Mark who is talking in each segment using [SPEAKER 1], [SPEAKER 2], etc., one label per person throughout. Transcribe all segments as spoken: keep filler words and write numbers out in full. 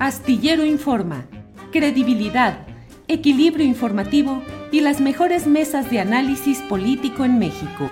[SPEAKER 1] Astillero Informa, credibilidad, equilibrio informativo y las mejores mesas de análisis político en México.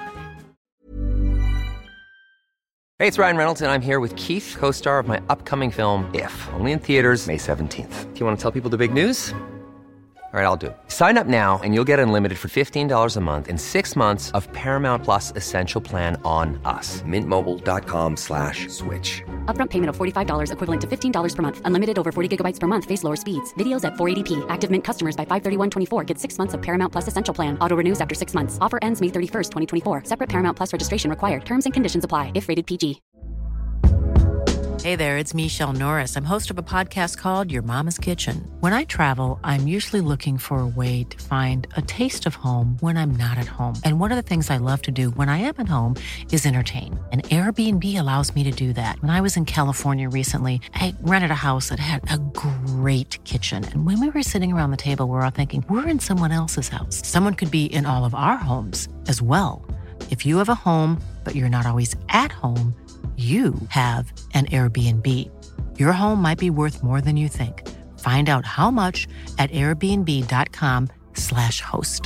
[SPEAKER 2] Hey, it's Ryan Reynolds, and I'm here with Keith, co-star of my upcoming film, If, only in theaters May seventeenth. Do you want to tell people the big news? All right, I'll do it. Sign up now and you'll get unlimited for fifteen dollars a month and six months of Paramount Plus Essential Plan on us. Mint Mobile dot com slash switch.
[SPEAKER 3] Upfront payment of forty-five dollars equivalent to fifteen dollars per month. Unlimited over forty gigabytes per month. Face lower speeds. Videos at four eighty p. Active Mint customers by five thirty-one twenty-four get six months of Paramount Plus Essential Plan. Auto renews after six months. Offer ends May thirty-first, twenty twenty-four. Separate Paramount Plus registration required. Terms and conditions apply if rated P G.
[SPEAKER 4] Hey there, it's Michelle Norris. I'm host of a podcast called Your Mama's Kitchen. When I travel, I'm usually looking for a way to find a taste of home when I'm not at home. And one of the things I love to do when I am at home is entertain. And Airbnb allows me to do that. When I was in California recently, I rented a house that had a great kitchen. And when we were sitting around the table, we were all thinking, we're in someone else's house. Someone could be in all of our homes as well. If you have a home, but you're not always at home, you have an Airbnb. Your home might be worth more than you think. Find out how much at airbnb.com slash host.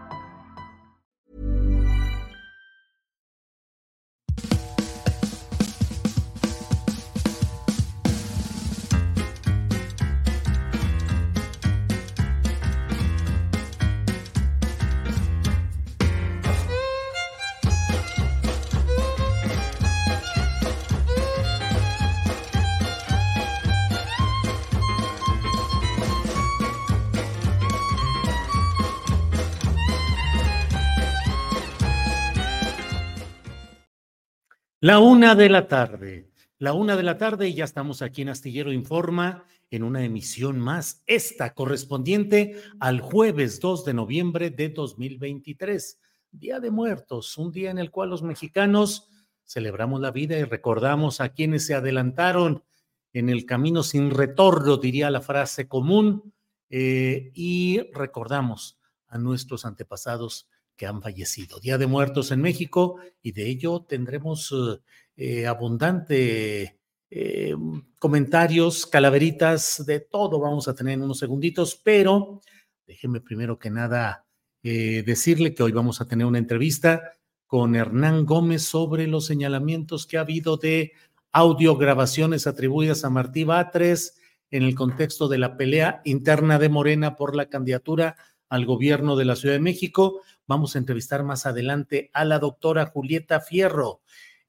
[SPEAKER 5] La una de la tarde, la una de la tarde y ya estamos aquí en Astillero Informa en una emisión más, esta correspondiente al jueves dos de noviembre de dos mil veintitrés, Día de Muertos, un día en el cual los mexicanos celebramos la vida y recordamos a quienes se adelantaron en el camino sin retorno, diría la frase común, eh, y recordamos a nuestros antepasados que han fallecido. Día de Muertos en México, y de ello tendremos eh, abundante eh, comentarios, calaveritas, de todo vamos a tener en unos segunditos, pero déjeme primero que nada eh, decirle que hoy vamos a tener una entrevista con Hernán Gómez sobre los señalamientos que ha habido de audiograbaciones atribuidas a Martí Batres en el contexto de la pelea interna de Morena por la candidatura al gobierno de la Ciudad de México. Vamos a entrevistar más adelante a la doctora Julieta Fierro.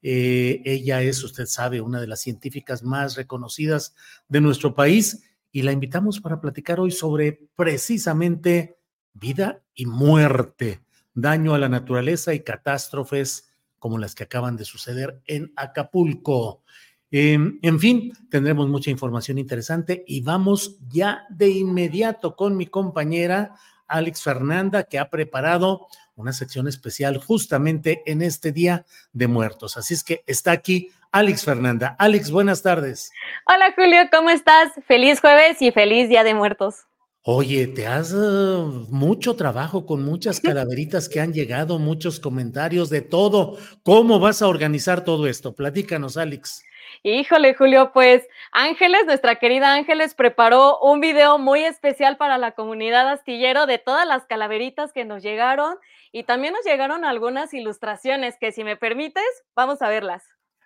[SPEAKER 5] Eh, ella es, usted sabe, una de las científicas más reconocidas de nuestro país y la invitamos para platicar hoy sobre precisamente vida y muerte, daño a la naturaleza y catástrofes como las que acaban de suceder en Acapulco. Eh, en fin, tendremos mucha información interesante y vamos ya de inmediato con mi compañera Alex Fernanda, que ha preparado una sección especial justamente en este Día de Muertos. Así es que está aquí Alex Fernanda. Alex, buenas tardes.
[SPEAKER 6] Hola Julio, ¿cómo estás? Feliz jueves y feliz Día de Muertos.
[SPEAKER 5] Oye, te has uh, mucho trabajo con muchas calaveritas que han llegado, muchos comentarios de todo. ¿Cómo vas a organizar todo esto? Platícanos, Alex.
[SPEAKER 6] Híjole, Julio, pues Ángeles, nuestra querida Ángeles, preparó un video muy especial para la comunidad astillero de todas las calaveritas que nos llegaron y también nos llegaron algunas ilustraciones que, si me permites, vamos a verlas.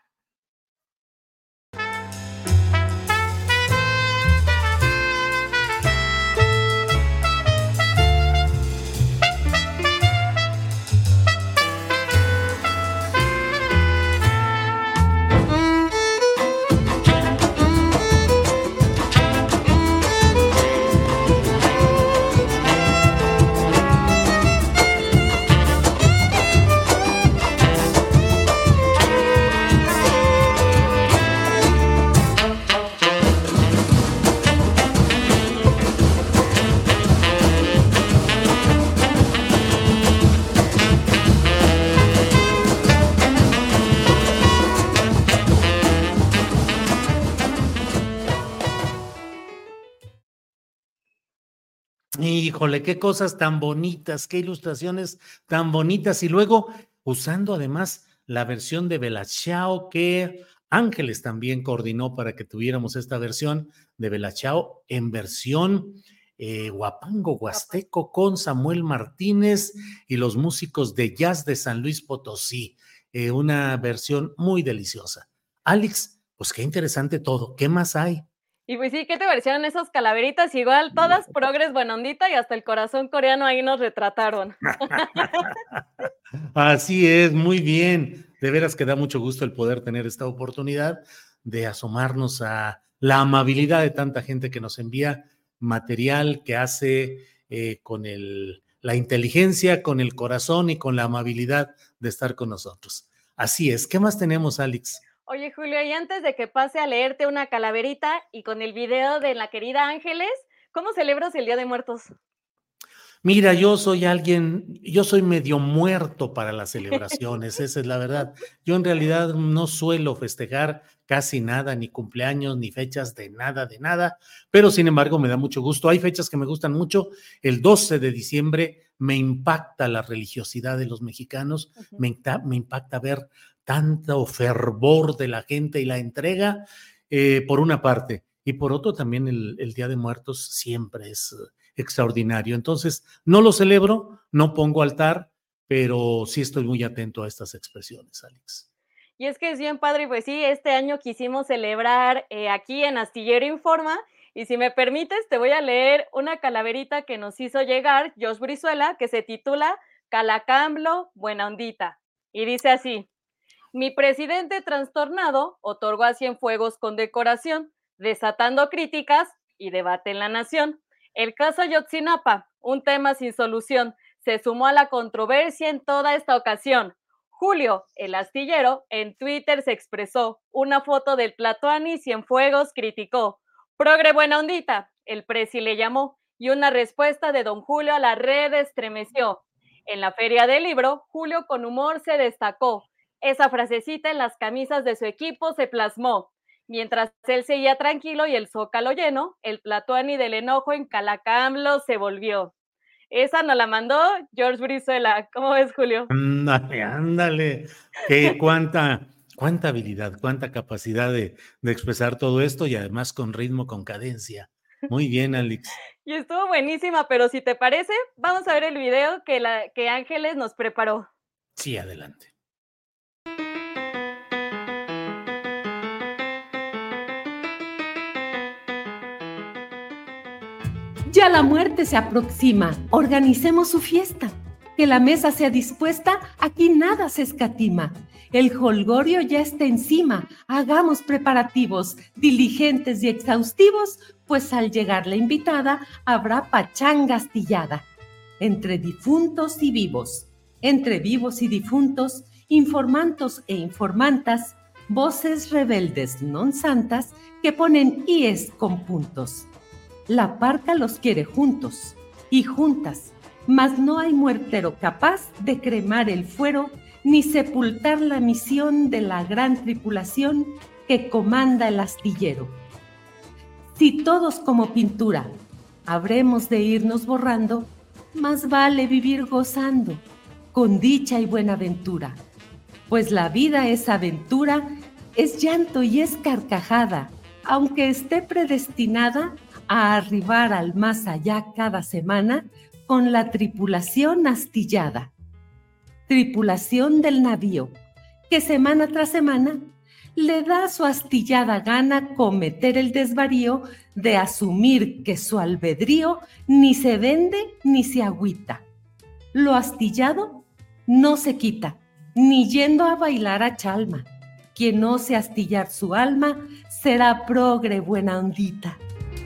[SPEAKER 5] Híjole, qué cosas tan bonitas, qué ilustraciones tan bonitas. Y luego, usando además la versión de Belachao, que Ángeles también coordinó para que tuviéramos esta versión de Bella Ciao en versión eh, guapango huasteco con Samuel Martínez y los músicos de jazz de San Luis Potosí. Eh, una versión muy deliciosa. Alex, pues qué interesante todo. ¿Qué más hay?
[SPEAKER 6] Y pues sí, ¿qué te parecieron esas calaveritas? Igual todas progres, buena ondita, y hasta el corazón coreano ahí nos retrataron.
[SPEAKER 5] Así es, muy bien. De veras que da mucho gusto el poder tener esta oportunidad de asomarnos a la amabilidad de tanta gente que nos envía material que hace eh, con el, la inteligencia, con el corazón y con la amabilidad de estar con nosotros. Así es. ¿Qué más tenemos, Alex?
[SPEAKER 6] Oye, Julio, y antes de que pase a leerte una calaverita y con el video de la querida Ángeles, ¿cómo celebras el Día de Muertos?
[SPEAKER 5] Mira, yo soy alguien, yo soy medio muerto para las celebraciones, esa es la verdad. Yo en realidad no suelo festejar casi nada, ni cumpleaños, ni fechas de nada, de nada, pero sin embargo me da mucho gusto. Hay fechas que me gustan mucho. El doce de diciembre me impacta la religiosidad de los mexicanos, uh-huh. me, me impacta ver tanto fervor de la gente y la entrega, eh, por una parte, y por otro también el, el Día de Muertos siempre es extraordinario. Entonces, no lo celebro, no pongo altar, pero sí estoy muy atento a estas expresiones, Alex.
[SPEAKER 6] Y es que es bien padre, pues sí, este año quisimos celebrar eh, aquí en Astillero Informa, y si me permites, te voy a leer una calaverita que nos hizo llegar Josh Brizuela, que se titula Calacamblo, buena ondita, y dice así: mi presidente trastornado otorgó a Cienfuegos condecoración, desatando críticas y debate en la nación. El caso Ayotzinapa, un tema sin solución, se sumó a la controversia en toda esta ocasión. Julio, el astillero, en Twitter se expresó, una foto del Tlatoani Cienfuegos criticó. Progre buena ondita, el presi le llamó, y una respuesta de don Julio a la red estremeció. En la feria del libro, Julio con humor se destacó. Esa frasecita en las camisas de su equipo se plasmó. Mientras él seguía tranquilo y el zócalo lleno, el Tlatoani del enojo en Calacamblo se volvió. Esa nos la mandó George Brizuela. ¿Cómo ves, Julio?
[SPEAKER 5] Ándale, ándale. Qué cuánta, cuánta habilidad, cuánta capacidad de, de expresar todo esto y además con ritmo, con cadencia. Muy bien, Alex.
[SPEAKER 6] Y estuvo buenísima, pero si te parece, vamos a ver el video que, la, que Ángeles nos preparó.
[SPEAKER 5] Sí, adelante.
[SPEAKER 1] Ya la muerte se aproxima, organicemos su fiesta. Que la mesa sea dispuesta, aquí nada se escatima. El jolgorio ya está encima, hagamos preparativos, diligentes y exhaustivos, pues al llegar la invitada, habrá pachanga astillada. Entre difuntos y vivos, entre vivos y difuntos, informantos e informantas, voces rebeldes non santas que ponen íes con puntos. La parca los quiere juntos y juntas, mas no hay muertero capaz de cremar el fuero ni sepultar la misión de la gran tripulación que comanda el astillero. Si todos como pintura habremos de irnos borrando, más vale vivir gozando, con dicha y buena ventura, pues la vida es aventura, es llanto y es carcajada, aunque esté predestinada a arribar al más allá cada semana con la tripulación astillada. Tripulación del navío, que semana tras semana le da su astillada gana cometer el desvarío de asumir que su albedrío ni se vende ni se agüita. Lo astillado no se quita, ni yendo a bailar a chalma. Quien ose astillar su alma será progre buena ondita.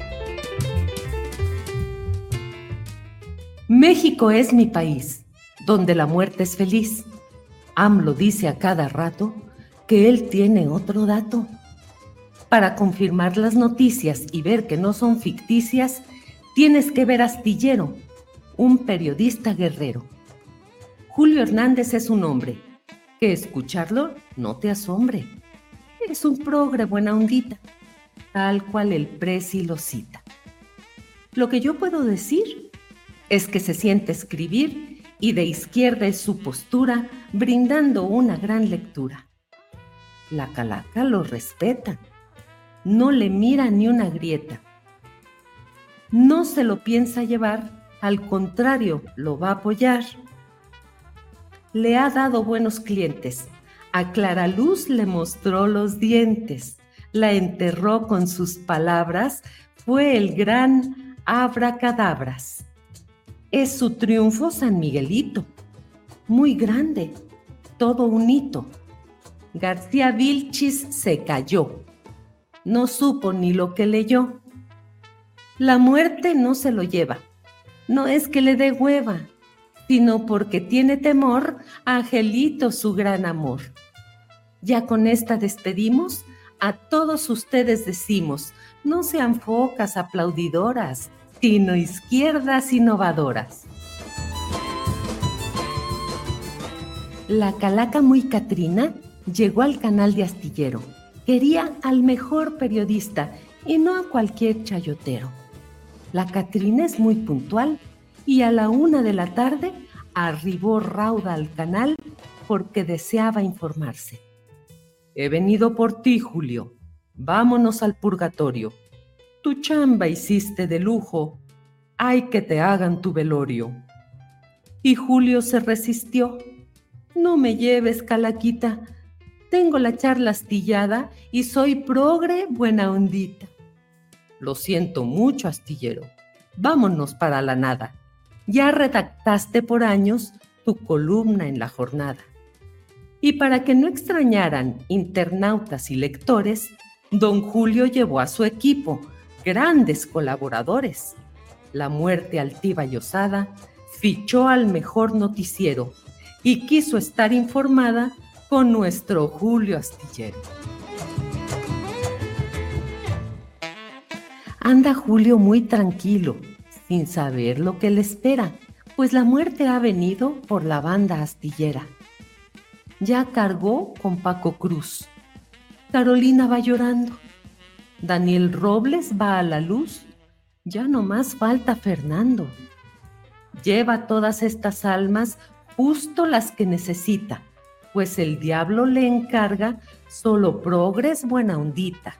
[SPEAKER 1] México es mi país, donde la muerte es feliz. AMLO dice a cada rato que él tiene otro dato. Para confirmar las noticias y ver que no son ficticias, tienes que ver Astillero, un periodista guerrero. Julio Hernández es un hombre, que escucharlo no te asombre. Es un progre buena ondita, tal cual el presi lo cita. Lo que yo puedo decir es que se siente escribir y de izquierda es su postura, brindando una gran lectura. La calaca lo respeta, no le mira ni una grieta. No se lo piensa llevar, al contrario, lo va a apoyar. Le ha dado buenos clientes, a Claraluz le mostró los dientes, la enterró con sus palabras, fue el gran abracadabras. Es su triunfo San Miguelito, muy grande, todo un hito. García Vilchis se cayó, no supo ni lo que leyó. La muerte no se lo lleva, no es que le dé hueva, sino porque tiene temor a Angelito su gran amor. Ya con esta despedimos, a todos ustedes decimos, no sean focas aplaudidoras, sino izquierdas innovadoras. La calaca muy Catrina llegó al canal de Astillero. Quería al mejor periodista y no a cualquier chayotero. La Catrina es muy puntual y a la una de la tarde arribó rauda al canal porque deseaba informarse. He venido por ti, Julio. Vámonos al purgatorio. Tu chamba hiciste de lujo. Hay que te hagan tu velorio. Y Julio se resistió. No me lleves, calaquita. Tengo la charla astillada y soy progre buena ondita. Lo siento mucho, astillero. Vámonos para la nada. Ya redactaste por años tu columna en La Jornada. Y para que no extrañaran internautas y lectores, don Julio llevó a su equipo, grandes colaboradores. La Muerte altiva y osada fichó al mejor noticiero y quiso estar informada con nuestro Julio Astillero. Anda Julio muy tranquilo, sin saber lo que le espera, pues la muerte ha venido por la banda astillera. Ya cargó con Paco Cruz. Carolina va llorando. Daniel Robles va a la luz. Ya no más falta Fernando. Lleva todas estas almas justo las que necesita, pues el diablo le encarga solo progres buena ondita.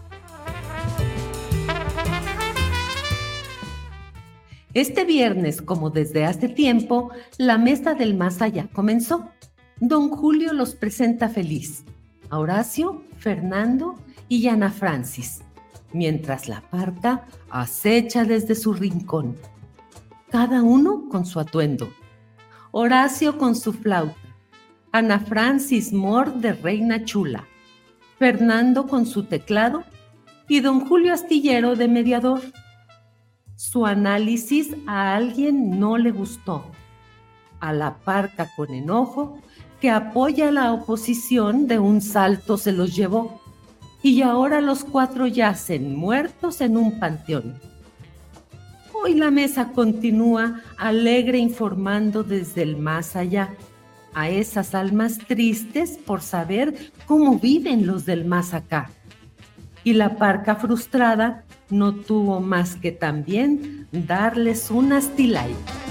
[SPEAKER 1] Este viernes, como desde hace tiempo, la mesa del más allá comenzó. Don Julio los presenta feliz, a Horacio, Fernando y Ana Francis, mientras la parca acecha desde su rincón, cada uno con su atuendo. Horacio con su flauta, Ana Francis mor de reina chula, Fernando con su teclado y don Julio Astillero de mediador. Su análisis a alguien no le gustó, a la parca con enojo, que apoya a la oposición de un salto se los llevó, y ahora los cuatro yacen muertos en un panteón. Hoy la mesa continúa alegre informando desde el más allá a esas almas tristes por saber cómo viven los del más acá. Y la parca frustrada no tuvo más que también darles un astilay.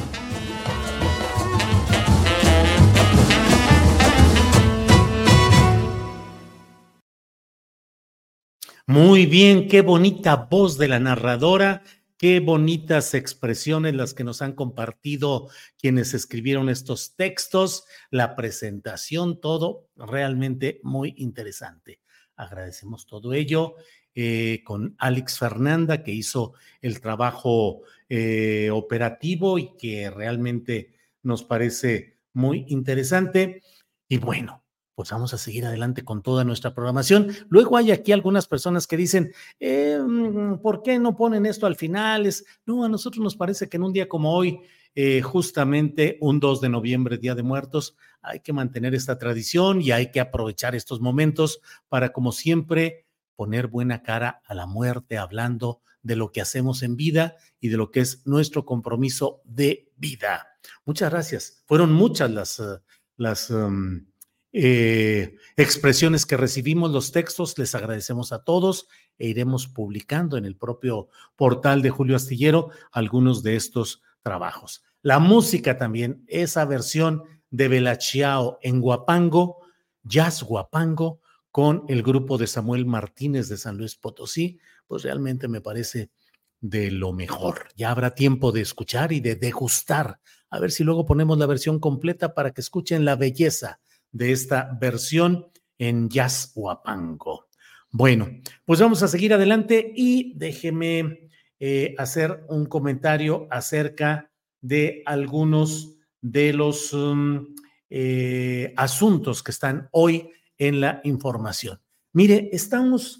[SPEAKER 5] Muy bien, qué bonita voz de la narradora, qué bonitas expresiones las que nos han compartido quienes escribieron estos textos, la presentación, todo realmente muy interesante. Agradecemos todo ello eh, con Alex Fernanda, que hizo el trabajo eh, operativo y que realmente nos parece muy interesante. Y bueno, pues vamos a seguir adelante con toda nuestra programación. Luego hay aquí algunas personas que dicen, eh, ¿por qué no ponen esto al final? Es, no, a nosotros nos parece que en un día como hoy, eh, justamente un dos de noviembre, Día de Muertos, hay que mantener esta tradición y hay que aprovechar estos momentos para, como siempre, poner buena cara a la muerte, hablando de lo que hacemos en vida y de lo que es nuestro compromiso de vida. Muchas gracias. Fueron muchas las... Uh, las um, Eh, expresiones que recibimos, los textos, les agradecemos a todos e iremos publicando en el propio portal de Julio Astillero algunos de estos trabajos. La música también, esa versión de Bella Ciao en guapango, jazz guapango, con el grupo de Samuel Martínez de San Luis Potosí, pues realmente me parece de lo mejor. Ya habrá tiempo de escuchar y de degustar. A ver si luego ponemos la versión completa para que escuchen la belleza de esta versión en jazz huapango. Bueno, pues vamos a seguir adelante y déjeme eh, hacer un comentario acerca de algunos de los um, eh, asuntos que están hoy en la información. Mire, estamos,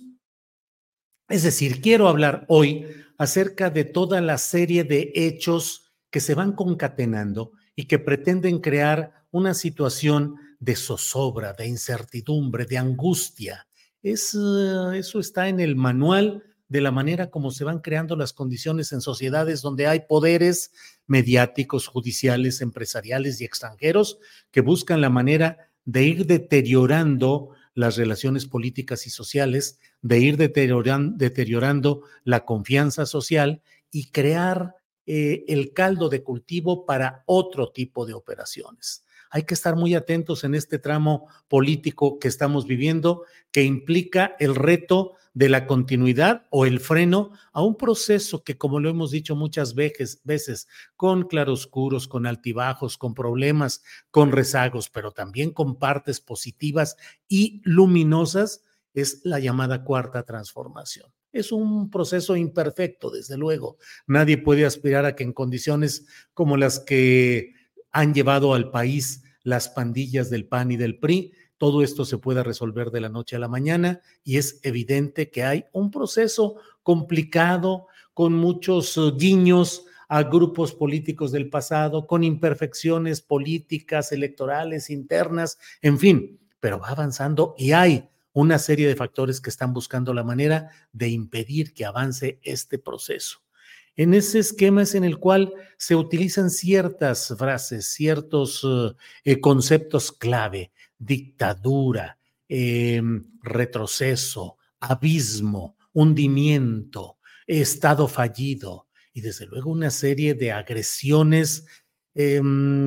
[SPEAKER 5] es decir, quiero hablar hoy acerca de toda la serie de hechos que se van concatenando y que pretenden crear una situación de zozobra, de incertidumbre, de angustia. Es, uh, eso está en el manual de la manera como se van creando las condiciones en sociedades donde hay poderes mediáticos, judiciales, empresariales y extranjeros que buscan la manera de ir deteriorando las relaciones políticas y sociales, de ir deterioran, deteriorando la confianza social y crear eh, el caldo de cultivo para otro tipo de operaciones. Hay que estar muy atentos en este tramo político que estamos viviendo, que implica el reto de la continuidad o el freno a un proceso que, como lo hemos dicho muchas veces, veces con claroscuros, con altibajos, con problemas, con rezagos, pero también con partes positivas y luminosas, es la llamada cuarta transformación. Es un proceso imperfecto, desde luego. Nadie puede aspirar a que en condiciones como las que han llevado al país las pandillas del P A N y del P R I, todo esto se pueda resolver de la noche a la mañana, y es evidente que hay un proceso complicado, con muchos guiños a grupos políticos del pasado, con imperfecciones políticas, electorales, internas, en fin, pero va avanzando y hay una serie de factores que están buscando la manera de impedir que avance este proceso. En ese esquema es en el cual se utilizan ciertas frases, ciertos uh, eh, conceptos clave: dictadura, eh, retroceso, abismo, hundimiento, estado fallido y desde luego una serie de agresiones eh,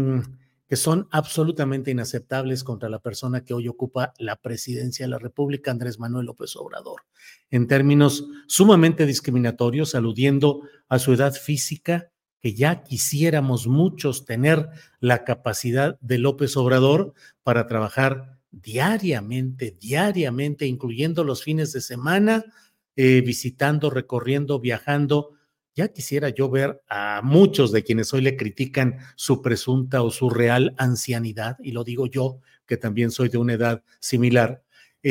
[SPEAKER 5] que son absolutamente inaceptables contra la persona que hoy ocupa la presidencia de la República, Andrés Manuel López Obrador, en términos sumamente discriminatorios, aludiendo a su edad física, que ya quisiéramos muchos tener la capacidad de López Obrador para trabajar diariamente, diariamente, incluyendo los fines de semana, eh, visitando, recorriendo, viajando. Ya quisiera yo ver a muchos de quienes hoy le critican su presunta o su real ancianidad, y lo digo yo, que también soy de una edad similar,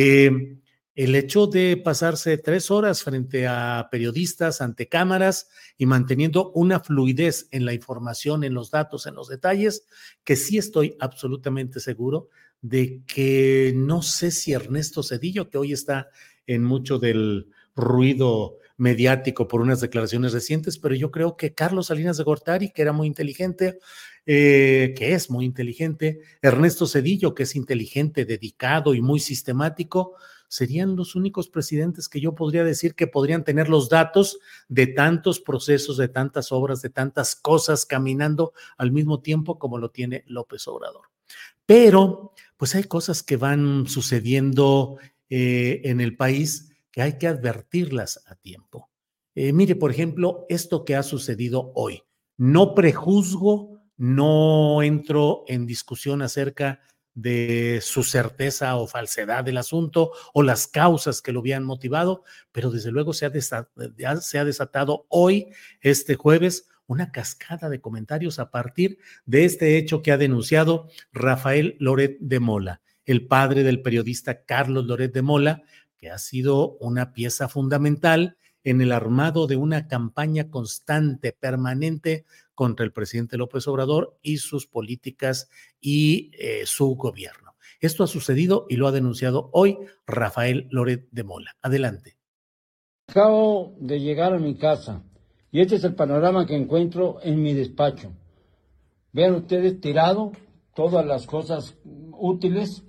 [SPEAKER 5] eh, el hecho de pasarse tres horas frente a periodistas, ante cámaras y manteniendo una fluidez en la información, en los datos, en los detalles, que sí estoy absolutamente seguro de que no sé si Ernesto Zedillo, que hoy está en mucho del ruido mediático por unas declaraciones recientes, pero yo creo que Carlos Salinas de Gortari, que era muy inteligente, eh, que es muy inteligente, Ernesto Zedillo, que es inteligente, dedicado y muy sistemático, serían los únicos presidentes que yo podría decir que podrían tener los datos de tantos procesos, de tantas obras, de tantas cosas caminando al mismo tiempo como lo tiene López Obrador. Pero, pues hay cosas que van sucediendo eh, en el país que hay que advertirlas a tiempo. Eh, mire, por ejemplo, esto que ha sucedido hoy. No prejuzgo, no entro en discusión acerca de su certeza o falsedad del asunto o las causas que lo habían motivado, pero desde luego se ha desatado, se ha desatado hoy, este jueves, una cascada de comentarios a partir de este hecho que ha denunciado Rafael Loret de Mola, el padre del periodista Carlos Loret de Mola, que ha sido una pieza fundamental en el armado de una campaña constante, permanente contra el presidente López Obrador y sus políticas y eh, su gobierno. Esto ha sucedido y lo ha denunciado hoy Rafael Loret de Mola. Adelante.
[SPEAKER 7] Acabo de llegar a mi casa y este es el panorama que encuentro en mi despacho. Vean ustedes tirado todas las cosas útiles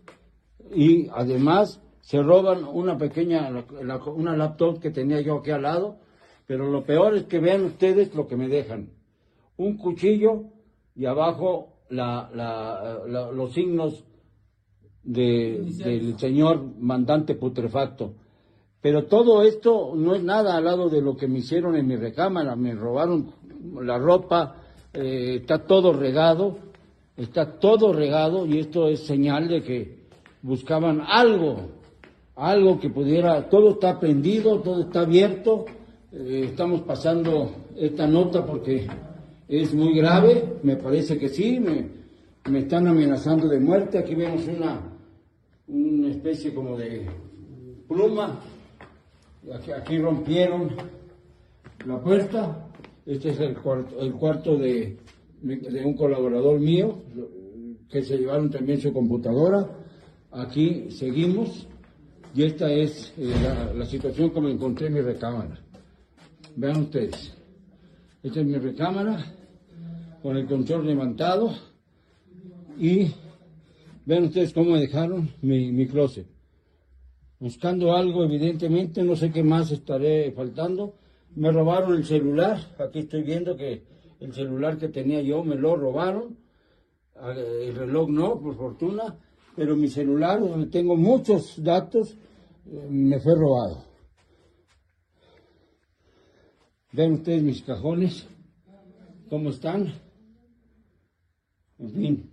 [SPEAKER 7] y además se roban una pequeña, una laptop que tenía yo aquí al lado, pero lo peor es que vean ustedes lo que me dejan. Un cuchillo y abajo la, la, la, los signos de, del señor mandante putrefacto. Pero todo esto no es nada al lado de lo que me hicieron en mi recámara. Me robaron la ropa, eh, está todo regado, está todo regado y esto es señal de que buscaban algo, algo que pudiera, todo está prendido, todo está abierto. Eh, estamos pasando esta nota porque es muy grave, me parece que sí, me, me están amenazando de muerte. Aquí vemos una, una especie como de pluma. Aquí, aquí rompieron la puerta. Este es el cuarto, el cuarto de, de un colaborador mío, que se llevaron también su computadora. Aquí seguimos, y esta es eh, la, la situación como encontré en mi recámara. Vean ustedes, esta es mi recámara, con el control levantado, y vean ustedes cómo me dejaron mi, mi closet. Buscando algo, evidentemente, no sé qué más estaré faltando. Me robaron el celular, aquí estoy viendo que el celular que tenía yo me lo robaron, el reloj no, por fortuna, pero mi celular, donde tengo muchos datos, me fue robado. Ven ustedes mis cajones, cómo están, en fin.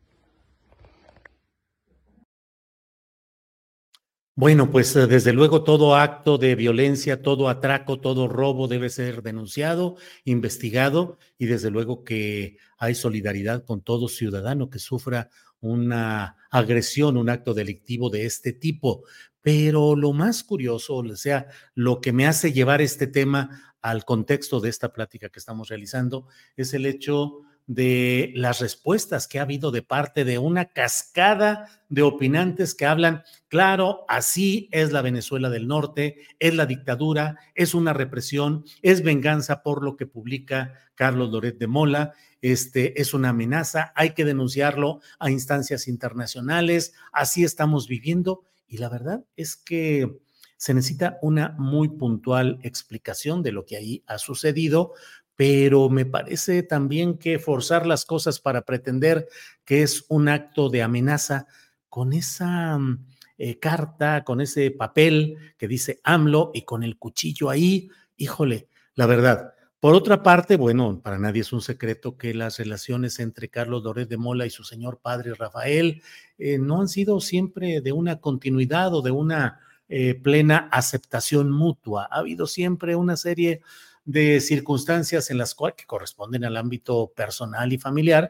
[SPEAKER 5] Bueno, pues desde luego todo acto de violencia, todo atraco, todo robo debe ser denunciado, investigado y desde luego que hay solidaridad con todo ciudadano que sufra una agresión, un acto delictivo de este tipo. Pero lo más curioso, o sea, lo que me hace llevar este tema al contexto de esta plática que estamos realizando es el hecho de las respuestas que ha habido de parte de una cascada de opinantes que hablan, claro, así es la Venezuela del Norte, es la dictadura, es una represión, es venganza por lo que publica Carlos Loret de Mola, este, es una amenaza, hay que denunciarlo a instancias internacionales, así estamos viviendo, y la verdad es que se necesita una muy puntual explicación de lo que ahí ha sucedido, pero me parece también que forzar las cosas para pretender que es un acto de amenaza con esa eh, carta, con ese papel que dice AMLO y con el cuchillo ahí, híjole, la verdad. Por otra parte, bueno, para nadie es un secreto que las relaciones entre Carlos Loret de Mola y su señor padre Rafael eh, no han sido siempre de una continuidad o de una eh, plena aceptación mutua. Ha habido siempre una serie de circunstancias en las cuales que corresponden al ámbito personal y familiar,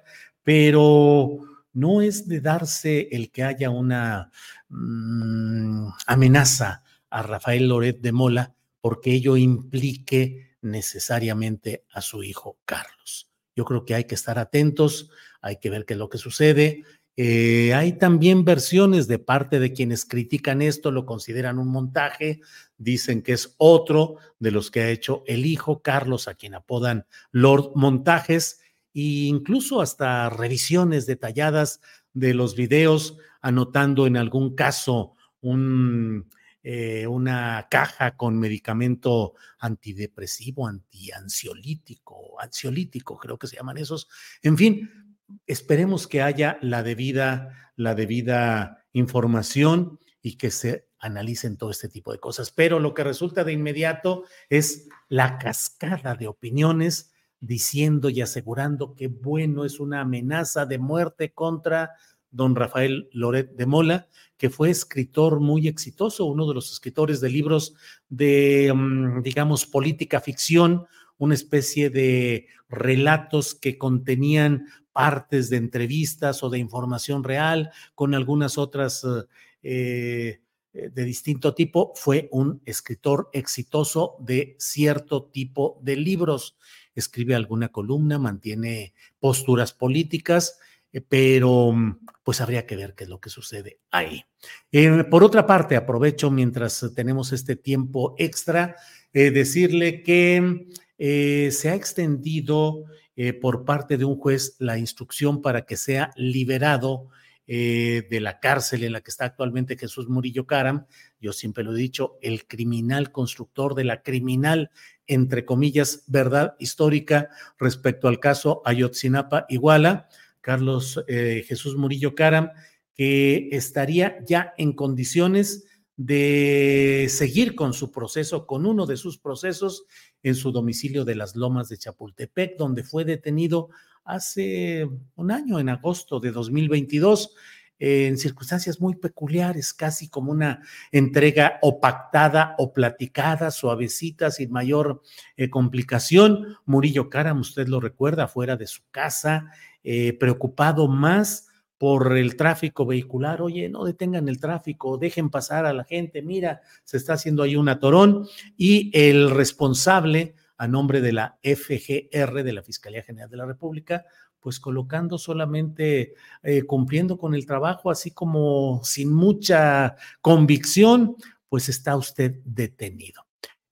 [SPEAKER 5] pero no es de darse el que haya una mmm, amenaza a Rafael Loret de Mola porque ello implique necesariamente a su hijo Carlos. Yo creo que hay que estar atentos, hay que ver qué es lo que sucede. Eh, hay también versiones de parte de quienes critican esto, lo consideran un montaje, dicen que es otro de los que ha hecho el hijo Carlos, a quien apodan Lord Montajes, e incluso hasta revisiones detalladas de los videos, anotando en algún caso un, eh, una caja con medicamento antidepresivo, antiansiolítico, ansiolítico, creo que se llaman esos, en fin. Esperemos que haya la debida, la debida información y que se analicen todo este tipo de cosas. Pero lo que resulta de inmediato es la cascada de opiniones diciendo y asegurando que, bueno, es una amenaza de muerte contra don Rafael Loret de Mola, que fue escritor muy exitoso, uno de los escritores de libros de, digamos, política ficción, una especie de relatos que contenían partes de entrevistas o de información real con algunas otras eh, de distinto tipo. Fue un escritor exitoso de cierto tipo de libros. Escribe alguna columna, mantiene posturas políticas, eh, pero pues habría que ver qué es lo que sucede ahí. Eh, por otra parte, aprovecho mientras tenemos este tiempo extra, eh, decirle que eh, se ha extendido Eh, por parte de un juez la instrucción para que sea liberado eh, de la cárcel en la que está actualmente Jesús Murillo Caram. Yo siempre lo he dicho, el criminal constructor de la criminal, entre comillas, verdad histórica respecto al caso Ayotzinapa Iguala, Carlos eh, Jesús Murillo Caram, que estaría ya en condiciones de seguir con su proceso, con uno de sus procesos en su domicilio de las Lomas de Chapultepec, donde fue detenido hace un año, en agosto de dos mil veintidós, eh, en circunstancias muy peculiares, casi como una entrega o pactada o platicada, suavecita, sin mayor eh, complicación. Murillo Karam, usted lo recuerda, fuera de su casa, eh, preocupado más por el tráfico vehicular. Oye, no detengan el tráfico, dejen pasar a la gente, mira, se está haciendo ahí un atorón, y el responsable, a nombre de la F G R, de la Fiscalía General de la República, pues colocando solamente, eh, cumpliendo con el trabajo, así como sin mucha convicción, pues está usted detenido.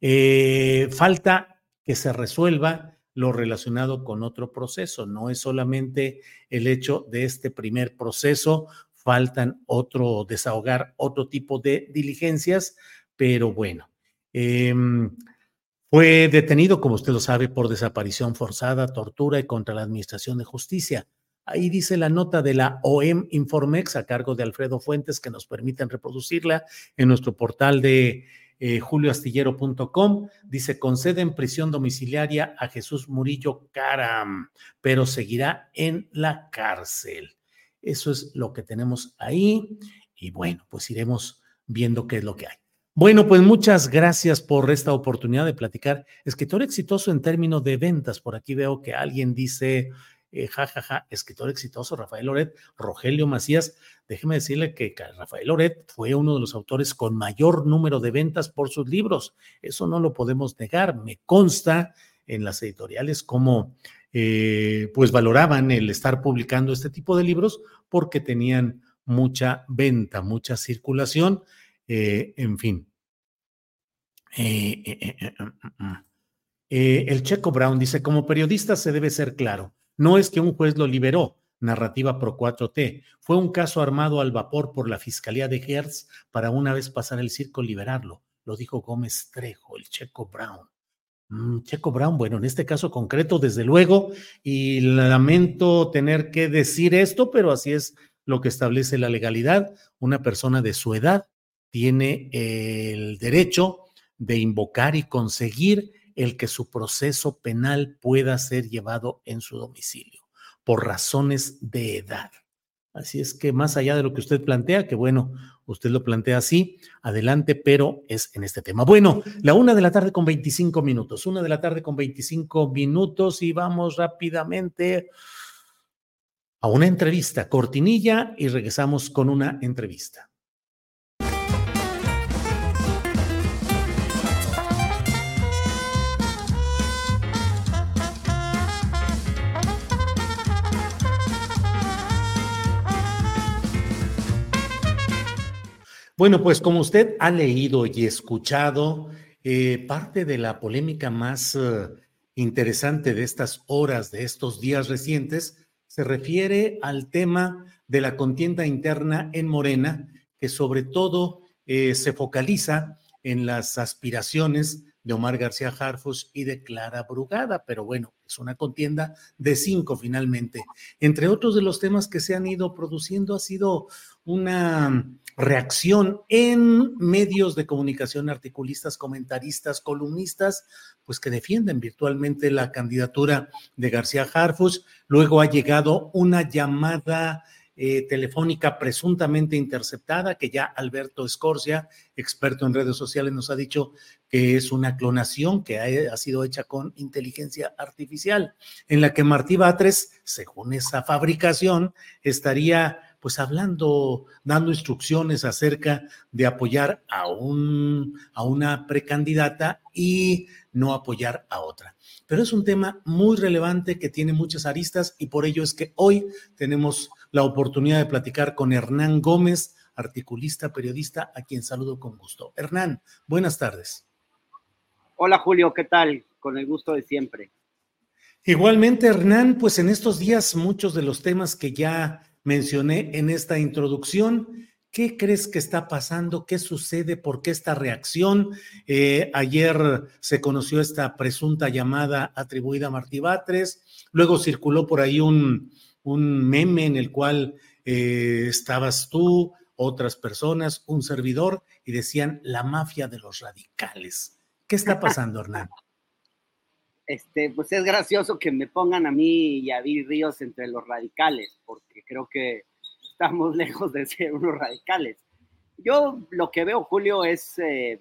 [SPEAKER 5] Eh, falta que se resuelva lo relacionado con otro proceso. No es solamente el hecho de este primer proceso, faltan otro, desahogar otro tipo de diligencias, pero bueno, eh, fue detenido, como usted lo sabe, por desaparición forzada, tortura y contra la Administración de Justicia. Ahí dice la nota de la O E M Informex a cargo de Alfredo Fuentes, que nos permiten reproducirla en nuestro portal de Eh, julio astillero punto com. Dice: conceden prisión domiciliaria a Jesús Murillo Karam, pero seguirá en la cárcel. Eso es lo que tenemos ahí, y bueno, pues iremos viendo qué es lo que hay. Bueno, pues muchas gracias por esta oportunidad de platicar. Escritor exitoso en términos de ventas. Por aquí veo que alguien dice, eh, jajaja, ja, ja, escritor exitoso, Rafael Loret. Rogelio Macías, déjeme decirle que Rafael Loret fue uno de los autores con mayor número de ventas por sus libros. Eso no lo podemos negar. Me consta en las editoriales cómo eh, pues valoraban el estar publicando este tipo de libros, porque tenían mucha venta, mucha circulación. Eh, en fin. Eh, eh, eh, eh, eh, eh, el Checo Brown dice: como periodista se debe ser claro, no es que un juez lo liberó, narrativa pro cuatro T, fue un caso armado al vapor por la Fiscalía de Hertz para una vez pasar el circo liberarlo, lo dijo Gómez Trejo, el Checo Brown. Mm, Checo Brown, bueno, en este caso concreto, desde luego, y lamento tener que decir esto, pero así es lo que establece la legalidad. Una persona de su edad tiene el derecho de invocar y conseguir el que su proceso penal pueda ser llevado en su domicilio, por razones de edad. Así es que, más allá de lo que usted plantea, que bueno, usted lo plantea así, adelante, pero es en este tema. Bueno, la una de la tarde con veinticinco minutos, una de la tarde con veinticinco minutos, y vamos rápidamente a una entrevista, cortinilla, y regresamos con una entrevista. Bueno, pues como usted ha leído y escuchado, eh, parte de la polémica más uh, interesante de estas horas, de estos días recientes, se refiere al tema de la contienda interna en Morena, que sobre todo eh, se focaliza en las aspiraciones de Omar García Harfuch y de Clara Brugada, pero bueno, es una contienda de cinco finalmente. Entre otros de los temas que se han ido produciendo ha sido una reacción en medios de comunicación, articulistas, comentaristas, columnistas, pues que defienden virtualmente la candidatura de García Harfuch. Luego ha llegado una llamada eh, telefónica presuntamente interceptada, que ya Alberto Escorcia, experto en redes sociales, nos ha dicho que es una clonación que ha, ha sido hecha con inteligencia artificial, en la que Martí Batres, según esa fabricación, estaría pues hablando, dando instrucciones acerca de apoyar a, un, a una precandidata y no apoyar a otra. Pero es un tema muy relevante que tiene muchas aristas, y por ello es que hoy tenemos la oportunidad de platicar con Hernán Gómez, articulista, periodista, a quien saludo con gusto. Hernán, buenas tardes.
[SPEAKER 8] Hola Julio, ¿qué tal? Con el gusto de siempre.
[SPEAKER 5] Igualmente, Hernán, pues en estos días muchos de los temas que ya mencioné en esta introducción, ¿qué crees que está pasando? ¿Qué sucede? ¿Por qué esta reacción? Eh, ayer se conoció esta presunta llamada atribuida a Martí Batres, luego circuló por ahí un, un meme en el cual eh, estabas tú, otras personas, un servidor, y decían la mafia de los radicales. ¿Qué está pasando, Hernán?
[SPEAKER 8] Este, pues es gracioso que me pongan a mí y a Vir Ríos entre los radicales, porque creo que estamos lejos de ser unos radicales. Yo lo que veo, Julio, es eh,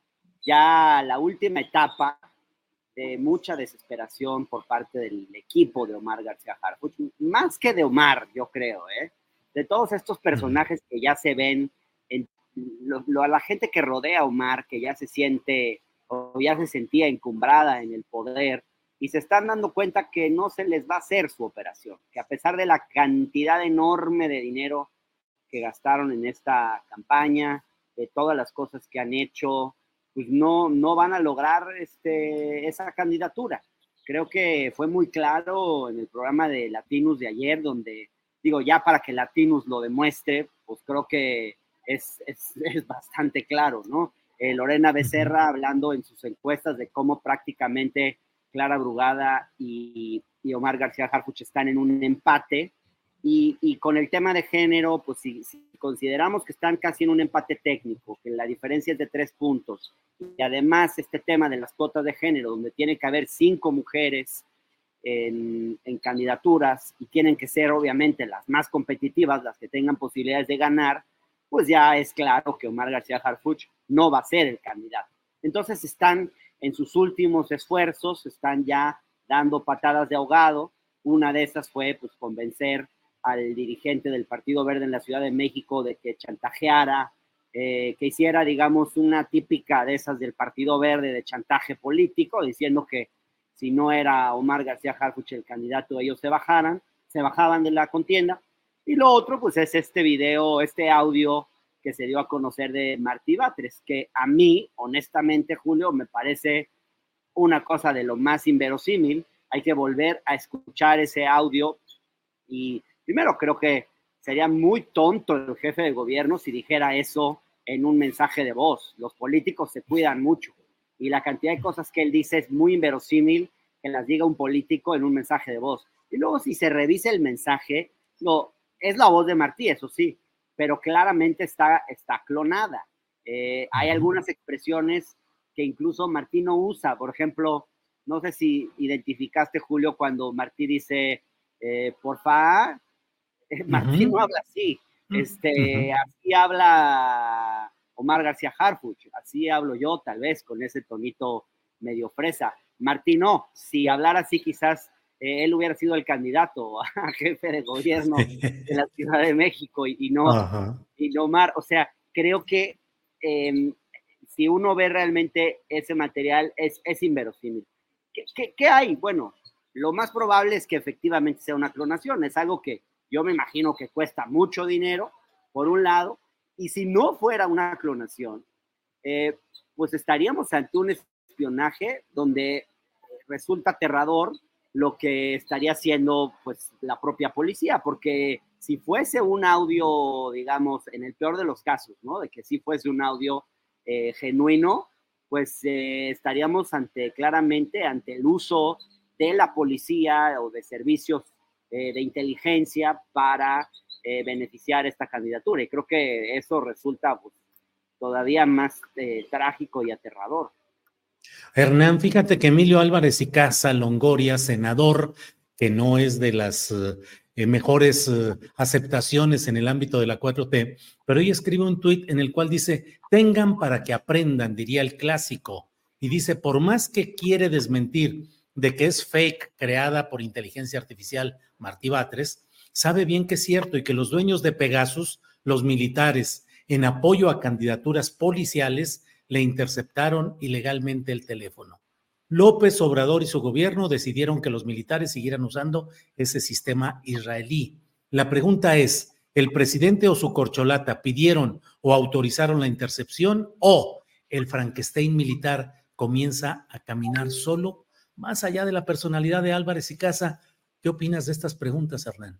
[SPEAKER 8] ya la última etapa de mucha desesperación por parte del equipo de Omar García Harfuch, más que de Omar, yo creo, ¿eh? De todos estos personajes que ya se ven, en, lo, lo, a la gente que rodea a Omar, que ya se siente o ya se sentía encumbrada en el poder, y se están dando cuenta que no se les va a hacer su operación, que a pesar de la cantidad enorme de dinero que gastaron en esta campaña, de todas las cosas que han hecho, pues no, no van a lograr este, esa candidatura. Creo que fue muy claro en el programa de Latinus de ayer, donde, digo, ya para que Latinus lo demuestre, pues creo que es, es, es bastante claro, ¿no? Eh, Lorena Becerra hablando en sus encuestas de cómo prácticamente Clara Brugada y, y Omar García Harfuch están en un empate, y, y con el tema de género, pues si, si consideramos que están casi en un empate técnico, que la diferencia es de tres puntos, y además este tema de las cuotas de género, donde tiene que haber cinco mujeres en, en candidaturas, y tienen que ser obviamente las más competitivas, las que tengan posibilidades de ganar, pues ya es claro que Omar García Harfuch no va a ser el candidato. Entonces están en sus últimos esfuerzos, están ya dando patadas de ahogado. Una de esas fue pues convencer al dirigente del Partido Verde en la Ciudad de México de que chantajeara, eh, que hiciera, digamos, una típica de esas del Partido Verde de chantaje político, diciendo que si no era Omar García Harfuch el candidato, ellos se bajaran, se bajaban de la contienda. Y lo otro, pues, es este video, este audio que se dio a conocer de Martí Batres, que a mí, honestamente, Julio, me parece una cosa de lo más inverosímil. Hay que volver a escuchar ese audio. Y primero, creo que sería muy tonto el jefe de gobierno si dijera eso en un mensaje de voz. Los políticos se cuidan mucho, y la cantidad de cosas que él dice es muy inverosímil que las diga un político en un mensaje de voz. Y luego, si se revisa el mensaje, no, es la voz de Martí, eso sí, pero claramente está, está clonada. Eh, hay algunas expresiones que incluso Martí no usa. Por ejemplo, no sé si identificaste, Julio, cuando Martí dice, eh, porfa, eh, Martí uh-huh. no habla así. Este, uh-huh. Así habla Omar García Harfuch, así hablo yo, tal vez, con ese tonito medio fresa. Martí no, si hablara así quizás eh, él hubiera sido el candidato a jefe de gobierno de la Ciudad de México, y, y, no, uh-huh. y no Omar. O sea, creo que eh, si uno ve realmente ese material, es, es inverosímil. ¿Qué, qué, ¿Qué hay? Bueno, lo más probable es que efectivamente sea una clonación. Es algo que yo me imagino que cuesta mucho dinero, por un lado, y si no fuera una clonación, eh, pues estaríamos ante un espionaje donde resulta aterrador lo que estaría haciendo pues la propia policía, porque si fuese un audio, digamos, en el peor de los casos, ¿no? De que si fuese un audio eh, genuino, pues eh, estaríamos ante, claramente, ante el uso de la policía o de servicios eh, de inteligencia para eh, beneficiar esta candidatura, y creo que eso resulta pues, todavía más eh, trágico y aterrador.
[SPEAKER 5] Hernán, fíjate que Emilio Álvarez y Casa Longoria, senador, que no es de las eh, mejores eh, aceptaciones en el ámbito de la cuatro T, pero hoy escribe un tuit en el cual dice, tengan para que aprendan, diría el clásico, y dice, por más que quiere desmentir de que es fake creada por inteligencia artificial Martí Batres, sabe bien que es cierto y que los dueños de Pegasus, los militares, en apoyo a candidaturas policiales, le interceptaron ilegalmente el teléfono. López Obrador y su gobierno decidieron que los militares siguieran usando ese sistema israelí. La pregunta es, ¿el presidente o su corcholata pidieron o autorizaron la intercepción, o el Frankenstein militar comienza a caminar solo? Más allá de la personalidad de Álvarez y Casa, ¿qué opinas de estas preguntas, Hernán?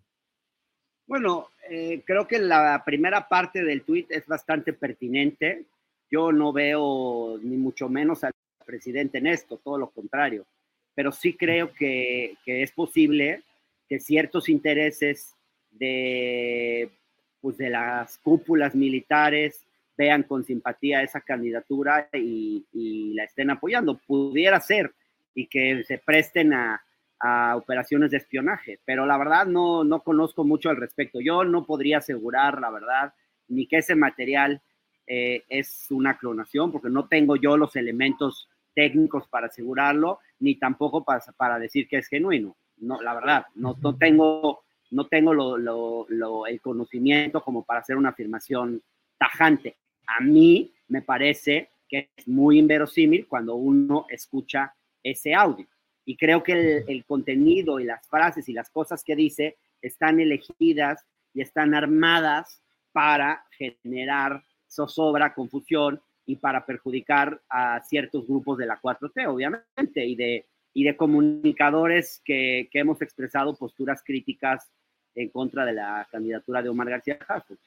[SPEAKER 8] Bueno, eh, creo que la primera parte del tuit es bastante pertinente. Yo no veo ni mucho menos al presidente en esto, todo lo contrario, pero sí creo que, que es posible que ciertos intereses de, pues de las cúpulas militares vean con simpatía esa candidatura y, y la estén apoyando. Pudiera ser, y que se presten a, a operaciones de espionaje, pero la verdad no, no conozco mucho al respecto. Yo no podría asegurar, la verdad, ni que ese material eh, es una clonación, porque no tengo yo los elementos técnicos para asegurarlo, ni tampoco para, para decir que es genuino. No, la verdad, no, no tengo, no tengo lo, lo, lo, el conocimiento como para hacer una afirmación tajante. A mí me parece que es muy inverosímil cuando uno escucha ese audio. Y creo que el, el contenido y las frases y las cosas que dice están elegidas y están armadas para generar zozobra, confusión y para perjudicar a ciertos grupos de la cuatro T, obviamente, y de, y de comunicadores que, que hemos expresado posturas críticas en contra de la candidatura de Omar García Harfuch.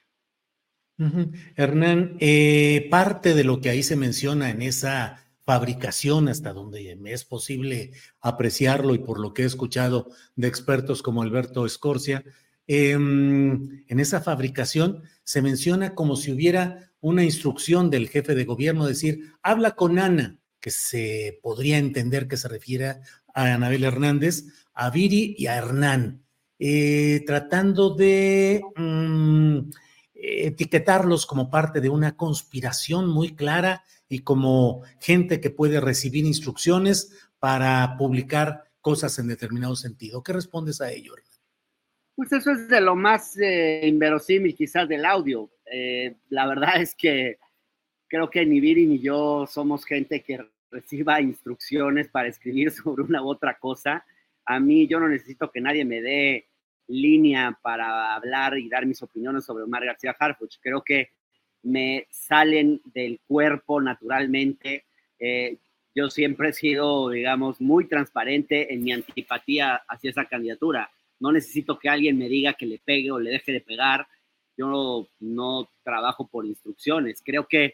[SPEAKER 5] Uh-huh. Hernán, eh, parte de lo que ahí se menciona en esa fabricación, hasta donde me es posible apreciarlo y por lo que he escuchado de expertos como Alberto Escorcia, eh, en esa fabricación se menciona como si hubiera una instrucción del jefe de gobierno, decir, habla con Ana, que se podría entender que se refiere a Anabel Hernández, a Viri y a Hernán, eh, tratando de um, etiquetarlos como parte de una conspiración muy clara y como gente que puede recibir instrucciones para publicar cosas en determinado sentido. ¿Qué respondes a ello, Hernán?
[SPEAKER 8] Pues eso es de lo más eh, inverosímil quizás del audio. Eh, la verdad es que creo que ni Viri ni yo somos gente que reciba instrucciones para escribir sobre una u otra cosa. A mí yo no necesito que nadie me dé línea para hablar y dar mis opiniones sobre Omar García Harfuch. Creo que me salen del cuerpo naturalmente. Eh, yo siempre he sido, digamos, muy transparente en mi antipatía hacia esa candidatura. No necesito que alguien me diga que le pegue o le deje de pegar. Yo no, no trabajo por instrucciones. Creo que,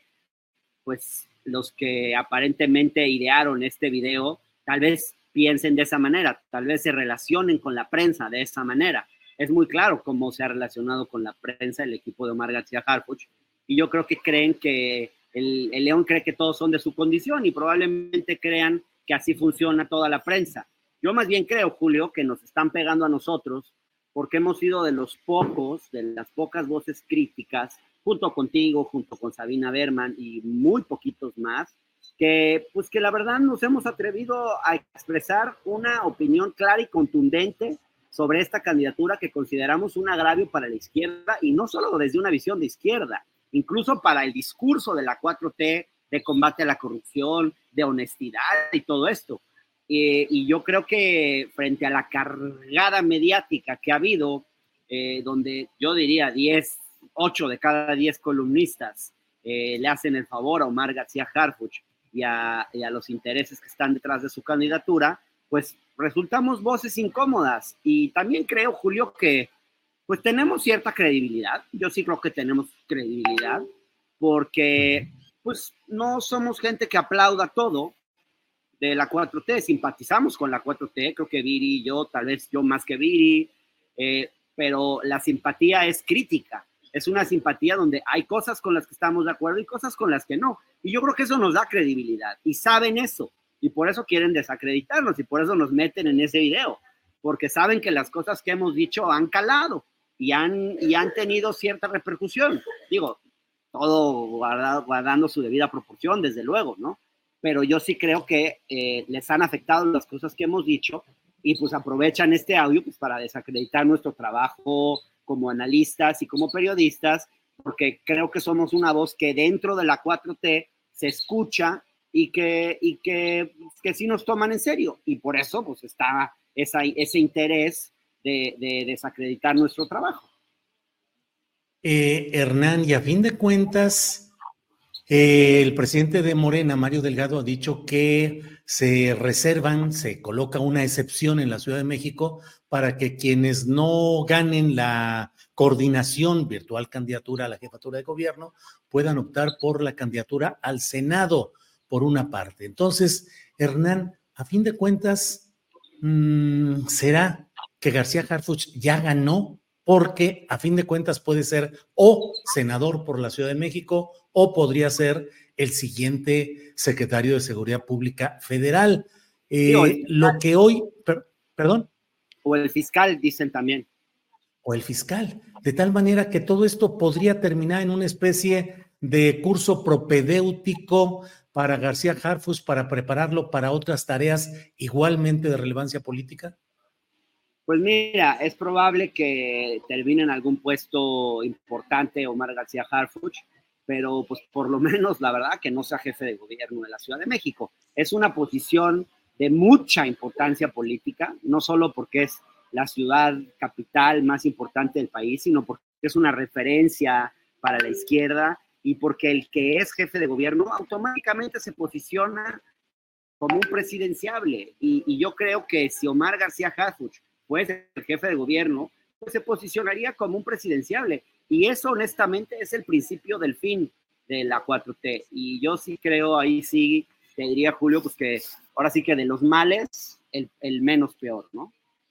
[SPEAKER 8] pues, los que aparentemente idearon este video, tal vez piensen de esa manera, tal vez se relacionen con la prensa de esa manera. Es muy claro cómo se ha relacionado con la prensa el equipo de Omar García Harfuch, y yo creo que creen que el, el León cree que todos son de su condición y probablemente crean que así funciona toda la prensa. Yo más bien creo, Julio, que nos están pegando a nosotros porque hemos sido de los pocos, de las pocas voces críticas, junto contigo, junto con Sabina Berman y muy poquitos más, que pues que la verdad nos hemos atrevido a expresar una opinión clara y contundente sobre esta candidatura que consideramos un agravio para la izquierda, y no solo desde una visión de izquierda, incluso para el discurso de la cuatro T, de combate a la corrupción, de honestidad y todo esto. Eh, y yo creo que frente a la cargada mediática que ha habido, eh, donde yo diría diez, ocho de cada diez columnistas eh, le hacen el favor a Omar García Harfuch y a, y a los intereses que están detrás de su candidatura, pues resultamos voces incómodas. Y también creo, Julio, que pues tenemos cierta credibilidad. Yo sí creo que tenemos credibilidad porque pues no somos gente que aplauda todo de la cuatro T, simpatizamos con la cuatro T, creo que Viri y yo, tal vez yo más que Viri, eh, pero la simpatía es crítica, es una simpatía donde hay cosas con las que estamos de acuerdo y cosas con las que no, y yo creo que eso nos da credibilidad, y saben eso, y por eso quieren desacreditarnos, y por eso nos meten en ese video, porque saben que las cosas que hemos dicho han calado, y han, y han tenido cierta repercusión, digo, todo guardado, guardando su debida proporción, desde luego, ¿no? Pero yo sí creo que eh, les han afectado las cosas que hemos dicho y pues aprovechan este audio pues, para desacreditar nuestro trabajo como analistas y como periodistas, porque creo que somos una voz que dentro de la cuatro T se escucha y que, y que, que sí nos toman en serio. Y por eso pues está esa, ese interés de, de desacreditar nuestro trabajo.
[SPEAKER 5] Eh, Hernán, y a fin de cuentas... Eh, el presidente de Morena, Mario Delgado, ha dicho que se reservan, se coloca una excepción en la Ciudad de México para que quienes no ganen la coordinación, virtual candidatura a la jefatura de gobierno, puedan optar por la candidatura al Senado, por una parte. Entonces, Hernán, a fin de cuentas, mmm, ¿será que García Harfuch ya ganó porque a fin de cuentas puede ser o senador por la Ciudad de México o podría ser el siguiente secretario de Seguridad Pública Federal. Eh, sí, lo que hoy, per, perdón.
[SPEAKER 8] O el fiscal, dicen también.
[SPEAKER 5] O el fiscal, de tal manera que todo esto podría terminar en una especie de curso propedéutico para García Harfuch para prepararlo para otras tareas igualmente de relevancia política.
[SPEAKER 8] Pues mira, es probable que termine en algún puesto importante Omar García Harfuch, pero pues por lo menos la verdad que no sea jefe de gobierno de la Ciudad de México. Es una posición de mucha importancia política, no solo porque es la ciudad capital más importante del país, sino porque es una referencia para la izquierda y porque el que es jefe de gobierno automáticamente se posiciona como un presidenciable. Y, y yo creo que si Omar García Harfuch fuese el jefe de gobierno, pues se posicionaría como un presidenciable. Y eso honestamente es el principio del fin de la cuatro T. Y yo sí creo, ahí sí te diría, Julio, pues que ahora sí que de los males, el, el menos peor, ¿no?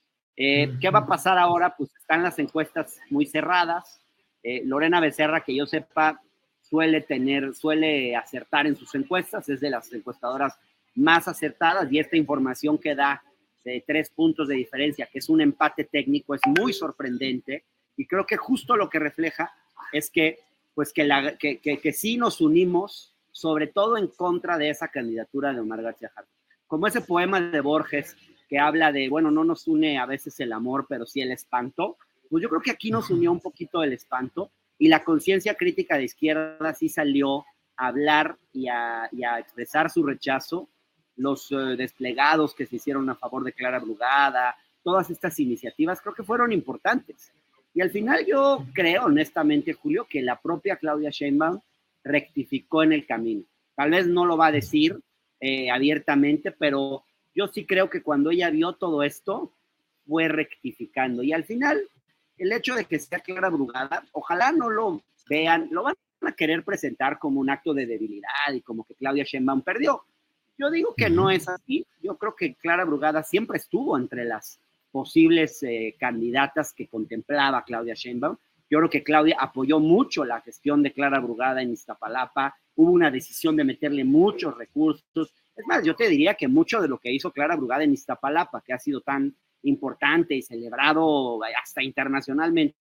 [SPEAKER 8] Eh, ¿Qué va a pasar ahora? Pues están las encuestas muy cerradas. Eh, Lorena Becerra, que yo sepa, suele tener, suele acertar en sus encuestas, es de las encuestadoras más acertadas, y esta información que da de tres puntos de diferencia, que es un empate técnico, es muy sorprendente, y creo que justo lo que refleja es que, pues que, la, que, que, que sí nos unimos, sobre todo en contra de esa candidatura de Omar García Harfuch. Como ese poema de Borges que habla de, bueno, no nos une a veces el amor, pero sí el espanto, pues yo creo que aquí nos unió un poquito el espanto, y la conciencia crítica de izquierda sí salió a hablar y a, y a expresar su rechazo. Los uh, desplegados que se hicieron a favor de Clara Brugada, todas estas iniciativas creo que fueron importantes. Y al final yo creo, honestamente, Julio, que la propia Claudia Sheinbaum rectificó en el camino. Tal vez no lo va a decir eh, abiertamente, pero yo sí creo que cuando ella vio todo esto, fue rectificando. Y al final, el hecho de que sea Clara Brugada, ojalá no lo vean, lo van a querer presentar como un acto de debilidad y como que Claudia Sheinbaum perdió. Yo digo que no es así. Yo creo que Clara Brugada siempre estuvo entre las posibles eh, candidatas que contemplaba Claudia Sheinbaum. Yo creo que Claudia apoyó mucho la gestión de Clara Brugada en Iztapalapa. Hubo una decisión de meterle muchos recursos. Es más, yo te diría que mucho de lo que hizo Clara Brugada en Iztapalapa, que ha sido tan importante y celebrado hasta internacionalmente,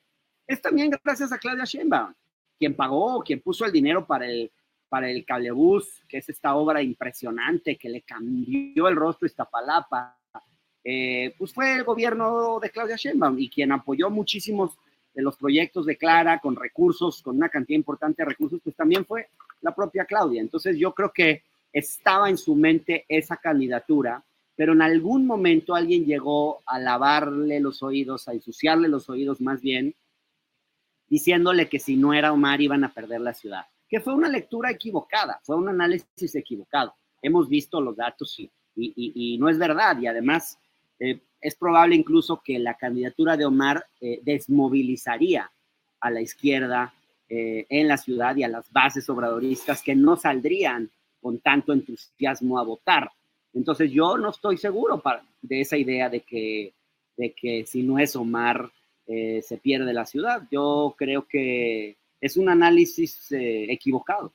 [SPEAKER 8] es también gracias a Claudia Sheinbaum, quien pagó, quien puso el dinero para el para el cablebús, que es esta obra impresionante que le cambió el rostro a Iztapalapa. Eh, pues fue el gobierno de Claudia Sheinbaum, y quien apoyó muchísimos de los proyectos de Clara con recursos, con una cantidad importante de recursos, pues también fue la propia Claudia. Entonces yo creo que estaba en su mente esa candidatura, pero en algún momento alguien llegó a lavarle los oídos, a ensuciarle los oídos más bien, diciéndole que si no era Omar iban a perder la ciudad. Que fue una lectura equivocada, fue un análisis equivocado. Hemos visto los datos y, y, y, y no es verdad, y además eh, es probable incluso que la candidatura de Omar eh, desmovilizaría a la izquierda eh, en la ciudad y a las bases obradoristas que no saldrían con tanto entusiasmo a votar. Entonces yo no estoy seguro para, de esa idea de que, de que si no es Omar eh, se pierde la ciudad. Yo creo que es un análisis eh, equivocado.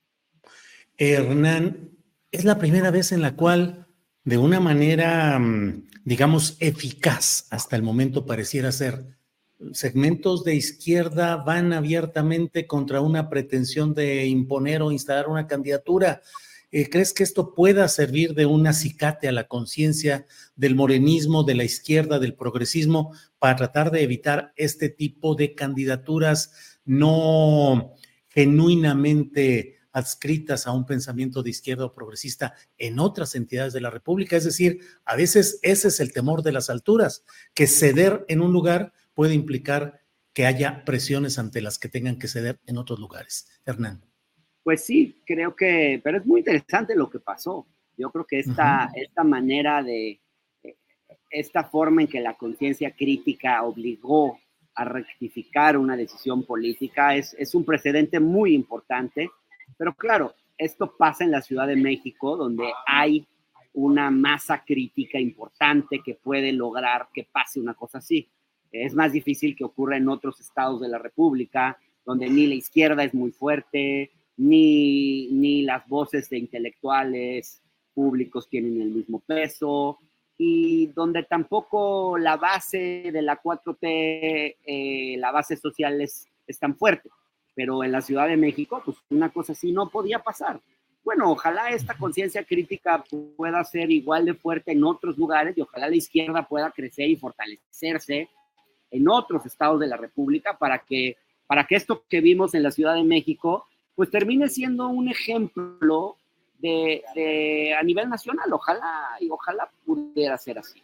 [SPEAKER 5] Hernán, es la primera vez en la cual, de una manera, digamos, eficaz, hasta el momento pareciera ser, segmentos de izquierda van abiertamente contra una pretensión de imponer o instalar una candidatura. Eh, ¿Crees que esto pueda servir de un acicate a la conciencia del morenismo, de la izquierda, del progresismo, para tratar de evitar este tipo de candidaturas no genuinamente adscritas a un pensamiento de izquierda o progresista en otras entidades de la República? Es decir, a veces ese es el temor de las alturas, que ceder en un lugar puede implicar que haya presiones ante las que tengan que ceder en otros lugares. Hernán.
[SPEAKER 8] Pues sí, creo que, pero es muy interesante lo que pasó. Yo creo que esta, uh-huh. esta manera de, esta forma en que la conciencia crítica obligó a rectificar una decisión política es, es un precedente muy importante, pero claro, esto pasa en la Ciudad de México, donde hay una masa crítica importante que puede lograr que pase una cosa así. Es más difícil que ocurra en otros estados de la República, donde ni la izquierda es muy fuerte, ni, ni las voces de intelectuales públicos tienen el mismo peso, y donde tampoco la base de la cuatro T, eh, la base social es, es tan fuerte. Pero en la Ciudad de México, pues una cosa así no podía pasar. Bueno, ojalá esta conciencia crítica pueda ser igual de fuerte en otros lugares y ojalá la izquierda pueda crecer y fortalecerse en otros estados de la República para que, para que esto que vimos en la Ciudad de México pues termine siendo un ejemplo de, de a nivel nacional. Ojalá y ojalá pudiera ser así.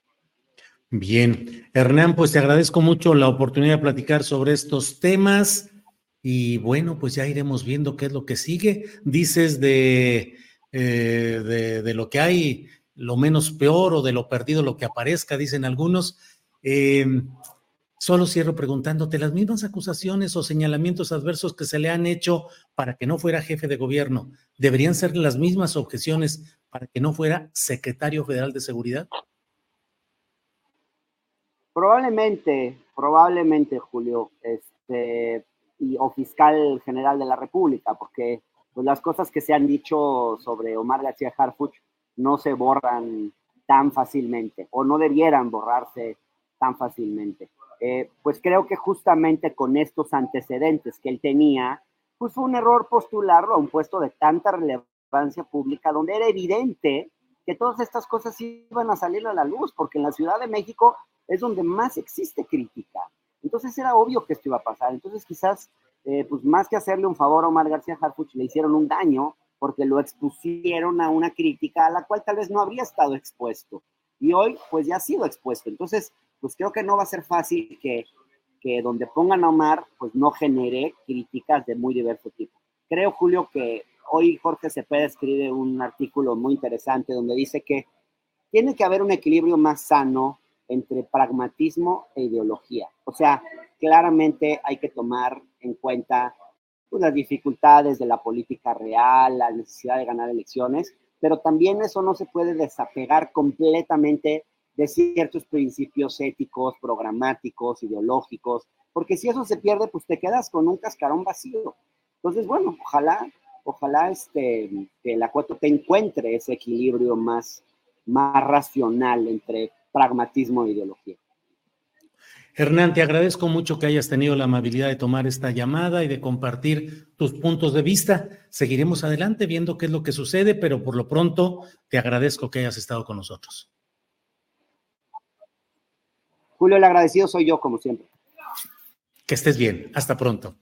[SPEAKER 5] Bien, Hernán, pues te agradezco mucho la oportunidad de platicar sobre estos temas. Y bueno, pues ya iremos viendo qué es lo que sigue. Dices de, eh, de, de lo que hay, lo menos peor, o de lo perdido, lo que aparezca, dicen algunos. Eh, solo cierro preguntándote, las mismas acusaciones o señalamientos adversos que se le han hecho para que no fuera jefe de gobierno, ¿deberían ser las mismas objeciones para que no fuera secretario federal de seguridad?
[SPEAKER 8] Probablemente, probablemente, Julio, este... Y, o fiscal general de la República, porque pues, las cosas que se han dicho sobre Omar García Harfuch no se borran tan fácilmente, o no debieran borrarse tan fácilmente. Eh, pues creo que justamente con estos antecedentes que él tenía, pues fue un error postularlo a un puesto de tanta relevancia pública, donde era evidente que todas estas cosas iban a salir a la luz, porque en la Ciudad de México es donde más existe crítica. Entonces era obvio que esto iba a pasar. Entonces quizás, eh, pues más que hacerle un favor a Omar García Harfuch, le hicieron un daño porque lo expusieron a una crítica a la cual tal vez no habría estado expuesto. Y hoy, pues ya ha sido expuesto. Entonces, pues creo que no va a ser fácil que, que donde pongan a Omar, pues no genere críticas de muy diverso tipo. Creo, Julio, que hoy Jorge Cepeda escribe un artículo muy interesante donde dice que tiene que haber un equilibrio más sano entre pragmatismo e ideología. O sea, claramente hay que tomar en cuenta pues, las dificultades de la política real, la necesidad de ganar elecciones, pero también eso no se puede desapegar completamente de ciertos principios éticos, programáticos, ideológicos, porque si eso se pierde, pues te quedas con un cascarón vacío. Entonces, bueno, ojalá, ojalá este, que la cuatro T encuentre ese equilibrio más, más racional entre pragmatismo e ideología.
[SPEAKER 5] Hernán, te agradezco mucho que hayas tenido la amabilidad de tomar esta llamada y de compartir tus puntos de vista. Seguiremos adelante viendo qué es lo que sucede, pero por lo pronto te agradezco que hayas estado con nosotros.
[SPEAKER 8] Julio, el agradecido soy yo, como siempre.
[SPEAKER 5] Que estés bien. Hasta pronto.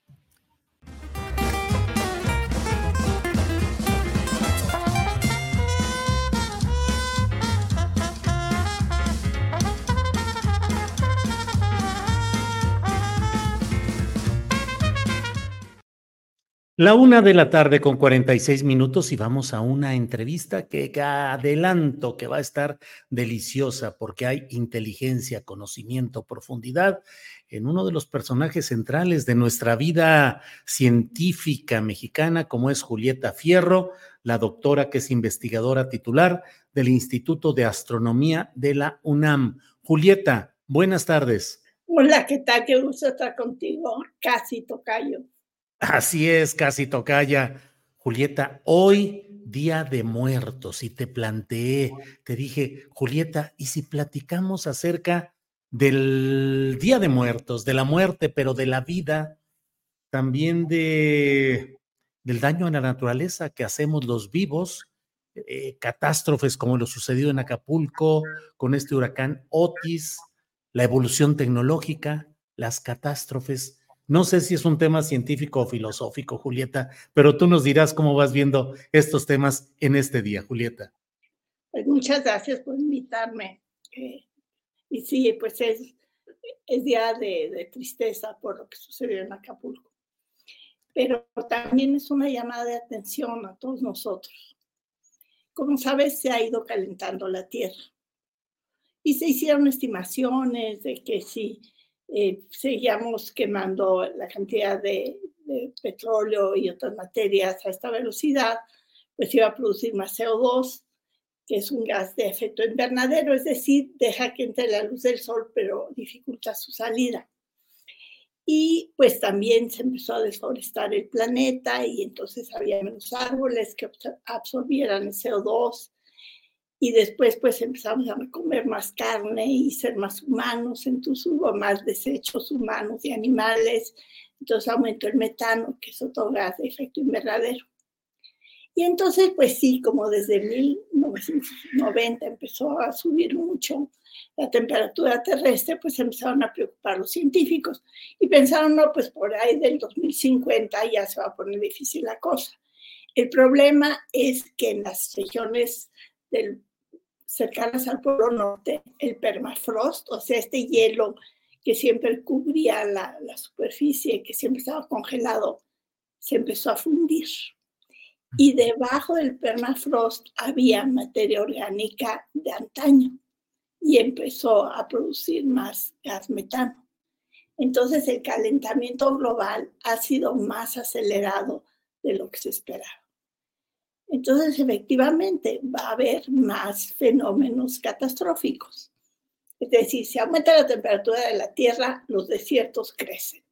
[SPEAKER 5] La una de la tarde con cuarenta y seis minutos y vamos a una entrevista que adelanto que va a estar deliciosa porque hay inteligencia, conocimiento, profundidad en uno de los personajes centrales de nuestra vida científica mexicana, como es Julieta Fierro, la doctora que es investigadora titular del Instituto de Astronomía de la UNAM. Julieta, buenas tardes.
[SPEAKER 9] Hola, ¿qué tal? Qué gusto estar contigo, casi tocayo.
[SPEAKER 5] Así es, casi tocaya. Julieta, hoy Día de Muertos, y te planteé, te dije, Julieta, ¿y si platicamos acerca del Día de Muertos, de la muerte, pero de la vida, también de, del daño a la naturaleza que hacemos los vivos, eh, catástrofes como lo sucedido en Acapulco, con este huracán Otis, la evolución tecnológica, las catástrofes? No sé si es un tema científico o filosófico, Julieta, pero tú nos dirás cómo vas viendo estos temas en este día, Julieta.
[SPEAKER 9] Pues muchas gracias por invitarme. Eh, y sí, pues es, es día de, de tristeza por lo que sucedió en Acapulco. Pero también es una llamada de atención a todos nosotros. Como sabes, se ha ido calentando la Tierra. Y se hicieron estimaciones de que si Eh, seguíamos quemando la cantidad de, de petróleo y otras materias a esta velocidad, pues iba a producir más C O dos que es un gas de efecto invernadero, es decir, deja que entre la luz del sol, pero dificulta su salida. Y pues también se empezó a desforestar el planeta y entonces había menos árboles que absorbieran el C O dos. Y después pues empezamos a comer más carne y ser más humanos, entonces hubo más desechos humanos y animales, entonces aumentó el metano, que es otro gas de efecto invernadero. Y entonces pues sí, como desde mil novecientos noventa empezó a subir mucho la temperatura terrestre, pues empezaron a preocupar los científicos y pensaron, no, pues por ahí del dos mil cincuenta ya se va a poner difícil la cosa. El problema es que en las regiones del cercanas al Polo Norte, el permafrost, o sea, este hielo que siempre cubría la, la superficie, que siempre estaba congelado, se empezó a fundir. Y debajo del permafrost había materia orgánica de antaño y empezó a producir más gas metano. Entonces, el calentamiento global ha sido más acelerado de lo que se esperaba. Entonces, efectivamente, va a haber más fenómenos catastróficos. Es decir, si aumenta la temperatura de la Tierra, los desiertos crecen.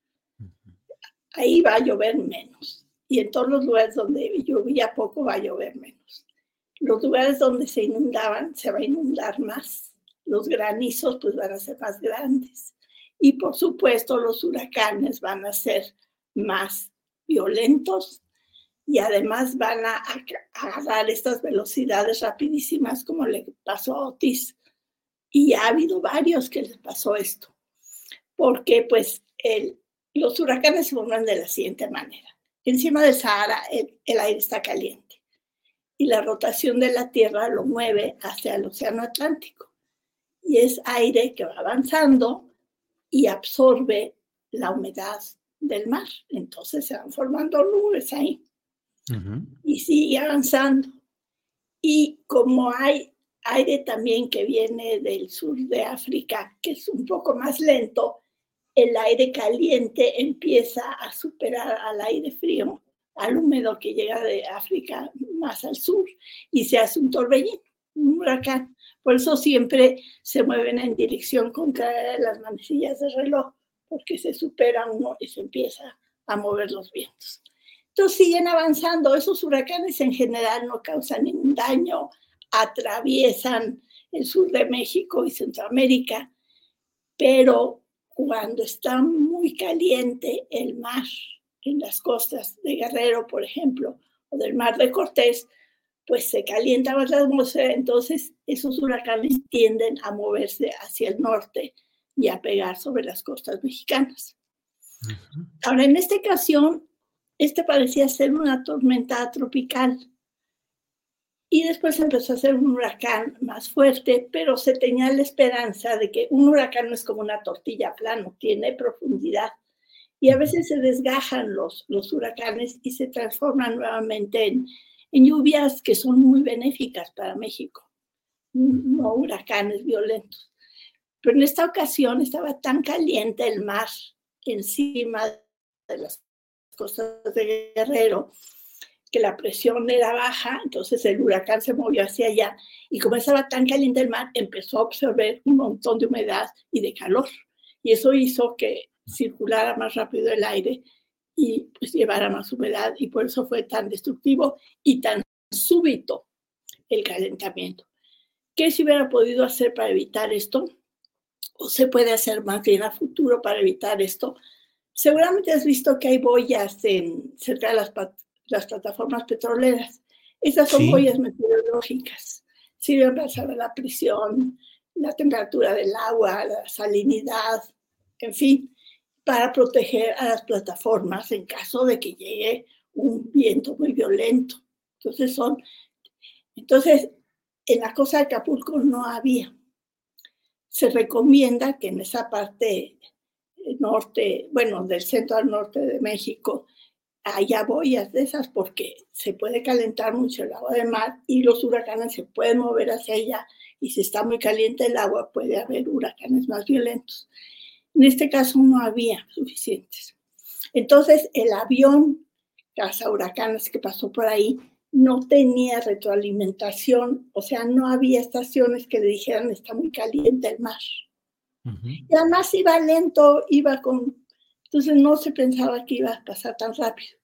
[SPEAKER 9] Ahí va a llover menos. Y en todos los lugares donde llovía poco, va a llover menos. Los lugares donde se inundaban, se va a inundar más. Los granizos, pues, van a ser más grandes. Y, por supuesto, los huracanes van a ser más violentos. Y además van a agarrar estas velocidades rapidísimas como le pasó a Otis. Y ha habido varios que les pasó esto. Porque pues el, los huracanes se forman de la siguiente manera. Encima del Sahara el, el aire está caliente. Y la rotación de la Tierra lo mueve hacia el Océano Atlántico. Y es aire que va avanzando y absorbe la humedad del mar. Entonces se van formando nubes ahí. Uh-huh. Y sigue avanzando. Y como hay aire también que viene del sur de África, que es un poco más lento, el aire caliente empieza a superar al aire frío, al húmedo que llega de África más al sur, y se hace un torbellino, un huracán. Por eso siempre se mueven en dirección contraria de las manecillas del reloj, porque se supera uno y se empieza a mover los vientos. Entonces siguen avanzando. Esos huracanes en general no causan ningún daño, atraviesan el sur de México y Centroamérica, pero cuando está muy caliente el mar en las costas de Guerrero, por ejemplo, o del Mar de Cortés, pues se calienta más la atmósfera, entonces esos huracanes tienden a moverse hacia el norte y a pegar sobre las costas mexicanas. Uh-huh. Ahora, en esta ocasión, este parecía ser una tormenta tropical y después empezó a ser un huracán más fuerte, pero se tenía la esperanza de que un huracán no es como una tortilla plana, tiene profundidad y a veces se desgajan los, los huracanes y se transforman nuevamente en, en lluvias que son muy benéficas para México, no huracanes violentos. Pero en esta ocasión estaba tan caliente el mar encima de las costas de Guerrero, que la presión era baja, entonces el huracán se movió hacia allá y como estaba tan caliente el mar, empezó a absorber un montón de humedad y de calor y eso hizo que circulara más rápido el aire y pues llevara más humedad y por eso fue tan destructivo y tan súbito el calentamiento. ¿Qué se hubiera podido hacer para evitar esto? ¿O se puede hacer más bien a futuro para evitar esto? Seguramente has visto que hay boyas en, cerca de las, las plataformas petroleras. Esas son sí. boyas meteorológicas. Sirven para saber la presión, la temperatura del agua, la salinidad, en fin, para proteger a las plataformas en caso de que llegue un viento muy violento. Entonces, son, entonces en la costa de Acapulco no había. Se recomienda que en esa parte norte, bueno, del centro al norte de México, haya boyas de esas porque se puede calentar mucho el agua del mar y los huracanes se pueden mover hacia allá y si está muy caliente el agua puede haber huracanes más violentos. En este caso no había suficientes. Entonces el avión cazahuracanes que pasó por ahí no tenía retroalimentación, o sea, no había estaciones que le dijeran está muy caliente el mar. Uh-huh. Y además iba lento, iba con... Entonces no se pensaba que iba a pasar tan rápido.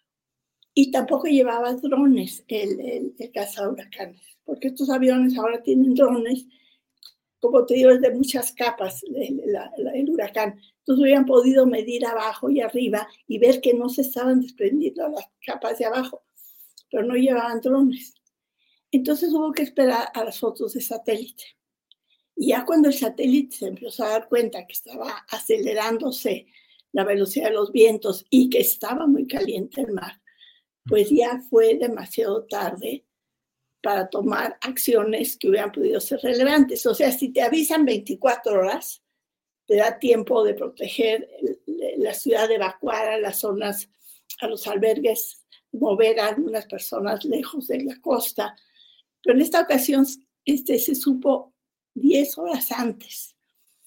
[SPEAKER 9] Y tampoco llevaba drones el, el, el cazahuracanes, porque estos aviones ahora tienen drones, como te digo, es de muchas capas el, la, la, el huracán. Entonces hubieran podido medir abajo y arriba y ver que no se estaban desprendiendo las capas de abajo, pero no llevaban drones. Entonces hubo que esperar a las fotos de satélite. Y ya cuando el satélite se empezó a dar cuenta que estaba acelerándose la velocidad de los vientos y que estaba muy caliente el mar, pues ya fue demasiado tarde para tomar acciones que hubieran podido ser relevantes. O sea, si te avisan veinticuatro horas, te da tiempo de proteger la ciudad, de evacuar a las zonas, a los albergues, mover a algunas personas lejos de la costa. Pero en esta ocasión este, se supo diez horas antes.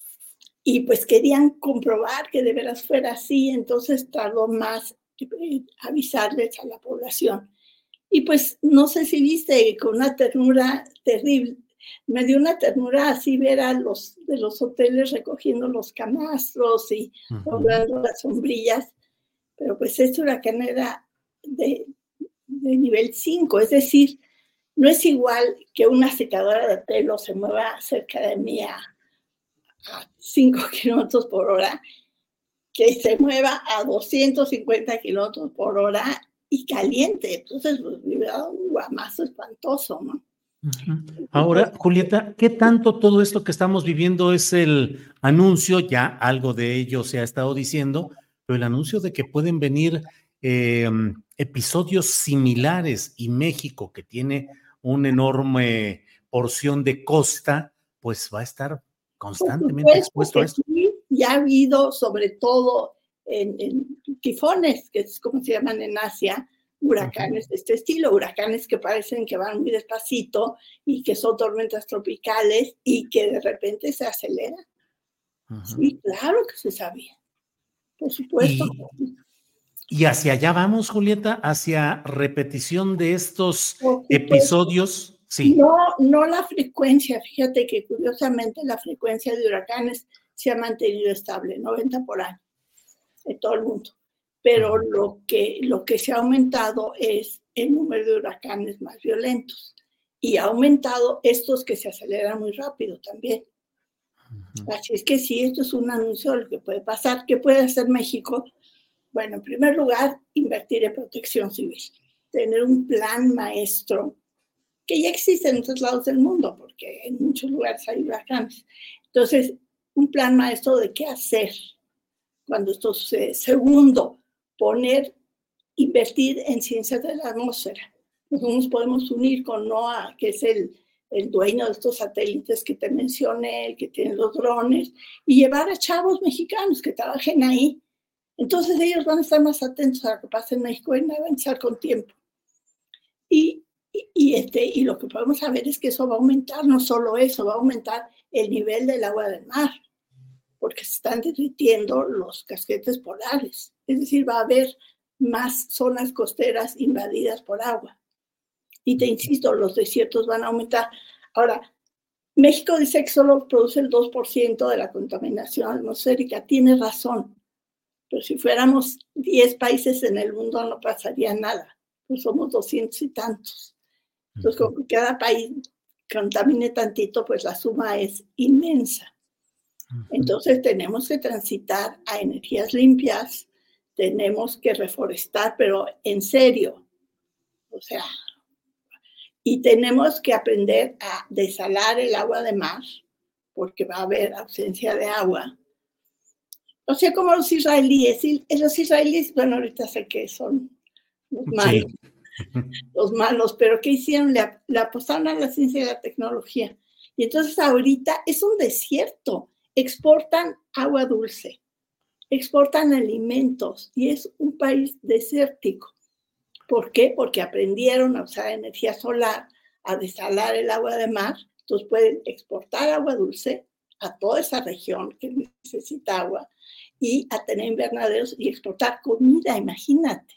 [SPEAKER 9] Y pues querían comprobar que de veras fuera así, entonces tardó más eh, avisarles a la población. Y pues no sé si viste, con una ternura terrible, me dio una ternura así ver a los de los hoteles recogiendo los camastros y doblando uh-huh. las sombrillas, pero pues este huracán era de, de nivel cinco, es decir, no es igual que una secadora de pelo se mueva cerca de mí a, a cinco kilómetros por hora, que se mueva a doscientos cincuenta kilómetros por hora y caliente. Entonces, pues, me hubiera dado un guamazo espantoso, ¿no?
[SPEAKER 5] Uh-huh. Ahora, Julieta, ¿qué tanto todo esto que estamos viviendo es el anuncio? Ya algo de ello se ha estado diciendo, pero el anuncio de que pueden venir eh, episodios similares, y México, que tiene una enorme porción de costa, pues va a estar constantemente expuesto a esto.
[SPEAKER 9] Sí, ya ha habido, sobre todo en, en tifones, que es como se llaman en Asia, huracanes uh-huh. de este estilo, huracanes que parecen que van muy despacito y que son tormentas tropicales y que de repente se aceleran. Uh-huh. Sí, claro que se sabía, por supuesto.
[SPEAKER 5] Y, y hacia allá vamos, Julieta, hacia repetición de estos episodios. Sí.
[SPEAKER 9] No, no la frecuencia, fíjate que curiosamente la frecuencia de huracanes se ha mantenido estable, noventa por año, en todo el mundo. Pero uh-huh. lo que, lo que se ha aumentado es el número de huracanes más violentos. Y ha aumentado estos que se aceleran muy rápido también. Uh-huh. Así es que sí, esto es un anuncio de lo que puede pasar. ¿Qué puede hacer México? Bueno, en primer lugar, invertir en protección civil. Tener un plan maestro que ya existe en otros lados del mundo, porque en muchos lugares hay huracanes. Entonces, un plan maestro de qué hacer cuando esto sucede. Segundo, poner, invertir en ciencias de la atmósfera. Nosotros nos podemos unir con NOAA, que es el, el dueño de estos satélites que te mencioné, el que tiene los drones, y llevar a chavos mexicanos que trabajen ahí. Entonces ellos van a estar más atentos a lo que pasa en México y van a avanzar con tiempo. Y Y, y, este, y lo que podemos saber es que eso va a aumentar, no solo eso, va a aumentar el nivel del agua del mar, porque se están derritiendo los casquetes polares. Es decir, va a haber más zonas costeras invadidas por agua. Y te insisto, los desiertos van a aumentar. Ahora, México dice que solo produce el dos por ciento de la contaminación atmosférica. Tiene razón, pero si fuéramos diez países en el mundo no pasaría nada. Pues somos doscientos y tantos. Entonces, como que cada país contamine tantito, pues la suma es inmensa. Entonces, tenemos que transitar a energías limpias, tenemos que reforestar, pero en serio. O sea, y tenemos que aprender a desalar el agua de mar, porque va a haber ausencia de agua. O sea, como los israelíes. Y los israelíes, bueno, ahorita sé que son los malos. Sí. Los malos, pero ¿qué hicieron? Le, le apostaron a la ciencia y la tecnología. Y entonces ahorita es un desierto. Exportan agua dulce, exportan alimentos y es un país desértico. ¿Por qué? Porque aprendieron a usar energía solar, a desalar el agua de mar. Entonces pueden exportar agua dulce a toda esa región que necesita agua y a tener invernaderos y exportar comida, imagínate.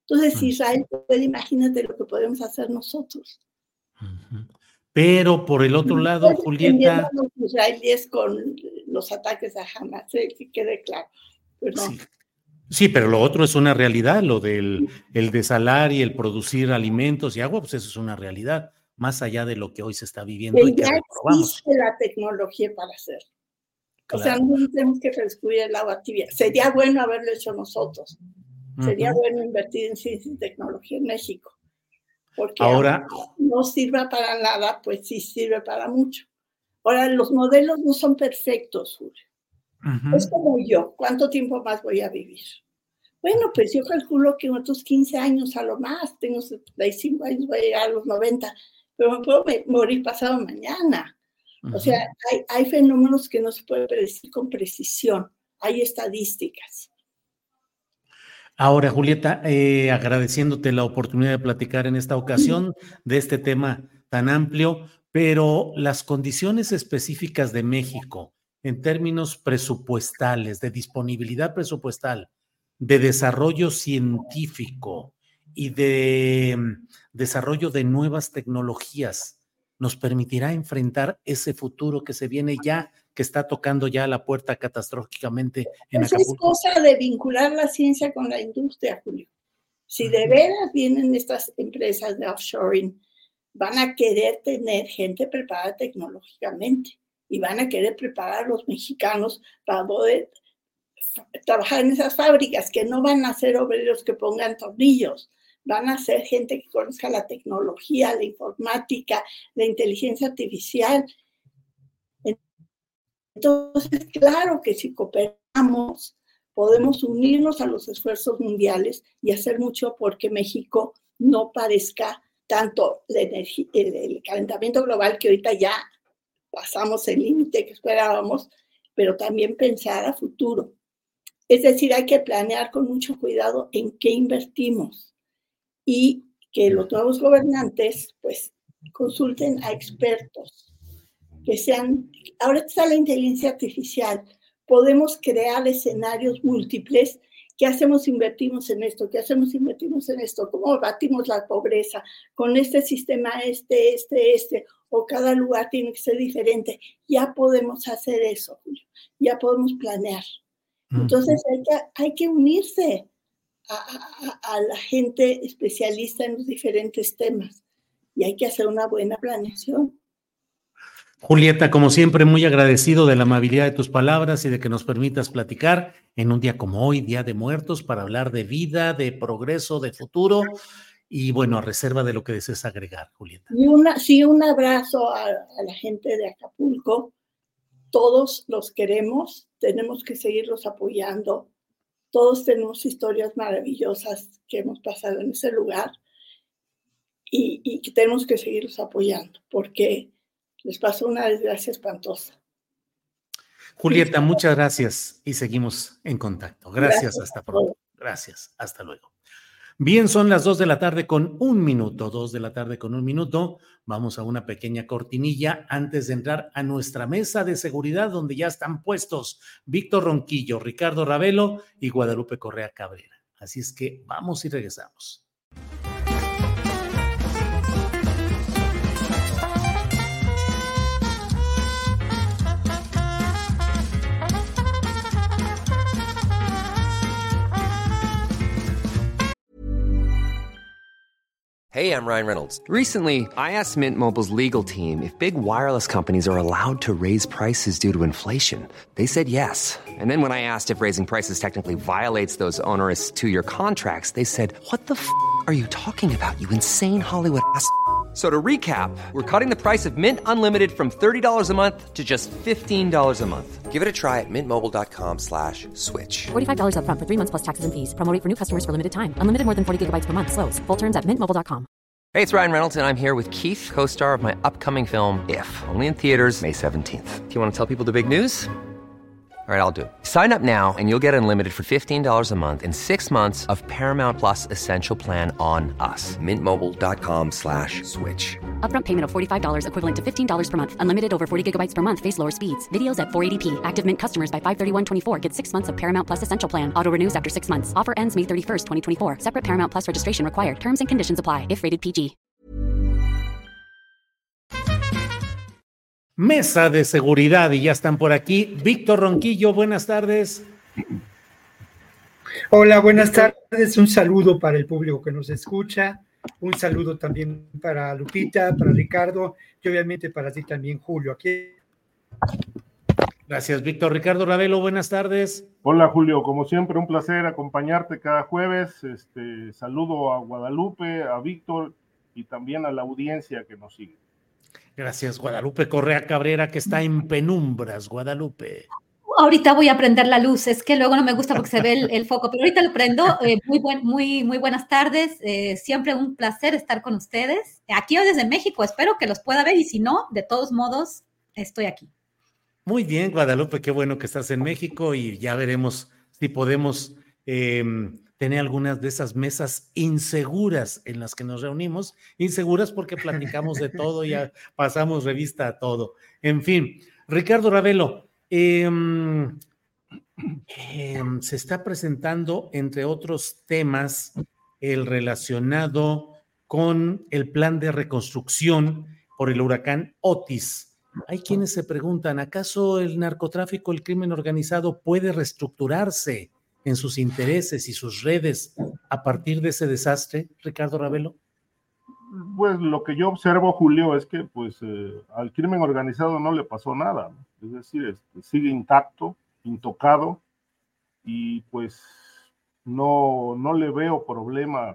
[SPEAKER 9] Entonces, si Israel puede, imagínate lo que podemos hacer nosotros.
[SPEAKER 5] Uh-huh. Pero por el otro lado, Julieta...
[SPEAKER 9] Los israelíes con los ataques a Hamas, ¿eh? Que quede claro. Perdón.
[SPEAKER 5] Sí. Sí, pero lo otro es una realidad, lo del el desalar y el producir alimentos y agua, pues eso es una realidad, más allá de lo que hoy se está viviendo.
[SPEAKER 9] Que
[SPEAKER 5] y que
[SPEAKER 9] ya
[SPEAKER 5] reprobamos.
[SPEAKER 9] existe la tecnología para hacerlo.
[SPEAKER 5] Claro.
[SPEAKER 9] O sea, no tenemos que descubrir el agua tibia. Sería bueno haberlo hecho nosotros. Uh-huh. Sería bueno invertir en ciencia y tecnología en México. Porque
[SPEAKER 5] ahora
[SPEAKER 9] no sirva para nada, pues sí sirve para mucho. Ahora, los modelos no son perfectos, Julio. Uh-huh. Es como yo, ¿cuánto tiempo más voy a vivir? Bueno, pues yo calculo que en otros quince años a lo más, tengo setenta y cinco años, voy a llegar a los noventa, pero me puedo morir pasado mañana. Uh-huh. O sea, hay, hay fenómenos que no se pueden predecir con precisión, hay estadísticas.
[SPEAKER 5] Ahora, Julieta, eh, agradeciéndote la oportunidad de platicar en esta ocasión de este tema tan amplio, pero las condiciones específicas de México en términos presupuestales, de disponibilidad presupuestal, de desarrollo científico y de um, desarrollo de nuevas tecnologías, nos permitirá enfrentar ese futuro que se viene ya, que está tocando ya la puerta catastróficamente en
[SPEAKER 9] Esa
[SPEAKER 5] Acapulco.
[SPEAKER 9] Es cosa de vincular la ciencia con la industria, Julio. Si de veras vienen estas empresas de offshoring, van a querer tener gente preparada tecnológicamente y van a querer preparar a los mexicanos para poder trabajar en esas fábricas, que no van a ser obreros que pongan tornillos, van a ser gente que conozca la tecnología, la informática, la inteligencia artificial. Entonces, claro que si cooperamos, podemos unirnos a los esfuerzos mundiales y hacer mucho porque México no padezca tanto la energía, el, el calentamiento global, que ahorita ya pasamos el límite que esperábamos, pero también pensar a futuro. Es decir, hay que planear con mucho cuidado en qué invertimos y que los nuevos gobernantes pues consulten a expertos, que sean, ahora está la inteligencia artificial, podemos crear escenarios múltiples. ¿Qué hacemos? Invertimos en esto. ¿Qué hacemos? Invertimos en esto. ¿Cómo batimos la pobreza? Con este sistema, este, este, este, o cada lugar tiene que ser diferente. Ya podemos hacer eso, Julio. Ya podemos planear. Entonces hay que, hay que unirse a, a, a la gente especialista en los diferentes temas y hay que hacer una buena planeación.
[SPEAKER 5] Julieta, como siempre, muy agradecido de la amabilidad de tus palabras y de que nos permitas platicar en un día como hoy, Día de Muertos, para hablar de vida, de progreso, de futuro y, bueno, a reserva de lo que desees agregar, Julieta.
[SPEAKER 9] Y una, sí, un abrazo a, a la gente de Acapulco. Todos los queremos, tenemos que seguirlos apoyando. Todos tenemos historias maravillosas que hemos pasado en ese lugar y, y que tenemos que seguirlos apoyando porque les pasó una desgracia espantosa.
[SPEAKER 5] Julieta, muchas gracias y seguimos en contacto. Gracias, gracias hasta pronto. Gracias, hasta luego. Bien, son las dos de la tarde con un minuto, dos de la tarde con un minuto. Vamos a una pequeña cortinilla antes de entrar a nuestra mesa de seguridad donde ya están puestos Víctor Ronquillo, Ricardo Ravelo y Guadalupe Correa Cabrera. Así es que vamos y regresamos.
[SPEAKER 2] Hey, I'm Ryan Reynolds. Recently, I asked Mint Mobile's legal team if big wireless companies are allowed to raise prices due to inflation. They said yes. And then when I asked if raising prices technically violates those onerous two-year contracts, they said, what the f*** are you talking about, you insane Hollywood ass f- So to recap, we're cutting the price of Mint Unlimited from thirty dollars a month to just fifteen dollars a month. Give it a try at mintmobile.com slash switch.
[SPEAKER 3] forty-five dollars up front for three months plus taxes and fees. Promo rate for new customers for limited time. Unlimited more than forty gigabytes per month. Slows full terms at mint mobile dot com.
[SPEAKER 2] Hey, it's Ryan Reynolds, and I'm here with Keith, co-star of my upcoming film, If, only in theaters May seventeenth. Do you want to tell people the big news? All right, I'll do it. Sign up now and you'll get unlimited for fifteen dollars a month and six months of Paramount Plus Essential Plan on us. Mint Mobile dot com slash switch.
[SPEAKER 3] Upfront payment of forty-five dollars equivalent to fifteen dollars per month. Unlimited over forty gigabytes per month. Face lower speeds. Videos at four eighty p. Active Mint customers by five thirty-one twenty-four get six months of Paramount Plus Essential Plan. Auto renews after six months. Offer ends May thirty-first, twenty twenty-four. Separate Paramount Plus registration required. Terms and conditions apply if rated P G.
[SPEAKER 5] Mesa de seguridad y ya están por aquí. Víctor Ronquillo, buenas tardes.
[SPEAKER 10] Hola, buenas tardes. Un saludo para el público que nos escucha. Un saludo también para Lupita, para Ricardo y obviamente para ti también, Julio. Aquí.
[SPEAKER 5] Gracias, Víctor. Ricardo Ravelo, buenas tardes.
[SPEAKER 11] Hola, Julio. Como siempre, un placer acompañarte cada jueves. Este, saludo a Guadalupe, a Víctor y también a la audiencia que nos sigue.
[SPEAKER 5] Gracias, Guadalupe Correa Cabrera, que está en penumbras. Guadalupe.
[SPEAKER 12] Ahorita voy a prender la luz, es que luego no me gusta porque se ve el, el foco, pero ahorita lo prendo. Eh, muy, buen, muy, muy buenas tardes, eh, siempre un placer estar con ustedes. Aquí o desde México, espero que los pueda ver y si no, de todos modos, estoy aquí.
[SPEAKER 5] Muy bien, Guadalupe, qué bueno que estás en México y ya veremos si podemos eh, tener algunas de esas mesas inseguras en las que nos reunimos, inseguras porque platicamos de todo y ya pasamos revista a todo. En fin, Ricardo Ravelo, eh, eh, se está presentando, entre otros temas, el relacionado con el plan de reconstrucción por el huracán Otis. Hay quienes se preguntan, ¿acaso el narcotráfico, el crimen organizado puede reestructurarse en sus intereses y sus redes a partir de ese desastre, Ricardo Ravelo?
[SPEAKER 11] Pues lo que yo observo, Julio, es que pues eh, al crimen organizado no le pasó nada, ¿no? Es decir, este, sigue intacto, intocado, y pues no, no le veo problema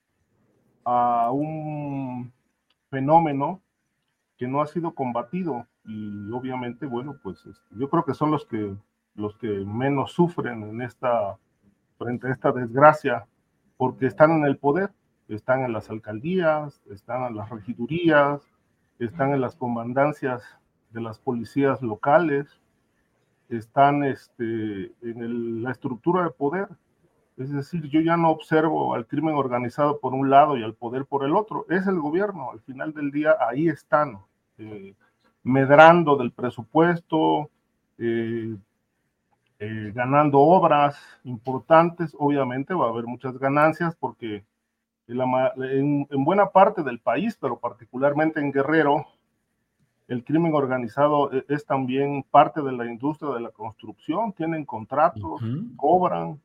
[SPEAKER 11] a un fenómeno que no ha sido combatido, y obviamente, bueno, pues este, yo creo que son los que los que menos sufren en esta, frente a esta desgracia, porque están en el poder, están en las alcaldías, están en las regidurías, están en las comandancias de las policías locales, están este, en el, la estructura de poder. Es decir, yo ya no observo al crimen organizado por un lado y al poder por el otro, es el gobierno, al final del día ahí están, eh, medrando del presupuesto, eh, Eh, ganando obras importantes. Obviamente va a haber muchas ganancias porque en, la, en, en buena parte del país, pero particularmente en Guerrero, el crimen organizado es, es también parte de la industria de la construcción, tienen contratos, uh-huh. cobran,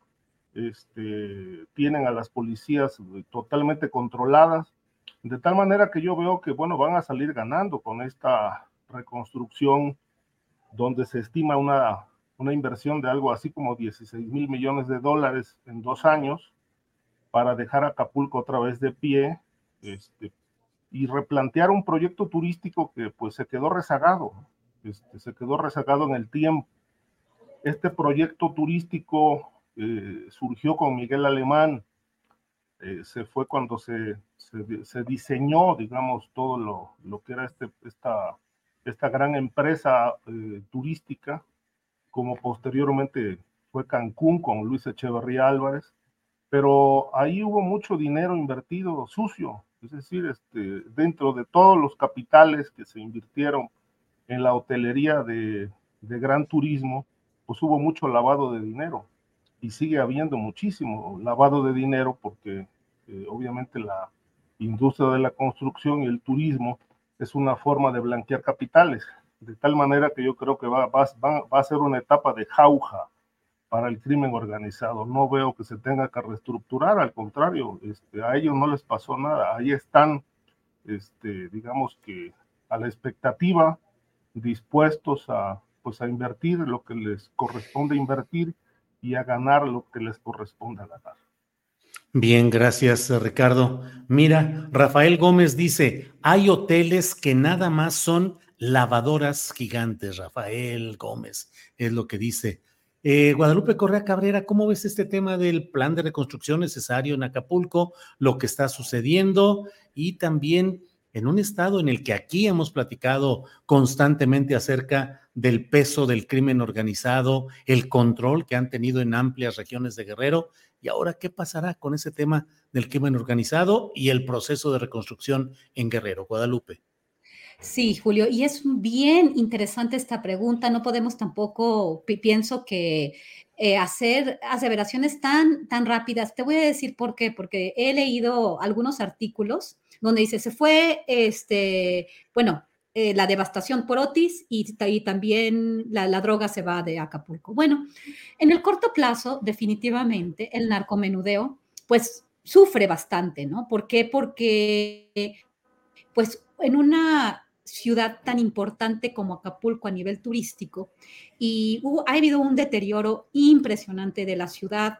[SPEAKER 11] este, tienen a las policías totalmente controladas, de tal manera que yo veo que, bueno, van a salir ganando con esta reconstrucción donde se estima una una inversión de algo así como dieciséis mil millones de dólares en dos años para dejar Acapulco otra vez de pie, este, y replantear un proyecto turístico que pues se quedó rezagado, este, se quedó rezagado en el tiempo. Este proyecto turístico eh, surgió con Miguel Alemán, eh, se fue cuando se, se, se diseñó, digamos, todo lo, lo que era este, esta, esta gran empresa eh, turística, como posteriormente fue Cancún con Luis Echeverría Álvarez, pero ahí hubo mucho dinero invertido sucio, es decir, este, dentro de todos los capitales que se invirtieron en la hotelería de, de gran turismo, pues hubo mucho lavado de dinero, y sigue habiendo muchísimo lavado de dinero porque eh, obviamente la industria de la construcción y el turismo es una forma de blanquear capitales, de tal manera que yo creo que va, va, va a ser una etapa de jauja para el crimen organizado. No veo que se tenga que reestructurar, al contrario, este, a ellos no les pasó nada, ahí están, este, digamos que a la expectativa, dispuestos a, pues, a invertir lo que les corresponde invertir y a ganar lo que les corresponde ganar.
[SPEAKER 5] Bien, gracias, Ricardo. Mira, Rafael Gómez dice, hay hoteles que nada más son lavadoras gigantes. Rafael Gómez es lo que dice. Eh, Guadalupe Correa Cabrera, ¿cómo ves este tema del plan de reconstrucción necesario en Acapulco, lo que está sucediendo y también en un estado en el que aquí hemos platicado constantemente acerca del peso del crimen organizado, el control que han tenido en amplias regiones de Guerrero. Y ahora, ¿qué pasará con ese tema del crimen organizado y el proceso de reconstrucción en Guerrero, Guadalupe?
[SPEAKER 12] Sí, Julio, y es bien interesante esta pregunta. No podemos tampoco, pi- pienso que eh, hacer aseveraciones tan, tan rápidas. Te voy a decir por qué, porque he leído algunos artículos donde dice, se fue, este, bueno, eh, la devastación por Otis y, ta- y también la, la droga se va de Acapulco. Bueno, en el corto plazo, definitivamente, el narcomenudeo, pues sufre bastante, ¿no? ¿Por qué? Porque pues en una ciudad tan importante como Acapulco a nivel turístico y hubo, ha habido un deterioro impresionante de la ciudad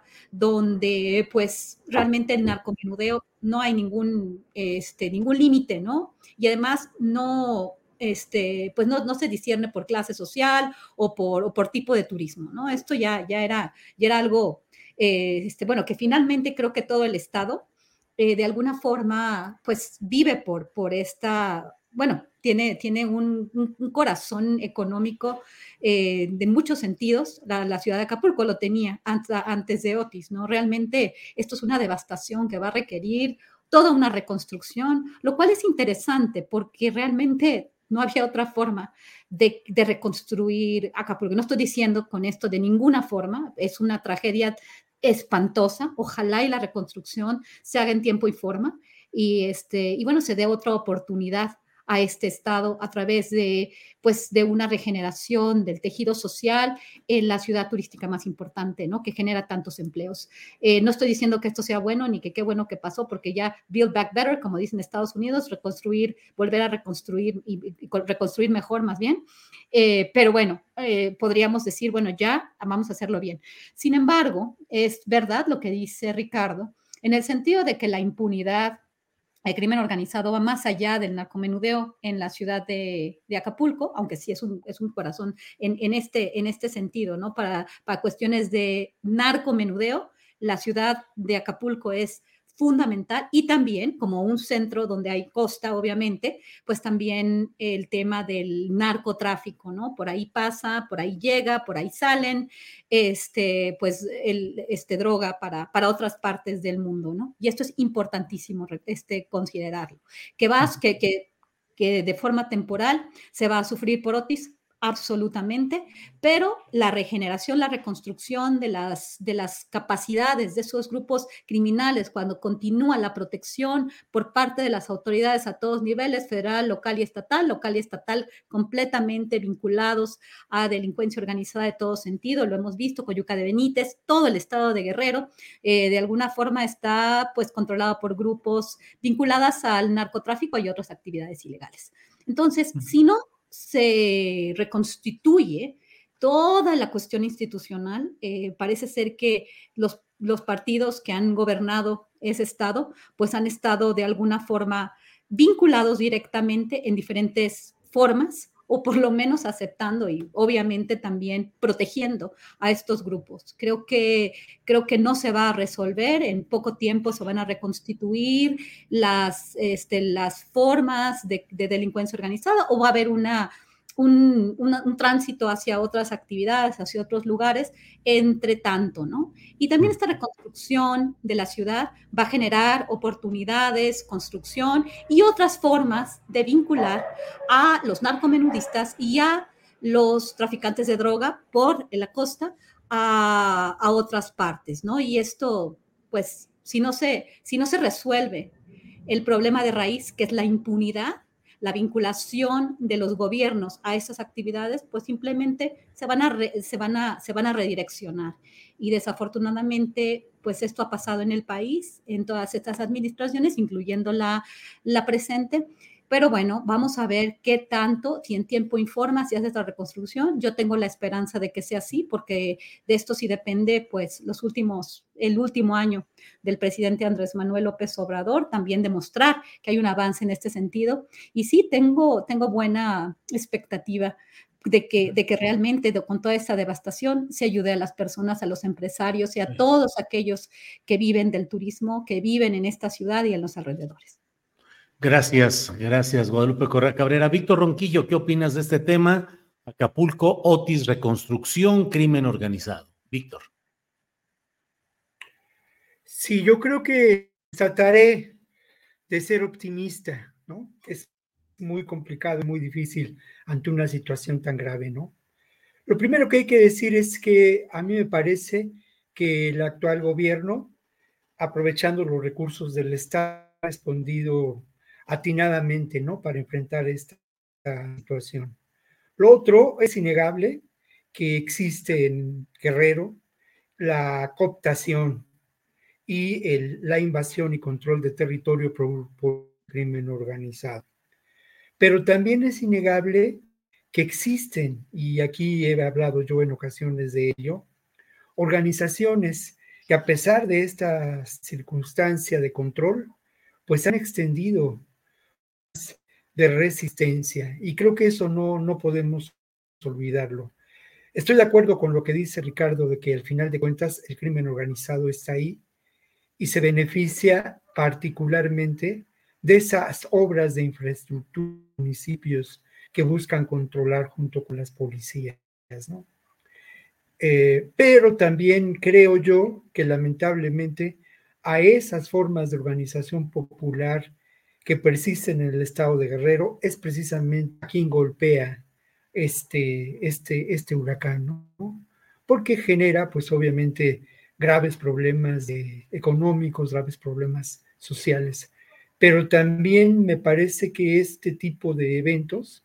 [SPEAKER 12] donde pues realmente el narcomenudeo no hay ningún, este, ningún límite, ¿no? Y además no, este, pues no, no se discierne por clase social o por, o por tipo de turismo, ¿no? Esto ya, ya, era, ya era algo, eh, este, bueno, que finalmente creo que todo el Estado eh, de alguna forma, pues vive por, por esta, bueno, tiene, tiene un, un, un corazón económico eh, de muchos sentidos. La, la ciudad de Acapulco lo tenía antes, antes de Otis, ¿no? Realmente esto es una devastación que va a requerir toda una reconstrucción, lo cual es interesante porque realmente no había otra forma de, de, reconstruir Acapulco. No estoy diciendo con esto de ninguna forma, es una tragedia espantosa. Ojalá y la reconstrucción se haga en tiempo y forma y, este, y bueno, se dé otra oportunidad a este estado a través de, pues, de una regeneración del tejido social en la ciudad turística más importante, ¿no? Que genera tantos empleos. Eh, no estoy diciendo que esto sea bueno ni que qué bueno que pasó, porque ya build back better, como dicen Estados Unidos, reconstruir, volver a reconstruir y, y reconstruir mejor más bien. Eh, pero bueno, eh, podríamos decir, bueno, ya vamos a hacerlo bien. Sin embargo, es verdad lo que dice Ricardo, en el sentido de que la impunidad, el crimen organizado va más allá del narcomenudeo en la ciudad de, de Acapulco, aunque sí es un, es un corazón en, en, este, en este sentido, ¿no? Para, para cuestiones de narcomenudeo, la ciudad de Acapulco es fundamental y también como un centro donde hay costa, obviamente, pues también el tema del narcotráfico, ¿no? Por ahí pasa, por ahí llega, por ahí salen, este, pues, el, este, droga para, para otras partes del mundo, ¿no? Y esto es importantísimo, este, considerarlo. Que vas, que, que, que de forma temporal se va a sufrir por Otis, absolutamente, pero la regeneración, la reconstrucción de las, de las capacidades de esos grupos criminales, cuando continúa la protección por parte de las autoridades a todos niveles, federal, local y estatal, local y estatal completamente vinculados a delincuencia organizada de todo sentido, lo hemos visto, Coyuca de Benítez, todo el estado de Guerrero, eh, de alguna forma está pues controlado por grupos vinculadas al narcotráfico y otras actividades ilegales. Entonces, si no se reconstituye toda la cuestión institucional, eh, parece ser que los, los partidos que han gobernado ese estado, pues han estado de alguna forma vinculados directamente en diferentes formas, o por lo menos aceptando y obviamente también protegiendo a estos grupos. Creo que, creo que no se va a resolver, en poco tiempo se van a reconstituir las, este, las formas de, de delincuencia organizada o va a haber una... Un, una, un tránsito hacia otras actividades, hacia otros lugares, entre tanto, ¿no? Y también esta reconstrucción de la ciudad va a generar oportunidades, construcción y otras formas de vincular a los narcomenudistas y a los traficantes de droga por la costa a, a otras partes, ¿no? Y esto, pues, si no se, si no se resuelve el problema de raíz, que es la impunidad, la vinculación de los gobiernos a esas actividades, pues simplemente se van a, re, se van a, se van a redireccionar. Y desafortunadamente, pues esto ha pasado en el país, en todas estas administraciones, incluyendo la, la presente. Pero bueno, vamos a ver qué tanto, si en tiempo informa, si hace esta reconstrucción. Yo tengo la esperanza de que sea así, porque de esto sí depende, pues, los últimos, el último año del presidente Andrés Manuel López Obrador, también demostrar que hay un avance en este sentido. Y sí, tengo, tengo buena expectativa de que, de que realmente de, con toda esta devastación se ayude a las personas, a los empresarios y a todos aquellos que viven del turismo, que viven en esta ciudad y en los alrededores.
[SPEAKER 5] Gracias, gracias, Guadalupe Correa Cabrera. Víctor Ronquillo, ¿qué opinas de este tema? Acapulco, Otis, reconstrucción, crimen organizado. Víctor.
[SPEAKER 10] Sí, yo creo que trataré de ser optimista, ¿no? Es muy complicado y muy difícil ante una situación tan grave, ¿no? Lo primero que hay que decir es que a mí me parece que el actual gobierno, aprovechando los recursos del Estado, ha respondido atinadamente, ¿no? Para enfrentar esta situación. Lo otro es innegable que existe en Guerrero la cooptación y el, la invasión y control de territorio por, por crimen organizado. Pero también es innegable que existen, y aquí he hablado yo en ocasiones de ello, organizaciones que a pesar de esta circunstancia de control, pues han extendido de resistencia, y creo que eso no, no podemos olvidarlo. Estoy de acuerdo con lo que dice Ricardo de que al final de cuentas el crimen organizado está ahí y se beneficia particularmente de esas obras de infraestructura de municipios que buscan controlar junto con las policías, ¿no? Eh, pero también creo yo que lamentablemente a esas formas de organización popular que persisten en el estado de Guerrero es precisamente quien golpea este, este, este huracán, ¿no? Porque genera, pues obviamente, graves problemas de, económicos, graves problemas sociales. Pero también me parece que este tipo de eventos,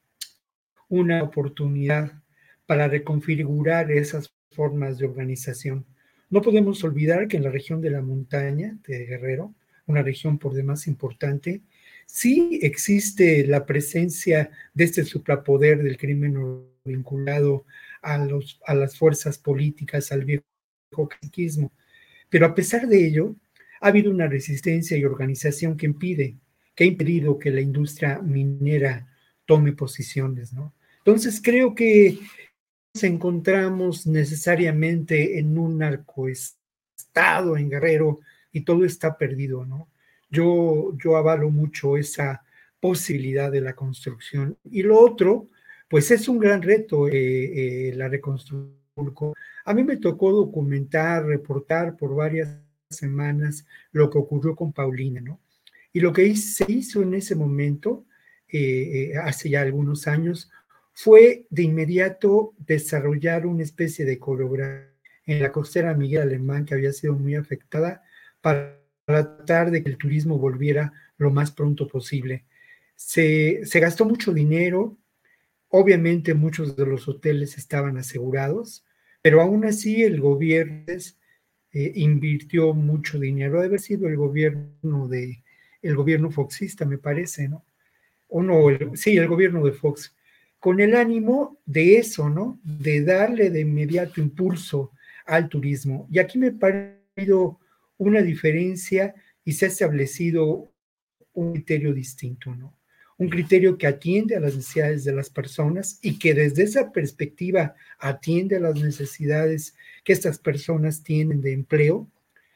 [SPEAKER 10] una oportunidad para reconfigurar esas formas de organización. No podemos olvidar que en la región de la montaña de Guerrero, una región por demás importante, sí existe la presencia de este suprapoder del crimen vinculado a, los, a las fuerzas políticas, al viejo caciquismo. Pero a pesar de ello, ha habido una resistencia y organización que impide, que ha impedido que la industria minera tome posiciones, ¿no? Entonces creo que nos encontramos necesariamente en un narcoestado en Guerrero y todo está perdido, ¿no? Yo, yo avalo mucho esa posibilidad de la construcción. Y lo otro, pues es un gran reto, eh, eh, la reconstrucción. A mí me tocó documentar, reportar por varias semanas lo que ocurrió con Paulina, ¿no? Y lo que se hizo en ese momento, eh, eh, hace ya algunos años, fue de inmediato desarrollar una especie de coreografía en la costera Miguel Alemán, que había sido muy afectada, para tratar de que el turismo volviera lo más pronto posible. Se, se gastó mucho dinero, obviamente muchos de los hoteles estaban asegurados, pero aún así el gobierno eh, invirtió mucho dinero. Debe haber sido el gobierno de, el gobierno foxista, me parece, ¿no? O no, el, sí, el gobierno de Fox, con el ánimo de eso, ¿no? De darle de inmediato impulso al turismo. Y aquí me parece una diferencia y se ha establecido un criterio distinto, ¿no? Un criterio que atiende a las necesidades de las personas y que desde esa perspectiva atiende a las necesidades que estas personas tienen de empleo.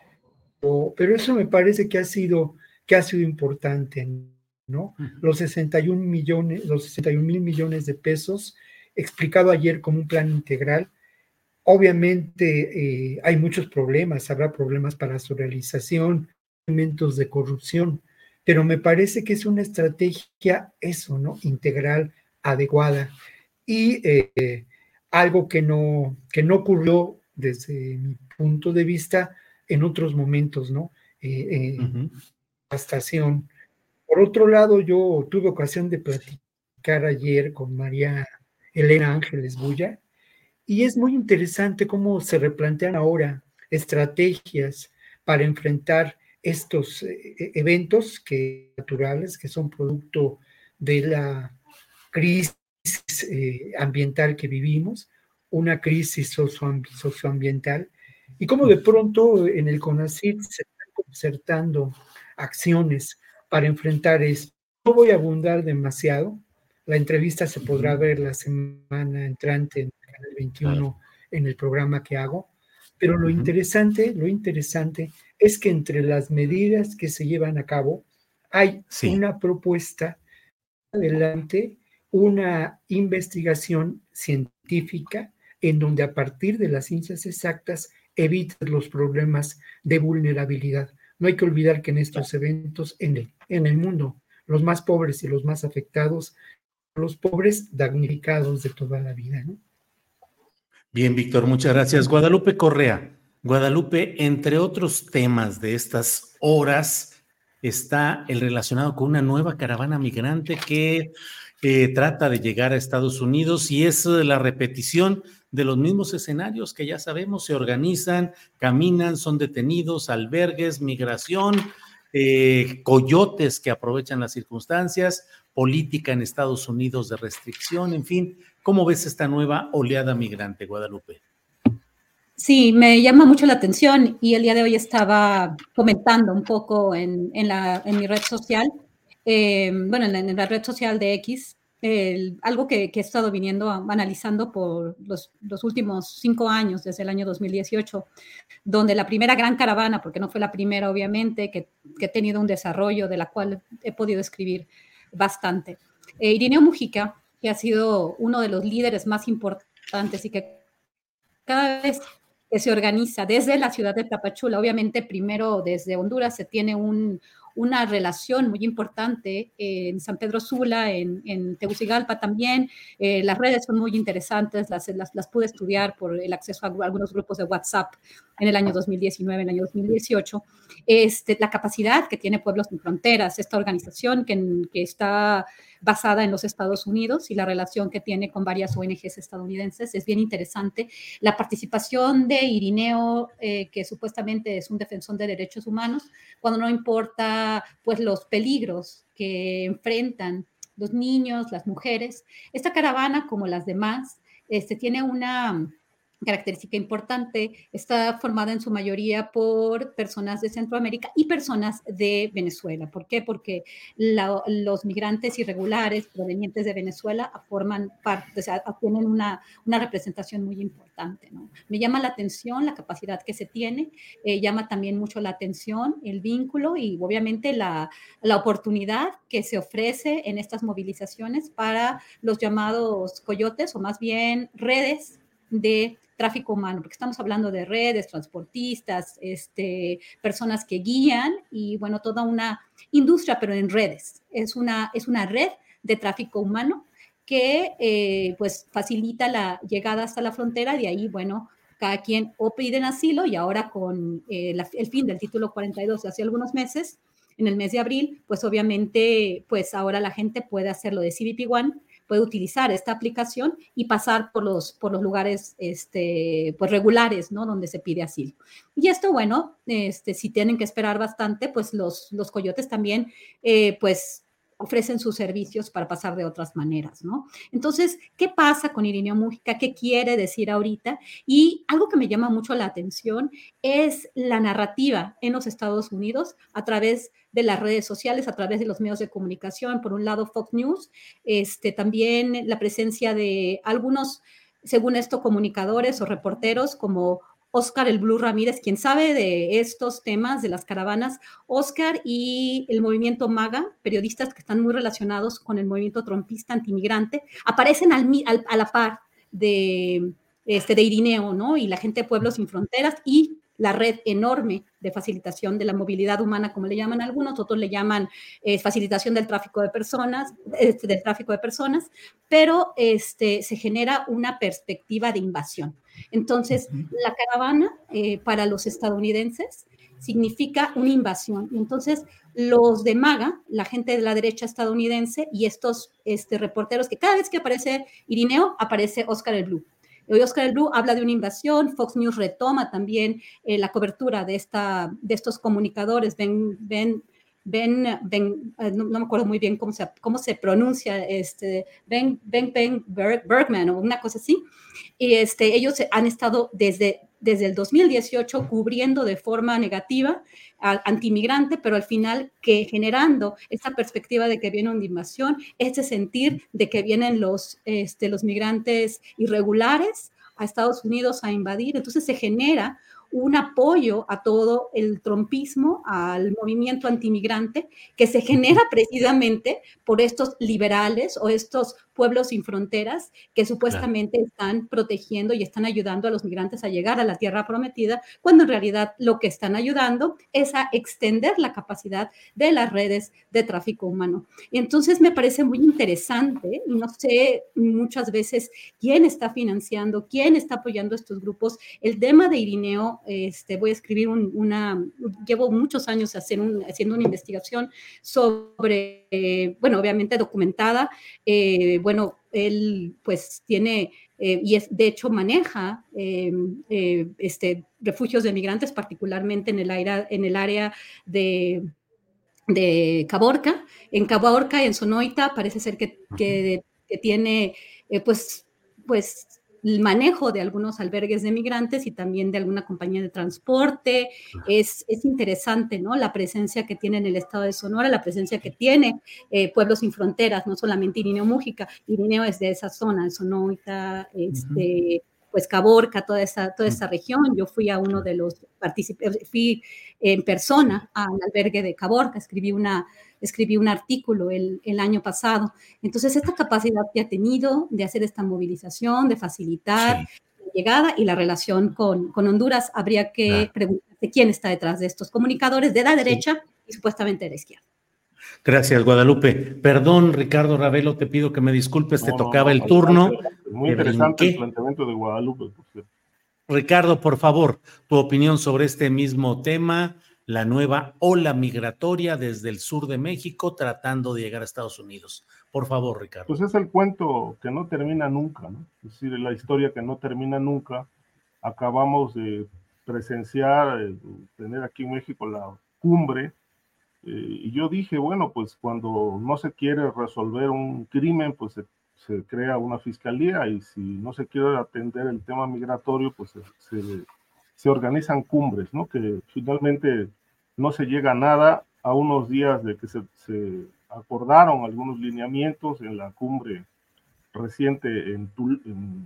[SPEAKER 10] Pero eso me parece que ha sido, que ha sido importante, ¿no? Los sesenta y un millones, los sesenta y un mil millones de pesos, explicado ayer como un plan integral. Obviamente eh, hay muchos problemas, habrá problemas para su realización, elementos de corrupción, pero me parece que es una estrategia eso, ¿no? Integral, adecuada, y eh, algo que no, que no ocurrió desde mi punto de vista en otros momentos, ¿no? Eh, eh, uh-huh. La estación. Por otro lado, yo tuve ocasión de platicar ayer con María Elena Ángeles Bulla, y es muy interesante cómo se replantean ahora estrategias para enfrentar estos eh, eventos que, naturales que son producto de la crisis eh, ambiental que vivimos, una crisis socioambiental, y cómo de pronto en el CONACYT se están concertando acciones para enfrentar esto. No voy a abundar demasiado. La entrevista se podrá ver la semana entrante en el canal veintiuno en el programa que hago, pero lo interesante, lo interesante es que entre las medidas que se llevan a cabo hay
[SPEAKER 5] Sí.
[SPEAKER 10] una propuesta adelante, una investigación científica en donde a partir de las ciencias exactas evites los problemas de vulnerabilidad. No hay que olvidar que en estos eventos en el, en el mundo, los más pobres y los más afectados, los pobres damnificados de toda la vida, ¿no?
[SPEAKER 5] Bien, Víctor, muchas gracias. Guadalupe Correa. Guadalupe, entre otros temas de estas horas, está el relacionado con una nueva caravana migrante que eh, trata de llegar a Estados Unidos y es la repetición de los mismos escenarios que ya sabemos, se organizan, caminan, son detenidos, albergues, migración, eh, coyotes que aprovechan las circunstancias, política en Estados Unidos de restricción, en fin. ¿Cómo ves esta nueva oleada migrante, Guadalupe?
[SPEAKER 12] Sí, me llama mucho la atención y el día de hoy estaba comentando un poco en, en, la, en mi red social, eh, bueno, en, en la red social de X, el, algo que, que he estado viniendo a, analizando por los, los últimos cinco años, desde el año dos mil dieciocho, donde la primera gran caravana, porque no fue la primera obviamente, que, que he tenido un desarrollo de la cual he podido escribir bastante. Eh, Irineo Mujica, que ha sido uno de los líderes más importantes y que cada vez que se organiza desde la ciudad de Tapachula, obviamente primero desde Honduras se tiene un, una relación muy importante en San Pedro Sula, en, en Tegucigalpa también. Eh, las redes son muy interesantes, las, las, las pude estudiar por el acceso a algunos grupos de WhatsApp en el año dos mil diecinueve, en el año dos mil dieciocho. Este, la capacidad que tiene Pueblos Sin Fronteras, esta organización que, que está basada en los Estados Unidos y la relación que tiene con varias O N Ges estadounidenses es bien interesante. La participación de Irineo, eh, que supuestamente es un defensor de derechos humanos, cuando no importa pues los peligros que enfrentan los niños, las mujeres. Esta caravana, como las demás, este, tiene una característica importante, está formada en su mayoría por personas de Centroamérica y personas de Venezuela. ¿Por qué? Porque la, los migrantes irregulares provenientes de Venezuela forman parte, o sea, tienen una, una representación muy importante, ¿no? Me llama la atención la capacidad que se tiene, eh, llama también mucho la atención el vínculo y obviamente la, la oportunidad que se ofrece en estas movilizaciones para los llamados coyotes o más bien redes de tráfico humano, porque estamos hablando de redes, transportistas, este, personas que guían y, bueno, toda una industria, pero en redes. Es una, es una red de tráfico humano que, eh, pues, facilita la llegada hasta la frontera. De ahí, bueno, cada quien o piden asilo y ahora con eh, la, el fin del título cuarenta y dos de hace algunos meses, en el mes de abril, pues, obviamente, pues, ahora la gente puede hacerlo de C B P One, puede utilizar esta aplicación y pasar por los, por los lugares este, pues regulares, ¿no? Donde se pide asilo. Y esto, bueno, este, si tienen que esperar bastante, pues los, los coyotes también, eh, pues, ofrecen sus servicios para pasar de otras maneras, ¿no? Entonces, ¿qué pasa con Irineo Mujica? ¿Qué quiere decir ahorita? Y algo que me llama mucho la atención es la narrativa en los Estados Unidos a través de las redes sociales, a través de los medios de comunicación. Por un lado, Fox News, este, también la presencia de algunos, según esto, comunicadores o reporteros como Oscar el Blue Ramírez, quien sabe de estos temas de las caravanas, Oscar y el movimiento MAGA, periodistas que están muy relacionados con el movimiento trompista antimigrante, aparecen al, al, a la par de, este, de Irineo, ¿no? Y la gente de Pueblos Sin Fronteras y la red enorme de facilitación de la movilidad humana, como le llaman algunos, otros le llaman eh, facilitación del tráfico de personas, este, del tráfico de personas, pero este, se genera una perspectiva de invasión. Entonces, uh-huh. la caravana eh, para los estadounidenses significa una invasión. Y entonces, los de MAGA, la gente de la derecha estadounidense y estos este, reporteros que cada vez que aparece Irineo, aparece Oscar el Blue. Hoy Oscar el Blue habla de una invasión, Fox News retoma también eh, la cobertura de, esta, de estos comunicadores, Ben, Ben, Ben, Ben eh, no, no me acuerdo muy bien cómo se, cómo se pronuncia, este, Ben, Ben, Ben Berg, Bergman o una cosa así, y este, ellos han estado desde, desde el dos mil dieciocho cubriendo de forma negativa al antimigrante, pero al final que generando esta perspectiva de que viene una invasión, este sentir de que vienen los, este, los migrantes irregulares a Estados Unidos a invadir. Entonces se genera un apoyo a todo el trumpismo, al movimiento antimigrante que se genera precisamente por estos liberales o estos pueblos sin fronteras que supuestamente claro. están protegiendo y están ayudando a los migrantes a llegar a la tierra prometida, cuando en realidad lo que están ayudando es a extender la capacidad de las redes de tráfico humano. Y entonces me parece muy interesante, y no sé muchas veces quién está financiando, quién está apoyando a estos grupos. El tema de Irineo, este, voy a escribir un, una, llevo muchos años hacer un, haciendo una investigación sobre, eh, bueno, obviamente documentada, eh, bueno, él pues tiene, eh, y es, de hecho maneja eh, eh, este, refugios de migrantes, particularmente en el, aire, en el área de, de Caborca. En Caborca, en Sonoita, parece ser que, que, que tiene eh, pues, pues el manejo de algunos albergues de migrantes y también de alguna compañía de transporte. Es, es interesante, ¿no? La presencia que tiene en el estado de Sonora, la presencia que tiene eh, Pueblos Sin Fronteras, no solamente Irineo Mújica. Irineo es de esa zona, de Sonoita, este, uh-huh. pues Caborca, toda esa, toda esa región. Yo fui a uno de los participantes, fui en persona al albergue de Caborca, escribí una... escribí un artículo el, el año pasado. Entonces, esta capacidad que ha tenido de hacer esta movilización, de facilitar sí. la llegada y la relación con, con Honduras, habría que claro. preguntarse quién está detrás de estos comunicadores de la derecha sí. y supuestamente de la izquierda.
[SPEAKER 5] Gracias, Guadalupe. Perdón, Ricardo Ravelo, te pido que me disculpes, no, te tocaba no, no, el turno.
[SPEAKER 11] Muy interesante el planteamiento de Guadalupe. Por cierto.
[SPEAKER 5] Ricardo, por favor, tu opinión sobre este mismo tema, la nueva ola migratoria desde el sur de México tratando de llegar a Estados Unidos. Por favor, Ricardo.
[SPEAKER 11] Pues es el cuento que no termina nunca, ¿no? Es decir, la historia que no termina nunca. Acabamos de presenciar, eh, tener aquí en México la cumbre, eh, y yo dije, bueno, pues cuando no se quiere resolver un crimen, pues se, se crea una fiscalía, y si no se quiere atender el tema migratorio, pues se, se, se organizan cumbres, ¿no? Que finalmente no se llega a nada a unos días de que se, se acordaron algunos lineamientos en la cumbre reciente en, Tul, en,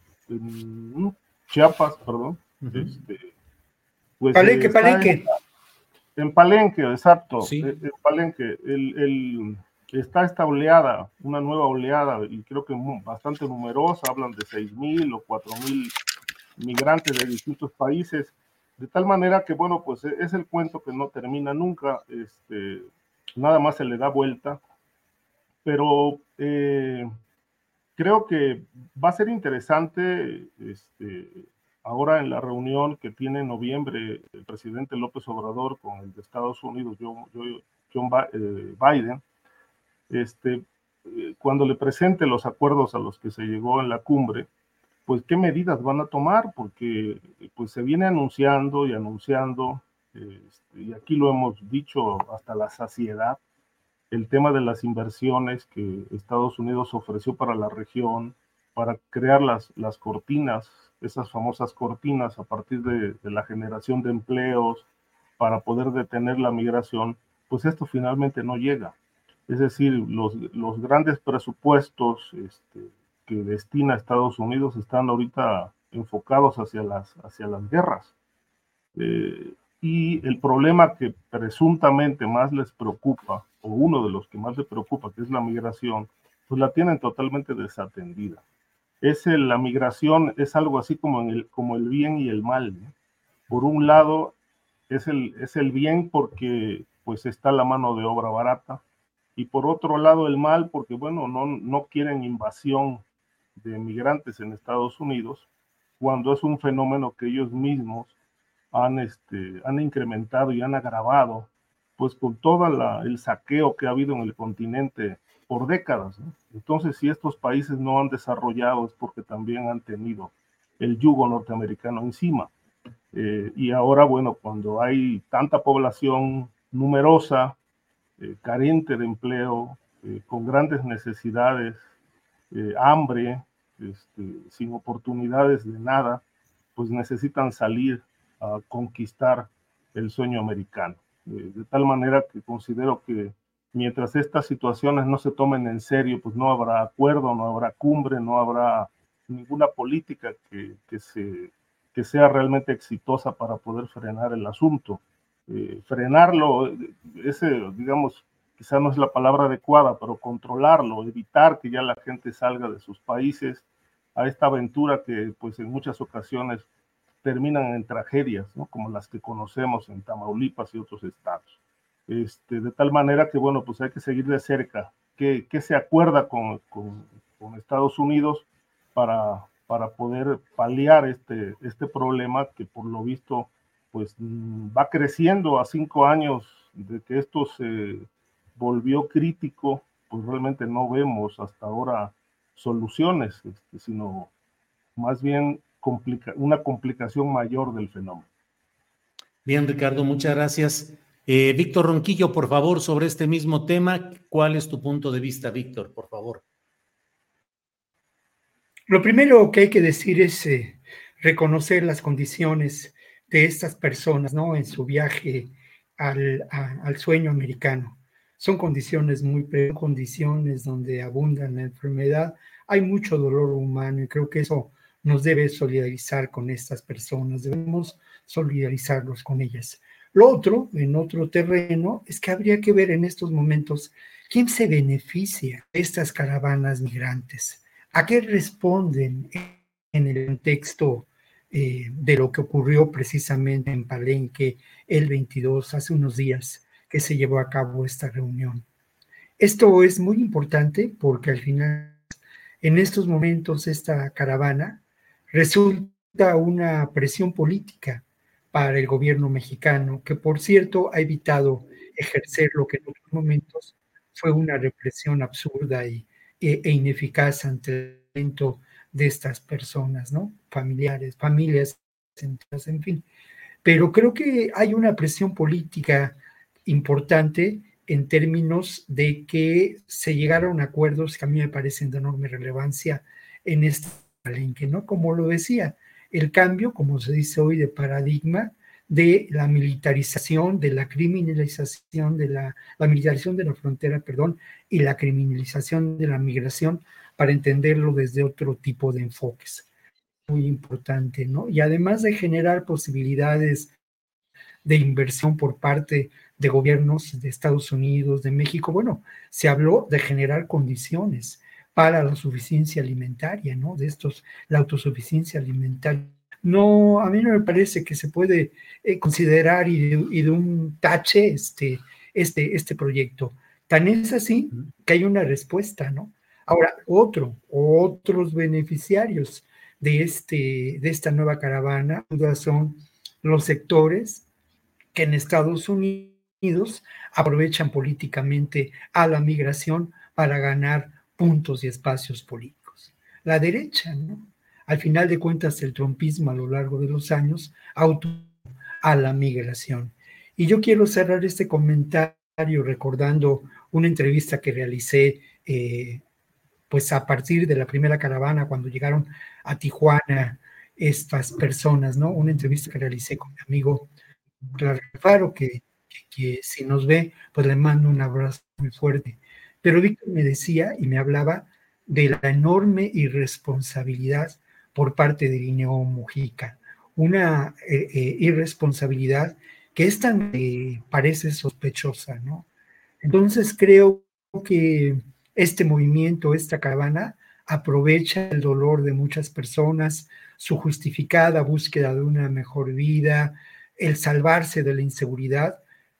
[SPEAKER 11] en Chiapas, perdón. Uh-huh. este,
[SPEAKER 10] pues, Palenque, Palenque.
[SPEAKER 11] En, en Palenque, exacto.
[SPEAKER 5] Sí.
[SPEAKER 11] En, en Palenque, el, el, está esta oleada, una nueva oleada, y creo que bastante numerosa, hablan de seis mil o cuatro mil migrantes de distintos países, de tal manera que, bueno, pues es el cuento que no termina nunca, este, nada más se le da vuelta, pero eh, creo que va a ser interesante este, ahora en la reunión que tiene en noviembre el presidente López Obrador con el de Estados Unidos, John, John Biden, este, cuando le presente los acuerdos a los que se llegó en la cumbre, pues qué medidas van a tomar, porque pues se viene anunciando y anunciando, este, y aquí lo hemos dicho hasta la saciedad, el tema de las inversiones que Estados Unidos ofreció para la región, para crear las, las cortinas, esas famosas cortinas a partir de, de la generación de empleos, para poder detener la migración, pues esto finalmente no llega. Es decir, los, los grandes presupuestos, este, que destina a Estados Unidos están ahorita enfocados hacia las, hacia las guerras. Eh, y el problema que presuntamente más les preocupa, o uno de los que más les preocupa, que es la migración, pues la tienen totalmente desatendida. Es el, la migración es algo así como, en el, como el bien y el mal, ¿no? Por un lado, es el, es el bien porque pues está la mano de obra barata, y por otro lado el mal porque, bueno, no, no quieren invasión de migrantes en Estados Unidos, cuando es un fenómeno que ellos mismos han, este, han incrementado y han agravado, pues con todo el saqueo que ha habido en el continente por décadas, ¿no? Entonces, si estos países no han desarrollado es porque también han tenido el yugo norteamericano encima. Eh, y ahora, bueno, cuando hay tanta población numerosa, eh, carente de empleo, eh, con grandes necesidades, Eh, hambre, este, sin oportunidades de nada, pues necesitan salir a conquistar el sueño americano. Eh, de tal manera que considero que mientras estas situaciones no se tomen en serio, pues no habrá acuerdo, no habrá cumbre, no habrá ninguna política que, que, se, que sea realmente exitosa para poder frenar el asunto. Eh, frenarlo, ese, digamos, quizá no es la palabra adecuada, pero controlarlo, evitar que ya la gente salga de sus países a esta aventura que pues en muchas ocasiones terminan en tragedias, ¿no? Como las que conocemos en Tamaulipas y otros estados. Este, de tal manera que, bueno, pues hay que seguir de cerca qué, qué se acuerda con, con, con Estados Unidos para, para poder paliar este, este problema que por lo visto pues va creciendo a cinco años de que esto se volvió crítico, pues realmente no vemos hasta ahora soluciones, este, sino más bien complica, una complicación mayor del fenómeno.
[SPEAKER 5] Bien, Ricardo, muchas gracias. Eh, Víctor Ronquillo, por favor, sobre este mismo tema, ¿cuál es tu punto de vista, Víctor, por favor?
[SPEAKER 10] Lo primero que hay que decir es eh, reconocer las condiciones de estas personas, ¿no? En su viaje al, a, al sueño americano. Son condiciones muy condiciones donde abunda la enfermedad, hay mucho dolor humano y creo que eso nos debe solidarizar con estas personas, debemos solidarizarnos con ellas. Lo otro, en otro terreno, es que habría que ver en estos momentos quién se beneficia de estas caravanas migrantes, a qué responden en el contexto eh, de lo que ocurrió precisamente en Palenque el veintidós, hace unos días que se llevó a cabo esta reunión. Esto es muy importante porque al final, en estos momentos, esta caravana resulta una presión política para el gobierno mexicano, que por cierto ha evitado ejercer lo que en otros momentos fue una represión absurda y, e, e ineficaz ante el talento de estas personas, ¿no? Familiares, familias, en fin. Pero creo que hay una presión política importante en términos de que se llegaron a acuerdos que a mí me parecen de enorme relevancia en este Palenque, ¿no? Como lo decía, el cambio, como se dice hoy, de paradigma de la militarización, de la criminalización, de la, la militarización de la frontera, perdón, y la criminalización de la migración, para entenderlo desde otro tipo de enfoques. Muy importante, ¿no? Y además de generar posibilidades de inversión por parte de gobiernos de Estados Unidos, de México, bueno, se habló de generar condiciones para la suficiencia alimentaria, ¿no? De estos, la autosuficiencia alimentaria. No, a mí no me parece que se puede eh, considerar y de, y de un tache este, este, este proyecto. Tan es así que hay una respuesta, ¿no? Ahora, otro, otros beneficiarios de, este, de esta nueva caravana son los sectores que en Estados Unidos aprovechan políticamente a la migración para ganar puntos y espacios políticos. La derecha, ¿no? Al final de cuentas, el trumpismo a lo largo de los años auto a la migración. Y yo quiero cerrar este comentario recordando una entrevista que realicé eh, pues a partir de la primera caravana, cuando llegaron a Tijuana estas personas, ¿no? Una entrevista que realicé con mi amigo Claro Faro, que, que, que si nos ve, pues le mando un abrazo muy fuerte. Pero Víctor me decía y me hablaba de la enorme irresponsabilidad por parte de Irineo Mujica, una eh, eh, irresponsabilidad que es tan, eh, parece sospechosa, ¿no? Entonces creo que este movimiento, esta caravana, aprovecha el dolor de muchas personas, su justificada búsqueda de una mejor vida, el salvarse de la inseguridad,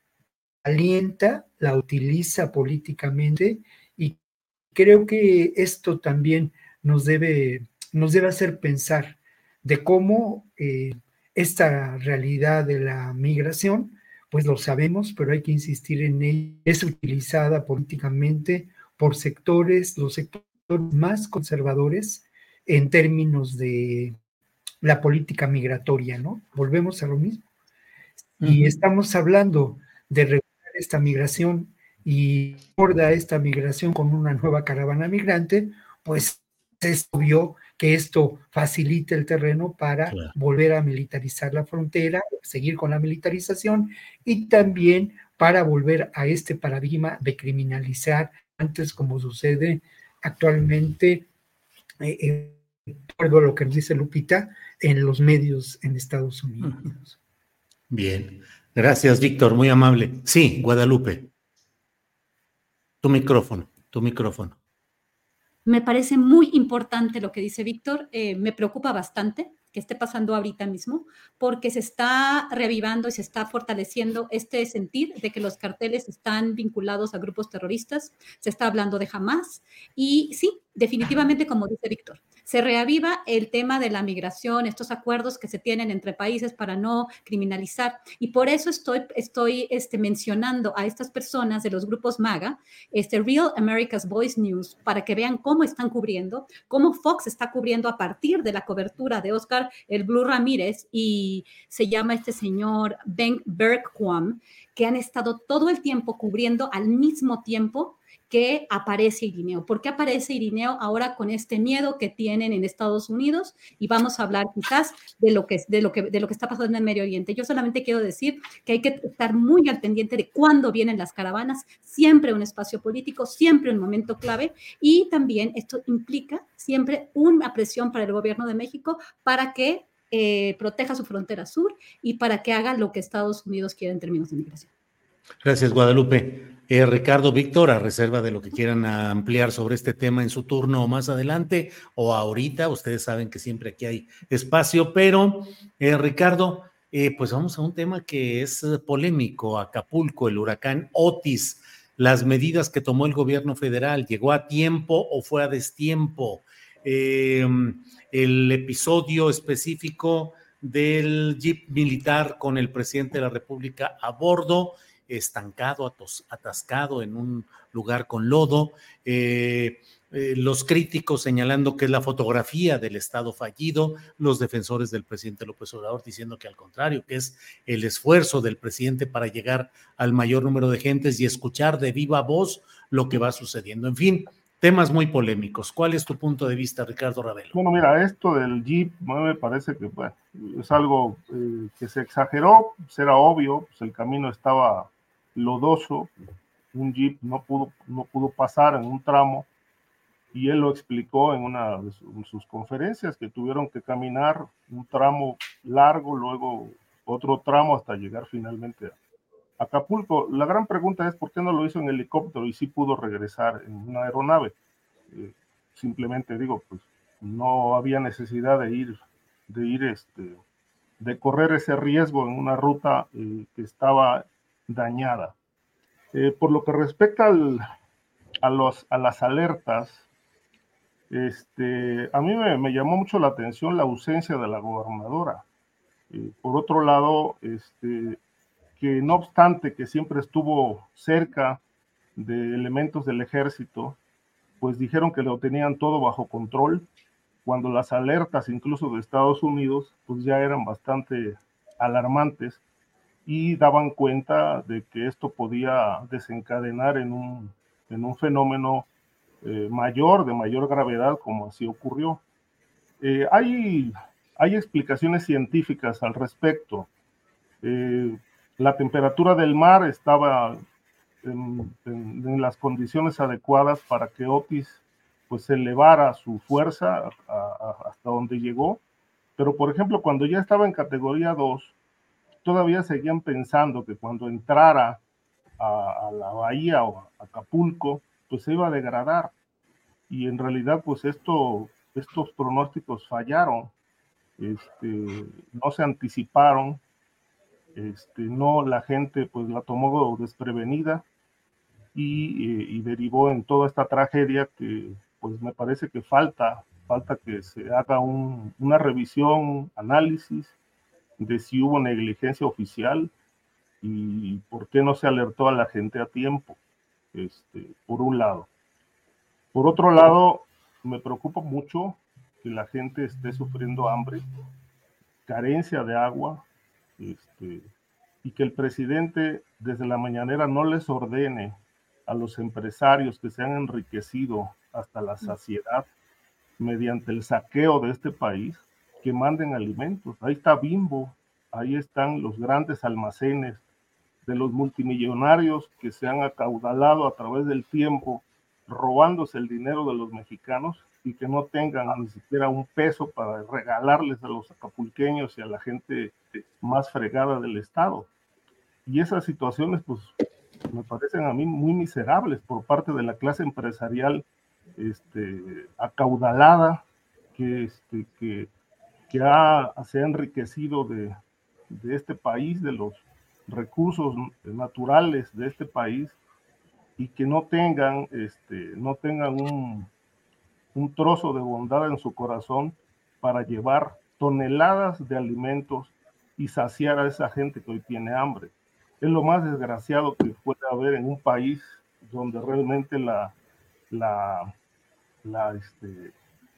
[SPEAKER 10] alienta, la utiliza políticamente y creo que esto también nos debe, nos debe hacer pensar de cómo eh, esta realidad de la migración, pues lo sabemos, pero hay que insistir en ella, es utilizada políticamente por sectores, los sectores más conservadores en términos de la política migratoria, ¿no? Volvemos a lo mismo. Y uh-huh. Estamos hablando de regular esta migración y aborda esta migración con una nueva caravana migrante, pues es obvio que esto facilita el terreno para claro. volver a militarizar la frontera, seguir con la militarización y también para volver a este paradigma de criminalizar antes, como sucede actualmente eh, de acuerdo a lo que dice Lupita, en los medios en Estados Unidos.
[SPEAKER 5] Bien, gracias, Víctor, muy amable. Sí, Guadalupe. Tu micrófono, tu micrófono.
[SPEAKER 12] Me parece muy importante lo que dice Víctor, eh, me preocupa bastante que esté pasando ahorita mismo, porque se está reavivando y se está fortaleciendo este sentir de que los carteles están vinculados a grupos terroristas, se está hablando de Hamas, y sí, definitivamente, como dice Víctor, se reaviva el tema de la migración, estos acuerdos que se tienen entre países para no criminalizar, y por eso estoy, estoy este, mencionando a estas personas de los grupos MAGA, este Real America's Voice News, para que vean cómo están cubriendo, cómo Fox está cubriendo a partir de la cobertura de Oscar el Blue Ramírez y se llama este señor Ben Bergquam, que han estado todo el tiempo cubriendo al mismo tiempo que aparece Irineo. ¿Por qué aparece Irineo ahora con este miedo que tienen en Estados Unidos? Y vamos a hablar quizás de lo que, de lo que, de lo que está pasando en el Medio Oriente. Yo solamente quiero decir que hay que estar muy al pendiente de cuándo vienen las caravanas, siempre un espacio político, siempre un momento clave, y también esto implica siempre una presión para el gobierno de México para que eh, proteja su frontera sur y para que haga lo que Estados Unidos quiere en términos de migración.
[SPEAKER 5] Gracias, Guadalupe. Eh, Ricardo, Víctor, a reserva de lo que quieran ampliar sobre este tema en su turno o más adelante o ahorita, ustedes saben que siempre aquí hay espacio, pero eh, Ricardo, eh, pues vamos a un tema que es polémico. Acapulco, el huracán Otis, las medidas que tomó el gobierno federal, ¿llegó a tiempo o fue a destiempo? Eh, el episodio específico del jeep militar con el presidente de la República a bordo, estancado, atos, atascado en un lugar con lodo, eh, eh, los críticos señalando que es la fotografía del Estado fallido, los defensores del presidente López Obrador diciendo que al contrario, que es el esfuerzo del presidente para llegar al mayor número de gentes y escuchar de viva voz lo que va sucediendo. En fin, temas muy polémicos. ¿Cuál es tu punto de vista, Ricardo Ravelo?
[SPEAKER 11] Bueno, mira, esto del Jeep, no me parece que bueno, es algo eh, que se exageró, pues era obvio, pues el camino estaba lodoso, un Jeep no pudo, no pudo pasar en un tramo, y él lo explicó en una de sus conferencias, que tuvieron que caminar un tramo largo, luego otro tramo hasta llegar finalmente a Acapulco. La gran pregunta es por qué no lo hizo en helicóptero y sí pudo regresar en una aeronave. Eh, simplemente digo, pues no había necesidad de ir, de ir, este, de correr ese riesgo en una ruta eh, que estaba dañada. Eh, por lo que respecta al, a, los, a las alertas, este, a mí me, me llamó mucho la atención la ausencia de la gobernadora. Eh, por otro lado, este, que no obstante que siempre estuvo cerca de elementos del ejército, pues dijeron que lo tenían todo bajo control, cuando las alertas incluso de Estados Unidos pues ya eran bastante alarmantes y daban cuenta de que esto podía desencadenar en un, en un fenómeno eh, mayor, de mayor gravedad, como así ocurrió. Eh, hay, hay explicaciones científicas al respecto. Eh, la temperatura del mar estaba en, en, en las condiciones adecuadas para que Otis pues elevara su fuerza a, a, hasta donde llegó, pero por ejemplo cuando ya estaba en categoría dos, todavía seguían pensando que cuando entrara a, a la bahía o a Acapulco, pues se iba a degradar, y en realidad pues esto, estos pronósticos fallaron, este, no se anticiparon, este, no, la gente pues la tomó desprevenida y, y derivó en toda esta tragedia que pues me parece que falta, falta que se haga un, una revisión, análisis de si hubo negligencia oficial y por qué no se alertó a la gente a tiempo, este, por un lado. Por otro lado, me preocupa mucho que la gente esté sufriendo hambre, carencia de agua, este, y que el presidente desde la mañanera no les ordene a los empresarios que se han enriquecido hasta la saciedad mediante el saqueo de este país, que manden alimentos. Ahí está Bimbo, ahí están los grandes almacenes de los multimillonarios que se han acaudalado a través del tiempo, robándose el dinero de los mexicanos y que no tengan ni siquiera un peso para regalarles a los acapulqueños y a la gente más fregada del estado. Y esas situaciones, pues, me parecen a mí muy miserables por parte de la clase empresarial este, acaudalada que, este, que, que ha, se ha enriquecido de, de este país, de los recursos naturales de este país, y que no tengan, este, no tengan un, un trozo de bondad en su corazón para llevar toneladas de alimentos y saciar a esa gente que hoy tiene hambre. Es lo más desgraciado que puede haber en un país donde realmente la, la, la, este,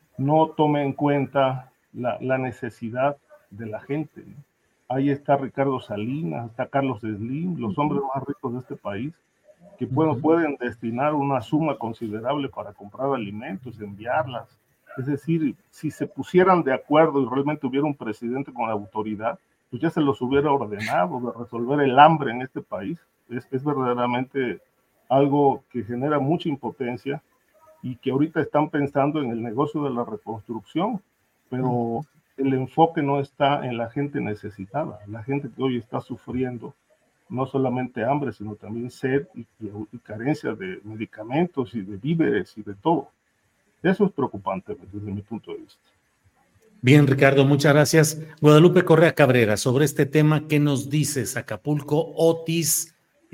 [SPEAKER 11] no tome en cuenta la, la necesidad de la gente, ¿no? Ahí está Ricardo Salinas, está Carlos Slim, los hombres más ricos de este país, que bueno, uh-huh. pueden destinar una suma considerable para comprar alimentos, enviarlas. Es decir, si se pusieran de acuerdo y realmente hubiera un presidente con autoridad, pues ya se los hubiera ordenado de resolver el hambre en este país. Es, es verdaderamente algo que genera mucha impotencia y que ahorita están pensando en el negocio de la reconstrucción, pero uh-huh. el enfoque no está en la gente necesitada, la gente que hoy está sufriendo no solamente hambre, sino también sed y, y, y carencia de medicamentos y de víveres y de todo. Eso es preocupante desde mi punto de vista.
[SPEAKER 5] Bien, Ricardo, muchas gracias. Guadalupe Correa Cabrera, sobre este tema, ¿qué nos dices? Acapulco, Otis,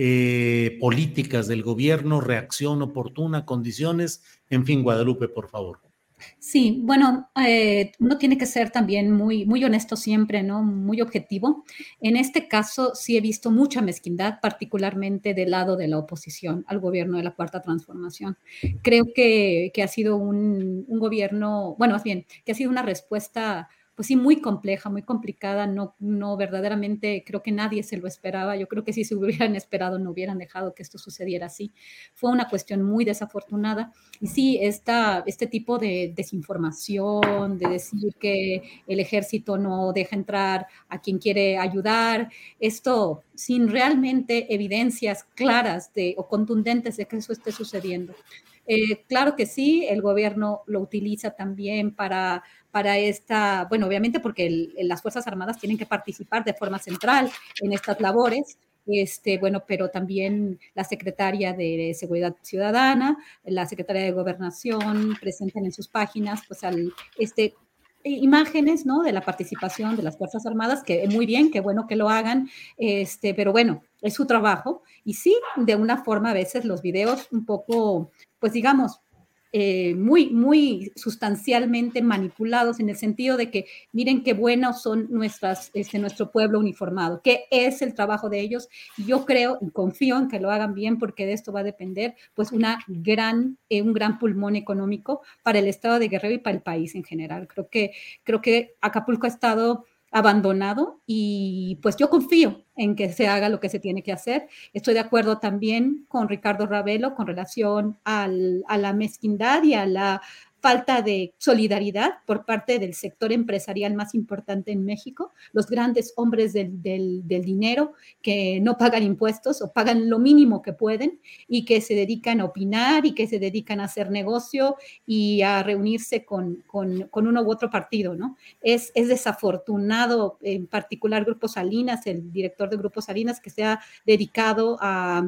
[SPEAKER 5] eh, políticas del gobierno, reacción oportuna, condiciones, en fin, Guadalupe, por favor.
[SPEAKER 12] Sí, bueno, eh, uno tiene que ser también muy, muy honesto siempre, ¿no? Muy objetivo. En este caso sí he visto mucha mezquindad, particularmente del lado de la oposición al gobierno de la Cuarta Transformación. Creo que, que ha sido un, un gobierno, bueno, más bien, que ha sido una respuesta, pues sí, muy compleja, muy complicada. No, no verdaderamente creo que nadie se lo esperaba. Yo creo que si se hubieran esperado no hubieran dejado que esto sucediera así. Fue una cuestión muy desafortunada. Y sí, esta, este tipo de desinformación, de decir que el ejército no deja entrar a quien quiere ayudar, esto sin realmente evidencias claras de, o contundentes de que eso esté sucediendo. Eh, claro que sí, el gobierno lo utiliza también para, para esta, bueno, obviamente porque el, las Fuerzas Armadas tienen que participar de forma central en estas labores, este, bueno, pero también la secretaria de Seguridad Ciudadana, la secretaria de Gobernación presentan en sus páginas, pues, al, este, imágenes, ¿no? De la participación de las Fuerzas Armadas, que muy bien, qué bueno que lo hagan, este, pero bueno, es su trabajo, y sí, de una forma a veces los videos un poco, pues digamos, eh, muy, muy sustancialmente manipulados en el sentido de que miren qué buenos son nuestras, este, nuestro pueblo uniformado, que es el trabajo de ellos, y yo creo y confío en que lo hagan bien porque de esto va a depender pues una gran, eh, un gran pulmón económico para el estado de Guerrero y para el país en general. Creo que, creo que Acapulco ha estado abandonado y pues yo confío en que se haga lo que se tiene que hacer. Estoy de acuerdo también con Ricardo Ravelo con relación al, a la mezquindad y a la falta de solidaridad por parte del sector empresarial más importante en México, los grandes hombres del, del, del dinero que no pagan impuestos o pagan lo mínimo que pueden y que se dedican a opinar y que se dedican a hacer negocio y a reunirse con, con, con uno u otro partido, ¿no? Es, es desafortunado, en particular Grupo Salinas, el director de Grupo Salinas, que se ha dedicado a,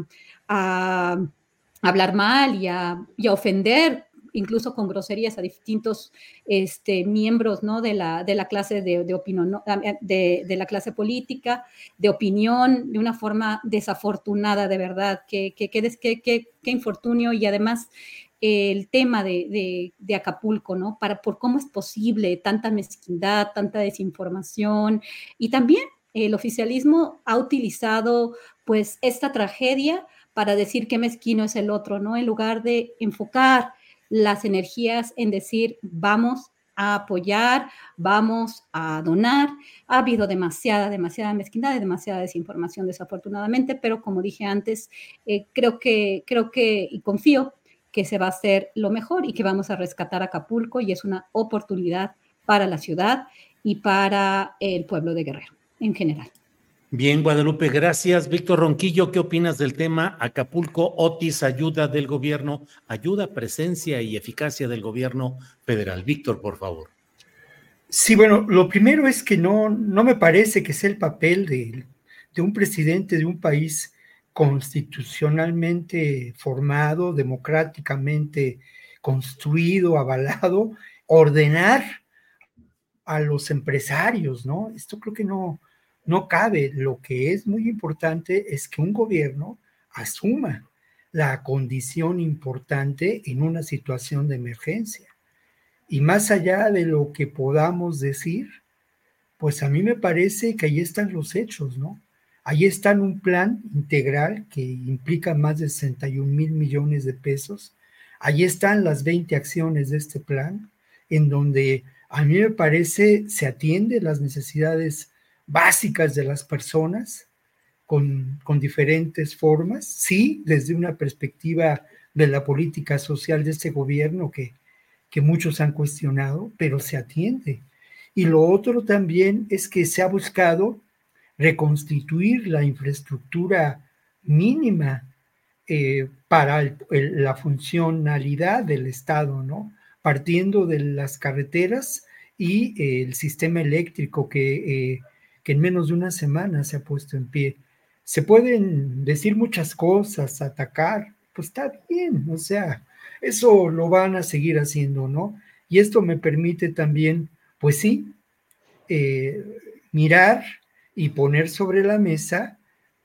[SPEAKER 12] a hablar mal y a, y a ofender incluso con groserías a distintos este, miembros, ¿no? de, la, de la clase de, de, opinión, de, de la clase política, de opinión, de una forma desafortunada, de verdad, que, que, que, que, que, que infortunio, y además el tema de, de, de Acapulco, ¿no? Para, por cómo es posible tanta mezquindad, tanta desinformación, y también el oficialismo ha utilizado pues esta tragedia para decir qué mezquino es el otro, ¿no? En lugar de enfocar las energías en decir vamos a apoyar, vamos a donar. Ha habido demasiada, demasiada mezquindad y demasiada desinformación desafortunadamente, pero como dije antes, eh, creo que, creo que y confío que se va a hacer lo mejor y que vamos a rescatar Acapulco, y es una oportunidad para la ciudad y para el pueblo de Guerrero en general.
[SPEAKER 5] Bien, Guadalupe, gracias. Víctor Ronquillo, ¿qué opinas del tema Acapulco, Otis, ayuda del gobierno, ayuda, presencia y eficacia del gobierno federal? Víctor, por favor.
[SPEAKER 10] Sí, bueno, lo primero es que no, no me parece que sea el papel de, de un presidente de un país constitucionalmente formado, democráticamente construido, avalado, ordenar a los empresarios, ¿no? Esto creo que no, no cabe. Lo que es muy importante es que un gobierno asuma la condición importante en una situación de emergencia. Y más allá de lo que podamos decir, pues a mí me parece que ahí están los hechos, ¿no? Ahí está un plan integral que implica más de sesenta y un mil millones de pesos. Ahí están las veinte acciones de este plan, en donde a mí me parece se atiende las necesidades básicas de las personas con, con diferentes formas, sí, desde una perspectiva de la política social de este gobierno que, que muchos han cuestionado, pero se atiende. Y lo otro también es que se ha buscado reconstituir la infraestructura mínima eh, para el, el, la funcionalidad del Estado, ¿no? Partiendo de las carreteras y eh, el sistema eléctrico que, eh, que en menos de una semana se ha puesto en pie. Se pueden decir muchas cosas, atacar, pues está bien, o sea, eso lo van a seguir haciendo, ¿no? Y esto me permite también, pues sí, eh, mirar y poner sobre la mesa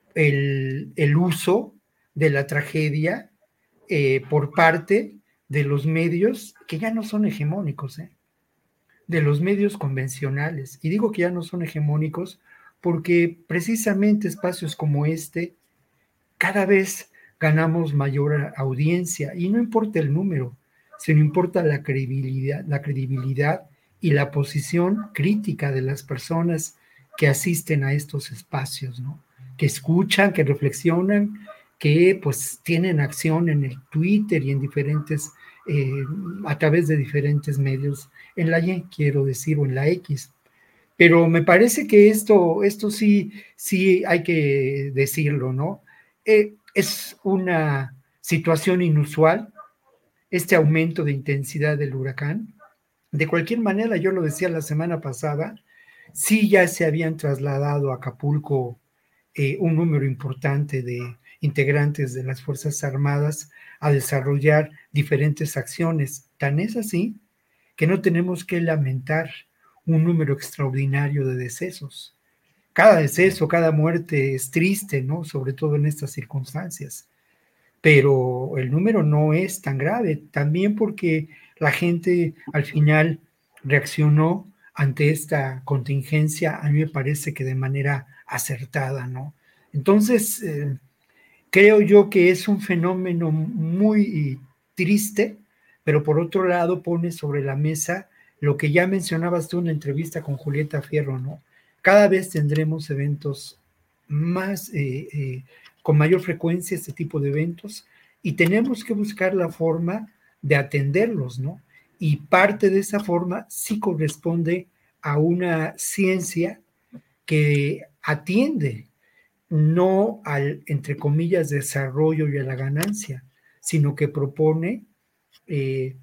[SPEAKER 10] el, el uso de la tragedia eh, por parte de los medios que ya no son hegemónicos, ¿eh? de los medios convencionales. Y digo que ya no son hegemónicos porque precisamente espacios como este cada vez ganamos mayor audiencia y no importa el número, sino importa la credibilidad, la credibilidad y la posición crítica de las personas que asisten a estos espacios, ¿no? Que escuchan, que reflexionan, que pues tienen acción en el Twitter y en diferentes, eh, a través de diferentes medios, en la Y, quiero decir, o en la X. Pero me parece que esto, esto sí, sí hay que decirlo, ¿no? Eh, es una situación inusual, este aumento de intensidad del huracán. De cualquier manera, yo lo decía la semana pasada, sí ya se habían trasladado a Acapulco eh, un número importante de integrantes de las Fuerzas Armadas a desarrollar diferentes acciones. Tan es así que no tenemos que lamentar un número extraordinario de decesos. Cada deceso, cada muerte es triste, ¿no? Sobre todo en estas circunstancias. Pero el número no es tan grave, también porque la gente al final reaccionó ante esta contingencia, a mí me parece que de manera acertada, ¿no? Entonces, eh, creo yo que es un fenómeno muy triste, pero por otro lado pone sobre la mesa lo que ya mencionabas tú en la entrevista con Julieta Fierro, ¿no? Cada vez tendremos eventos más, eh, eh, con mayor frecuencia este tipo de eventos y tenemos que buscar la forma de atenderlos, ¿no? Y parte de esa forma sí corresponde a una ciencia que atiende no al, entre comillas, desarrollo y a la ganancia, sino que propone eh,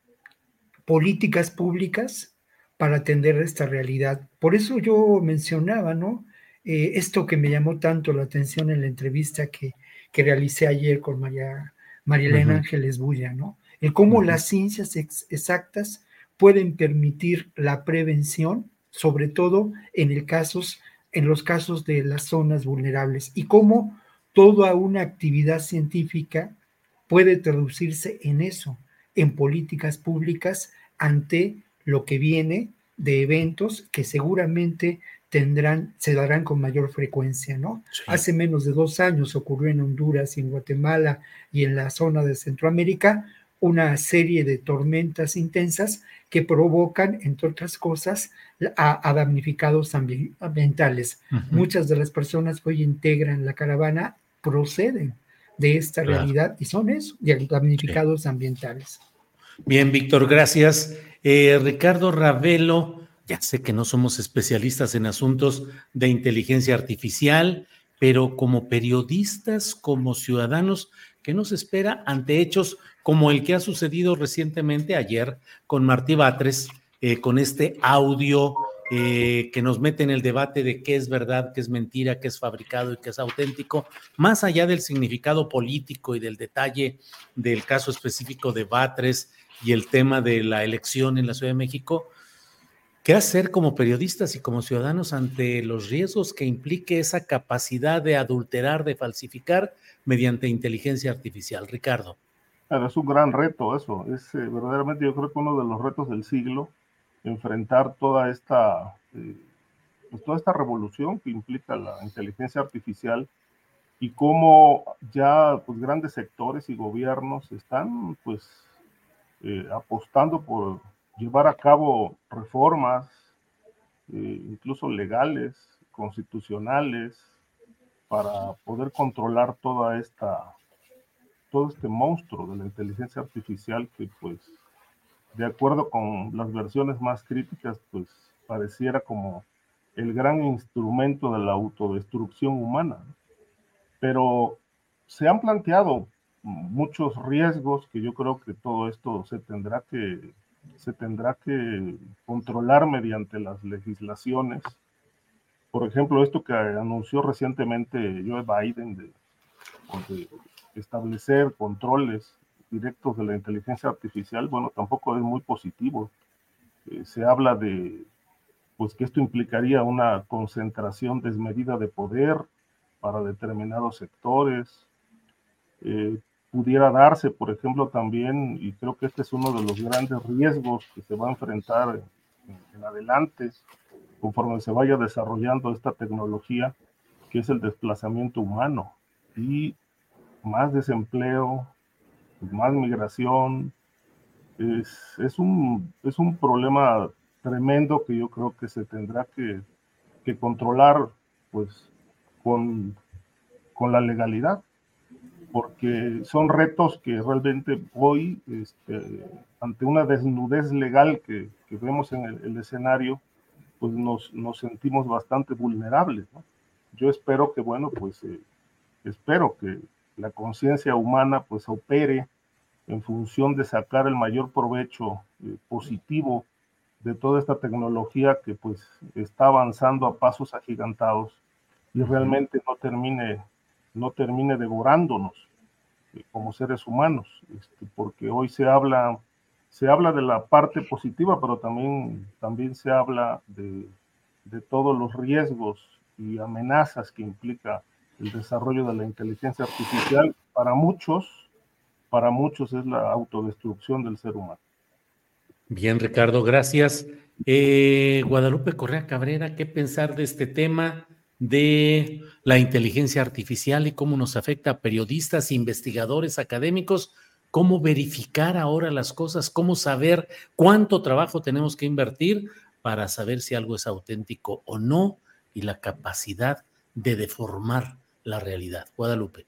[SPEAKER 10] políticas públicas para atender esta realidad. Por eso yo mencionaba, ¿no? Eh, esto que me llamó tanto la atención en la entrevista que, que realicé ayer con María, María Elena uh-huh. Ángeles Bulla, ¿no? El cómo uh-huh. las ciencias ex- exactas pueden permitir la prevención, sobre todo en, el casos, en los casos de las zonas vulnerables, y cómo toda una actividad científica puede traducirse en eso, en políticas públicas ante lo que viene de eventos que seguramente tendrán, se darán con mayor frecuencia, ¿no? Sí. Hace menos de dos años ocurrió en Honduras y en Guatemala y en la zona de Centroamérica una serie de tormentas intensas que provocan, entre otras cosas, a, a damnificados ambientales. Uh-huh. Muchas de las personas que hoy integran la caravana proceden de esta claro. realidad y son eso, damnificados sí. ambientales.
[SPEAKER 5] Bien, Víctor, gracias. Eh, Ricardo Ravelo, Ya sé que no somos especialistas en asuntos de inteligencia artificial, pero como periodistas, como ciudadanos, ¿qué nos espera ante hechos como el que ha sucedido recientemente ayer con Martí Batres, eh, con este audio eh, que nos mete en el debate de qué es verdad, qué es mentira, qué es fabricado y qué es auténtico, más allá del significado político y del detalle del caso específico de Batres y el tema de la elección en la Ciudad de México? ¿Qué hacer como periodistas y como ciudadanos ante los riesgos que implique esa capacidad de adulterar, de falsificar mediante inteligencia artificial? Ricardo.
[SPEAKER 11] Claro, es un gran reto eso. Es eh, verdaderamente, yo creo que uno de los retos del siglo, enfrentar toda esta, eh, pues toda esta revolución que implica la inteligencia artificial y cómo ya pues, grandes sectores y gobiernos están pues eh, apostando por llevar a cabo reformas, eh, incluso legales, constitucionales, para poder controlar toda esta, todo este monstruo de la inteligencia artificial que, pues, de acuerdo con las versiones más críticas, pues, pareciera como el gran instrumento de la autodestrucción humana. Pero se han planteado muchos riesgos que yo creo que todo esto se tendrá que se tendrá que controlar mediante las legislaciones. Por ejemplo, esto que anunció recientemente Joe Biden de, de establecer controles directos de la inteligencia artificial, bueno, tampoco es muy positivo. Eh, se habla de pues que esto implicaría una concentración desmedida de poder para determinados sectores. Eh, pudiera darse, por ejemplo, también, y creo que este es uno de los grandes riesgos que se va a enfrentar en, en adelante, conforme se vaya desarrollando esta tecnología, que es el desplazamiento humano, y más desempleo, más migración. Es, es, un, es un problema tremendo que yo creo que se tendrá que, que controlar pues, con, con la legalidad, porque son retos que realmente hoy, este, ante una desnudez legal que, que vemos en el, el escenario, pues nos, nos sentimos bastante vulnerables, ¿no? Yo espero que, bueno, pues eh, espero que la conciencia humana pues opere en función de sacar el mayor provecho eh, positivo de toda esta tecnología que pues está avanzando a pasos agigantados y realmente no termine, no termine devorándonos eh, como seres humanos, este, porque hoy se habla, se habla de la parte positiva, pero también, también se habla de, de todos los riesgos y amenazas que implica el desarrollo de la inteligencia artificial. Para muchos, para muchos es la autodestrucción del ser humano.
[SPEAKER 5] Bien, Ricardo, gracias. Eh, Guadalupe Correa Cabrera, ¿qué pensar de este tema de la inteligencia artificial y cómo nos afecta a periodistas, investigadores, académicos? ¿Cómo verificar ahora las cosas? ¿Cómo saber cuánto trabajo tenemos que invertir para saber si algo es auténtico o no? Y la capacidad de deformar la realidad. Guadalupe.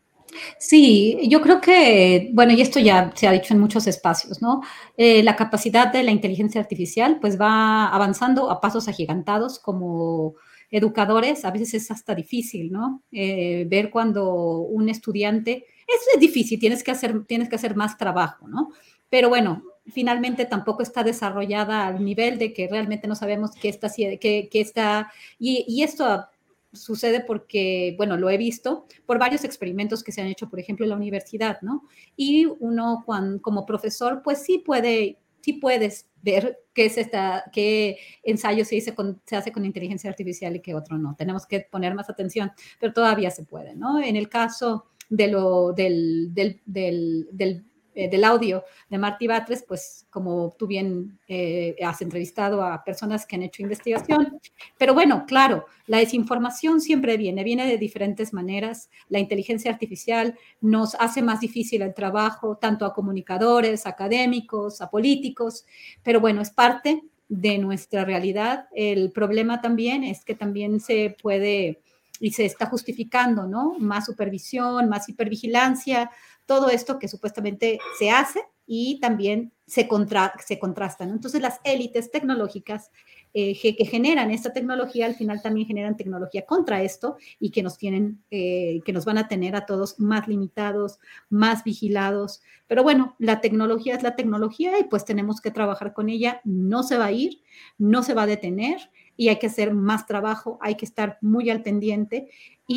[SPEAKER 12] Sí, yo creo que, bueno, y esto ya se ha dicho en muchos espacios, ¿no? Eh, la capacidad de la inteligencia artificial pues va avanzando a pasos agigantados. Como educadores a veces es hasta difícil, ¿no? Eh, ver cuando un estudiante, es difícil, tienes que hacer, tienes que hacer más trabajo, ¿no? Pero bueno, finalmente tampoco está desarrollada al nivel de que realmente no sabemos qué está, qué, qué está, y, y esto sucede porque, bueno, lo he visto por varios experimentos que se han hecho, por ejemplo, en la universidad, ¿no? Y uno cuando, como profesor, pues sí puede, sí puedes ver qué es esta, qué ensayo se, hizo con, se hace con inteligencia artificial y qué otro no. Tenemos que poner más atención, pero todavía se puede, ¿no? En el caso de lo, del, del, del, del Eh, del audio de Martí Batres, pues como tú bien eh, has entrevistado a personas que han hecho investigación, pero bueno, claro, la desinformación siempre viene, viene de diferentes maneras. La inteligencia artificial nos hace más difícil el trabajo, tanto a comunicadores, académicos, a políticos, pero bueno, es parte de nuestra realidad. El problema también es que también se puede y se está justificando, ¿no? Más supervisión, más hipervigilancia, todo esto que supuestamente se hace y también se, contra, se contrasta, ¿no? Entonces las élites tecnológicas eh, que generan esta tecnología, al final también generan tecnología contra esto y que nos tienen, eh, que nos van a tener a todos más limitados, más vigilados. Pero bueno, la tecnología es la tecnología y pues tenemos que trabajar con ella. No se va a ir, no se va a detener y hay que hacer más trabajo, hay que estar muy al pendiente.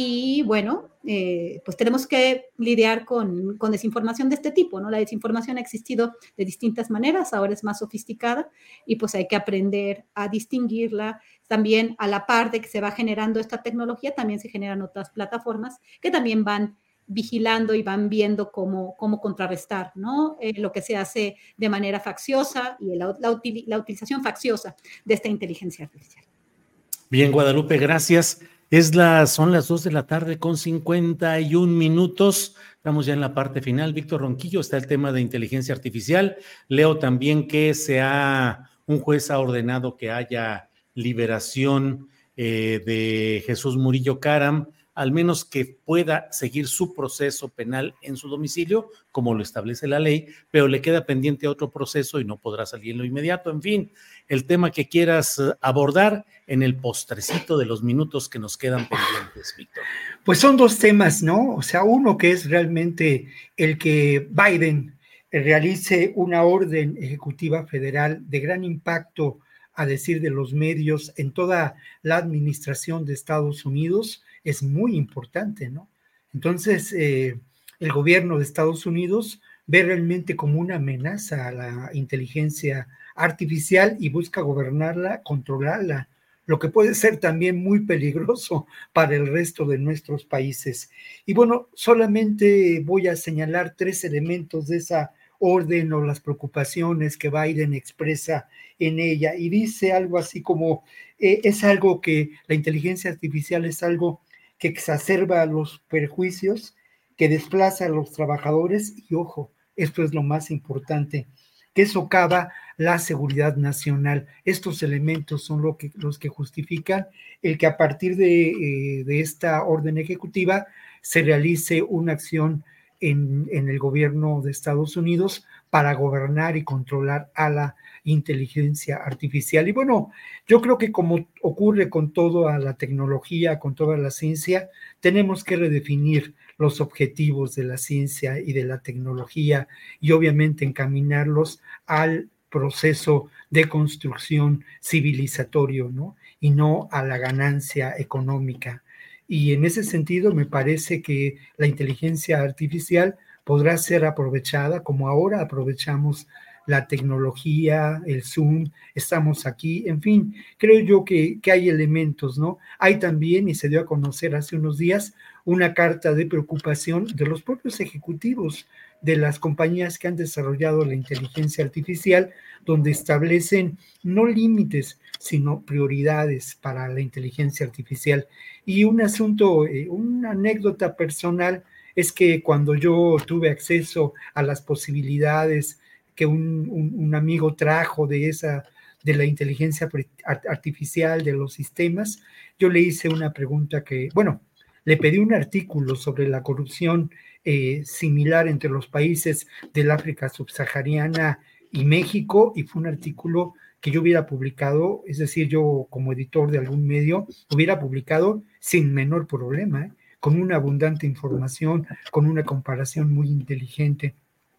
[SPEAKER 12] Y bueno, eh, pues tenemos que lidiar con, con desinformación de este tipo, ¿no? La desinformación ha existido de distintas maneras, ahora es más sofisticada y pues hay que aprender a distinguirla. También a la par de que se va generando esta tecnología, también se generan otras plataformas que también van vigilando y van viendo cómo, cómo contrarrestar, ¿no? Eh, lo que se hace de manera facciosa y la, la, util, la utilización facciosa de esta inteligencia artificial.
[SPEAKER 5] Bien, Guadalupe, gracias. Es la, son las dos de la tarde con cincuenta y un minutos. Estamos ya en la parte final. Víctor Ronquillo, está el tema de inteligencia artificial. Leo también que se ha, un juez ha ordenado que haya liberación eh, de Jesús Murillo Caram, al menos que pueda seguir su proceso penal en su domicilio, como lo establece la ley, pero le queda pendiente otro proceso y no podrá salir en lo inmediato. En fin, el tema que quieras abordar en el postrecito de los minutos que nos quedan pendientes, Víctor.
[SPEAKER 10] Pues son dos temas, ¿no? O sea, uno que es realmente el que Biden realice una orden ejecutiva federal de gran impacto, a decir de los medios, en toda la administración de Estados Unidos, es muy importante, ¿no? Entonces, eh, el gobierno de Estados Unidos ve realmente como una amenaza a la inteligencia artificial y busca gobernarla, controlarla, lo que puede ser también muy peligroso para el resto de nuestros países. Y bueno, solamente voy a señalar tres elementos de esa orden o las preocupaciones que Biden expresa en ella, y dice algo así como, eh, es algo que la inteligencia artificial es algo que exacerba los perjuicios, que desplaza a los trabajadores, y ojo, esto es lo más importante, que socava la seguridad nacional. Estos elementos son lo que, los que justifican el que a partir de, eh, de esta orden ejecutiva se realice una acción en, en el gobierno de Estados Unidos para gobernar y controlar a la inteligencia artificial. Y bueno, yo creo que como ocurre con toda la tecnología, con toda la ciencia, tenemos que redefinir los objetivos de la ciencia y de la tecnología y obviamente encaminarlos al proceso de construcción civilizatorio, ¿no? Y no a la ganancia económica. Y en ese sentido me parece que la inteligencia artificial podrá ser aprovechada como ahora aprovechamos la tecnología, el Zoom, estamos aquí, en fin, creo yo que, que hay elementos, ¿no? Hay también, y se dio a conocer hace unos días, una carta de preocupación de los propios ejecutivos de las compañías que han desarrollado la inteligencia artificial, donde establecen no límites, sino prioridades para la inteligencia artificial. Y un asunto, eh, una anécdota personal, es que cuando yo tuve acceso a las posibilidades que un, un, un amigo trajo de esa, de la inteligencia artificial, de los sistemas, yo le hice una pregunta que, bueno, le pedí un artículo sobre la corrupción eh, similar entre los países del África subsahariana y México, y fue un artículo que yo hubiera publicado, es decir, yo como editor de algún medio, hubiera publicado sin menor problema, ¿eh? Con una abundante información, con una comparación muy inteligente.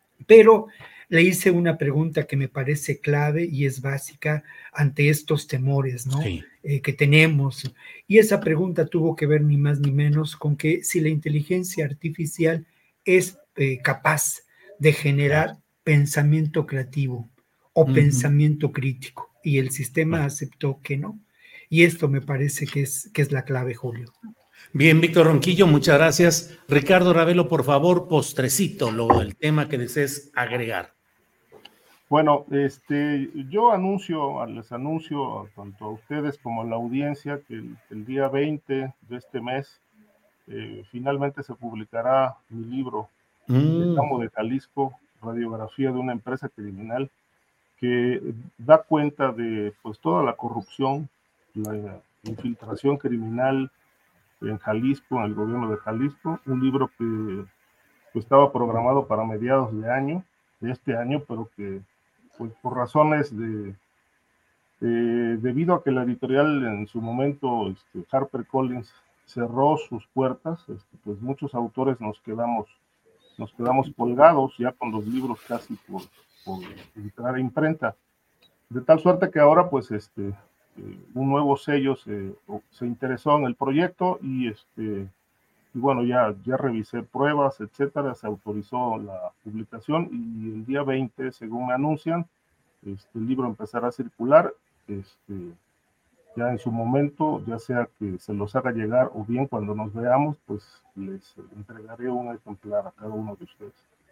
[SPEAKER 10] Pero le hice una pregunta que me parece clave y es básica ante estos temores, ¿no? Sí. Eh, que tenemos. Y esa pregunta tuvo que ver ni más ni menos con que si la inteligencia artificial es eh, capaz de generar claro. pensamiento creativo o uh-huh. pensamiento crítico. Y el sistema uh-huh. aceptó que no. Y esto me parece que es, que es la clave, Julio.
[SPEAKER 5] Bien, Víctor Ronquillo, muchas gracias. Ricardo Ravelo, por favor, postrecito, lo, el tema que desees agregar.
[SPEAKER 11] Bueno, este, yo anuncio, les anuncio tanto a ustedes como a la audiencia que el, el día veinte de este mes eh, finalmente se publicará mi libro, mm. El Camo de Jalisco, radiografía de una empresa criminal, que da cuenta de pues toda la corrupción, la infiltración criminal en Jalisco, en el gobierno de Jalisco, un libro que pues, estaba programado para mediados de año, de este año, pero que pues, por razones de, eh, debido a que la editorial en su momento, este, HarperCollins, cerró sus puertas, este, pues muchos autores nos quedamos, nos quedamos colgados ya con los libros casi por, por entrar a imprenta. De tal suerte que ahora, pues, este, eh, un nuevo sello se, se interesó en el proyecto y, este, y bueno, ya, ya revisé pruebas, etcétera, se autorizó la publicación y el día veinte, según me anuncian, este, el libro empezará a circular, este, ya en su momento, ya sea que se los haga llegar o bien cuando nos veamos, pues les entregaré un ejemplar a cada uno de ustedes.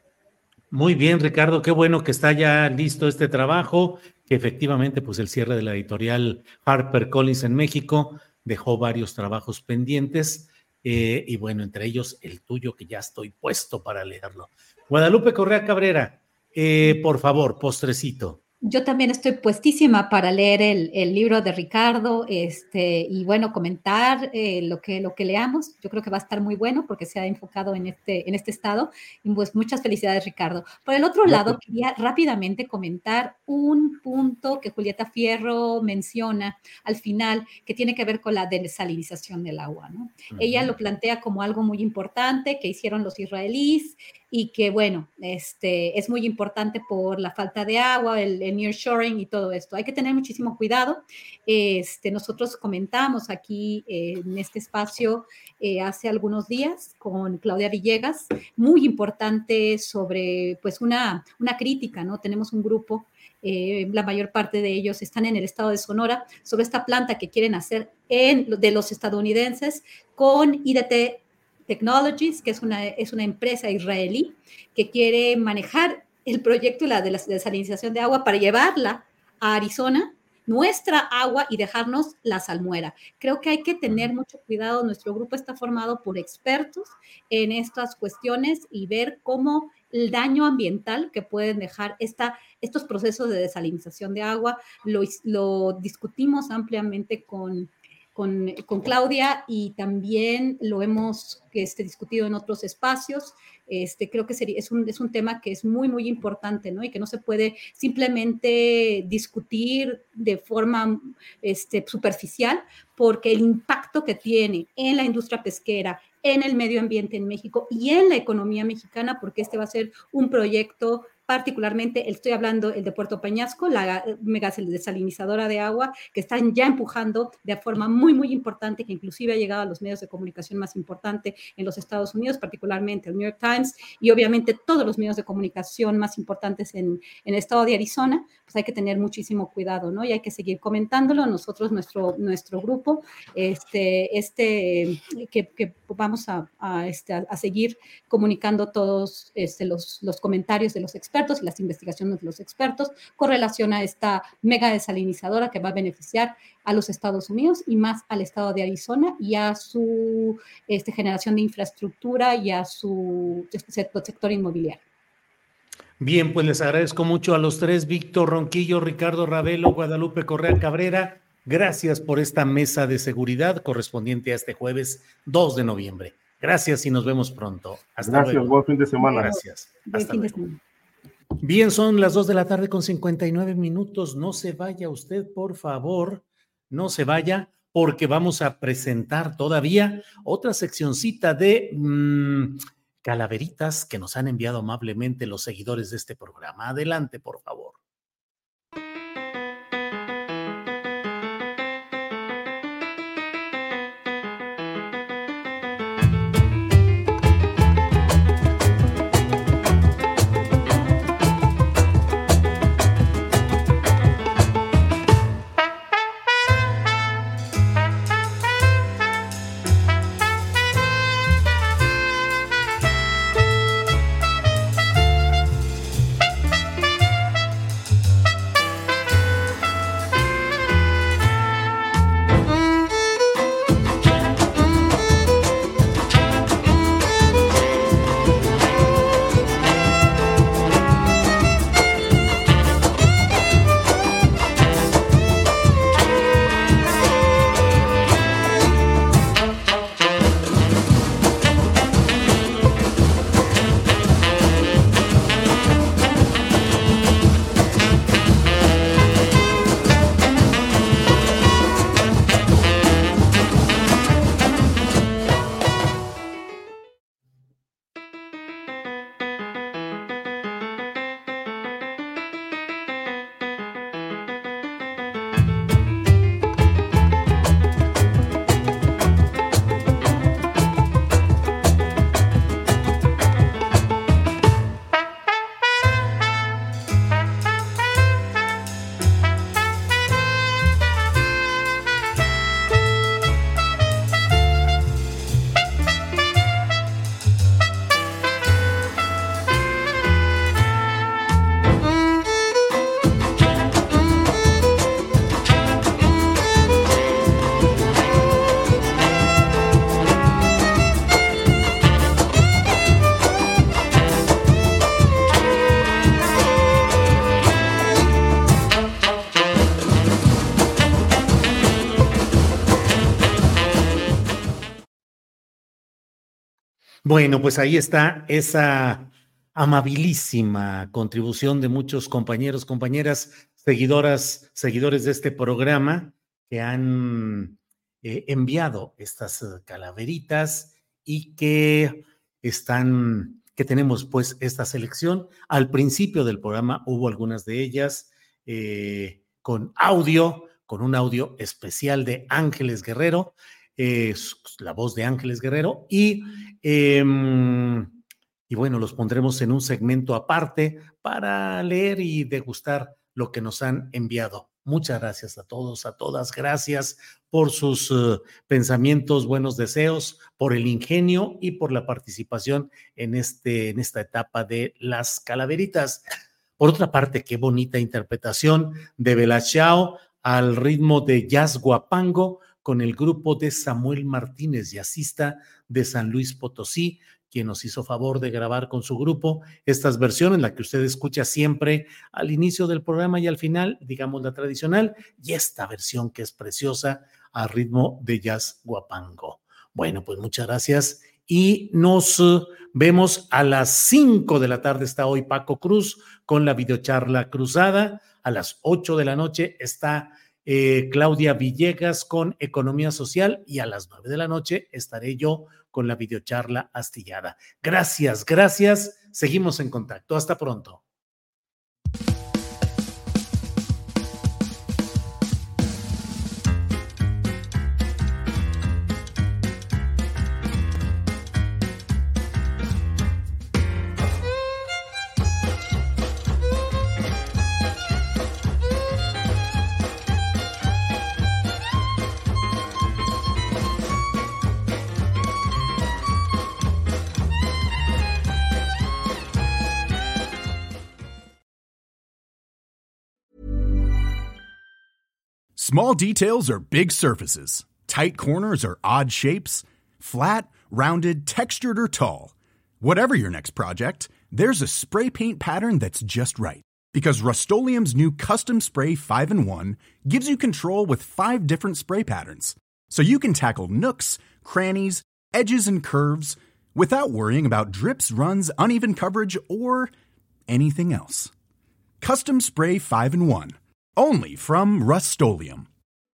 [SPEAKER 5] Muy bien, Ricardo, qué bueno que está ya listo este trabajo, que efectivamente pues el cierre de la editorial HarperCollins en México dejó varios trabajos pendientes eh, y bueno, entre ellos el tuyo que ya estoy puesto para leerlo. Guadalupe Correa Cabrera, eh, por favor, postrecito.
[SPEAKER 12] Yo también estoy puestísima para leer el, el libro de Ricardo este, y bueno, comentar eh, lo, que, lo que leamos. Yo creo que va a estar muy bueno porque se ha enfocado en este, en este estado. Y pues muchas felicidades, Ricardo. Por el otro lado, quería rápidamente comentar un punto que Julieta Fierro menciona al final, que tiene que ver con la desalinización del agua, ¿no? Uh-huh. Ella lo plantea como algo muy importante que hicieron los israelíes y que, bueno, este, es muy importante por la falta de agua, el, el nearshoring y todo esto. Hay que tener muchísimo cuidado. Este, nosotros comentamos aquí eh, en este espacio eh, hace algunos días con Claudia Villegas, muy importante sobre, pues, una, una crítica, ¿no? Tenemos un grupo, eh, la mayor parte de ellos están en el estado de Sonora, sobre esta planta que quieren hacer en, de los estadounidenses con I D T Technologies, que es una, es una empresa israelí que quiere manejar el proyecto de la, de la desalinización de agua para llevarla a Arizona, nuestra agua, y dejarnos la salmuera. Creo que hay que tener mucho cuidado. Nuestro grupo está formado por expertos en estas cuestiones y ver cómo el daño ambiental que pueden dejar esta, estos procesos de desalinización de agua. Lo, lo discutimos ampliamente con Con, con Claudia y también lo hemos este, discutido en otros espacios. Este, creo que sería, es, un, es un tema que es muy, muy importante, ¿no? Y que no se puede simplemente discutir de forma este, superficial, porque el impacto que tiene en la industria pesquera, en el medio ambiente en México y en la economía mexicana, porque este va a ser un proyecto particularmente, estoy hablando el de Puerto Peñasco, la mega desalinizadora de agua, que están ya empujando de forma muy, muy importante, que inclusive ha llegado a los medios de comunicación más importantes en los Estados Unidos, particularmente el New York Times, y obviamente todos los medios de comunicación más importantes en, en el estado de Arizona. Pues hay que tener muchísimo cuidado, ¿no? Y hay que seguir comentándolo. Nosotros, nuestro, nuestro grupo, este, este, que, que vamos a, a, este, a seguir comunicando todos este, los, los comentarios de los expertos y las investigaciones de los expertos con relación a esta mega desalinizadora que va a beneficiar a los Estados Unidos y más al estado de Arizona y a su este, generación de infraestructura y a su sector, sector inmobiliario.
[SPEAKER 5] Bien, pues les agradezco mucho a los tres, Víctor Ronquillo, Ricardo Ravelo, Guadalupe Correa Cabrera. Gracias por esta mesa de seguridad correspondiente a este jueves dos de noviembre. Gracias y nos vemos pronto. Hasta
[SPEAKER 11] Gracias,
[SPEAKER 5] luego.
[SPEAKER 11] buen fin de semana.
[SPEAKER 5] Gracias. Hasta
[SPEAKER 12] fin de
[SPEAKER 5] luego.
[SPEAKER 12] semana.
[SPEAKER 5] Bien, son las dos de la tarde con cincuenta y nueve minutos. No se vaya usted, por favor, no se vaya, porque vamos a presentar todavía otra seccioncita de mmm, calaveritas que nos han enviado amablemente los seguidores de este programa. Adelante, por favor. Bueno, pues ahí está esa amabilísima contribución de muchos compañeros, compañeras, seguidoras, seguidores de este programa que han eh, enviado estas eh, calaveritas y que están, que tenemos pues esta selección. Al principio del programa hubo algunas de ellas eh, con audio, con un audio especial de Ángeles Guerrero, eh, la voz de Ángeles Guerrero y eh, y bueno, los pondremos en un segmento aparte para leer y degustar lo que nos han enviado. Muchas gracias a todos, a todas. Gracias por sus uh, pensamientos, buenos deseos, por el ingenio y por la participación en, este, en esta etapa de las calaveritas. Por otra parte, qué bonita interpretación de Bella Ciao al ritmo de jazz guapango con el grupo de Samuel Martínez, jazzista de San Luis Potosí, quien nos hizo favor de grabar con su grupo estas versiones, la que usted escucha siempre al inicio del programa y al final, digamos la tradicional, y esta versión que es preciosa a ritmo de jazz guapango. Bueno, pues muchas gracias y nos uh, vemos a las cinco de la tarde. Está hoy Paco Cruz con la videocharla cruzada. A las ocho de la noche está eh, Claudia Villegas con Economía Social y a las nueve de la noche estaré yo con la videocharla astillada. Gracias, gracias. Seguimos en contacto. Hasta pronto.
[SPEAKER 13] Small details are big surfaces. Tight corners are odd shapes. Flat, rounded, textured, or tall. Whatever your next project, there's a spray paint pattern that's just right. Because Rust-Oleum's new Custom Spray five in one gives you control with five different spray patterns. So you can tackle nooks, crannies, edges, and curves without worrying about drips, runs, uneven coverage, or anything else. Custom Spray five in one. Only from Rust-Oleum.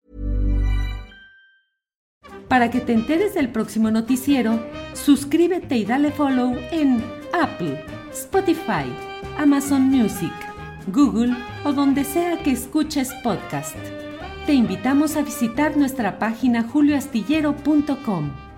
[SPEAKER 1] Para que te enteres del próximo noticiero, suscríbete y dale follow en Apple, Spotify, Amazon Music, Google o donde sea que escuches podcast. Te invitamos a visitar nuestra página julio astillero punto com.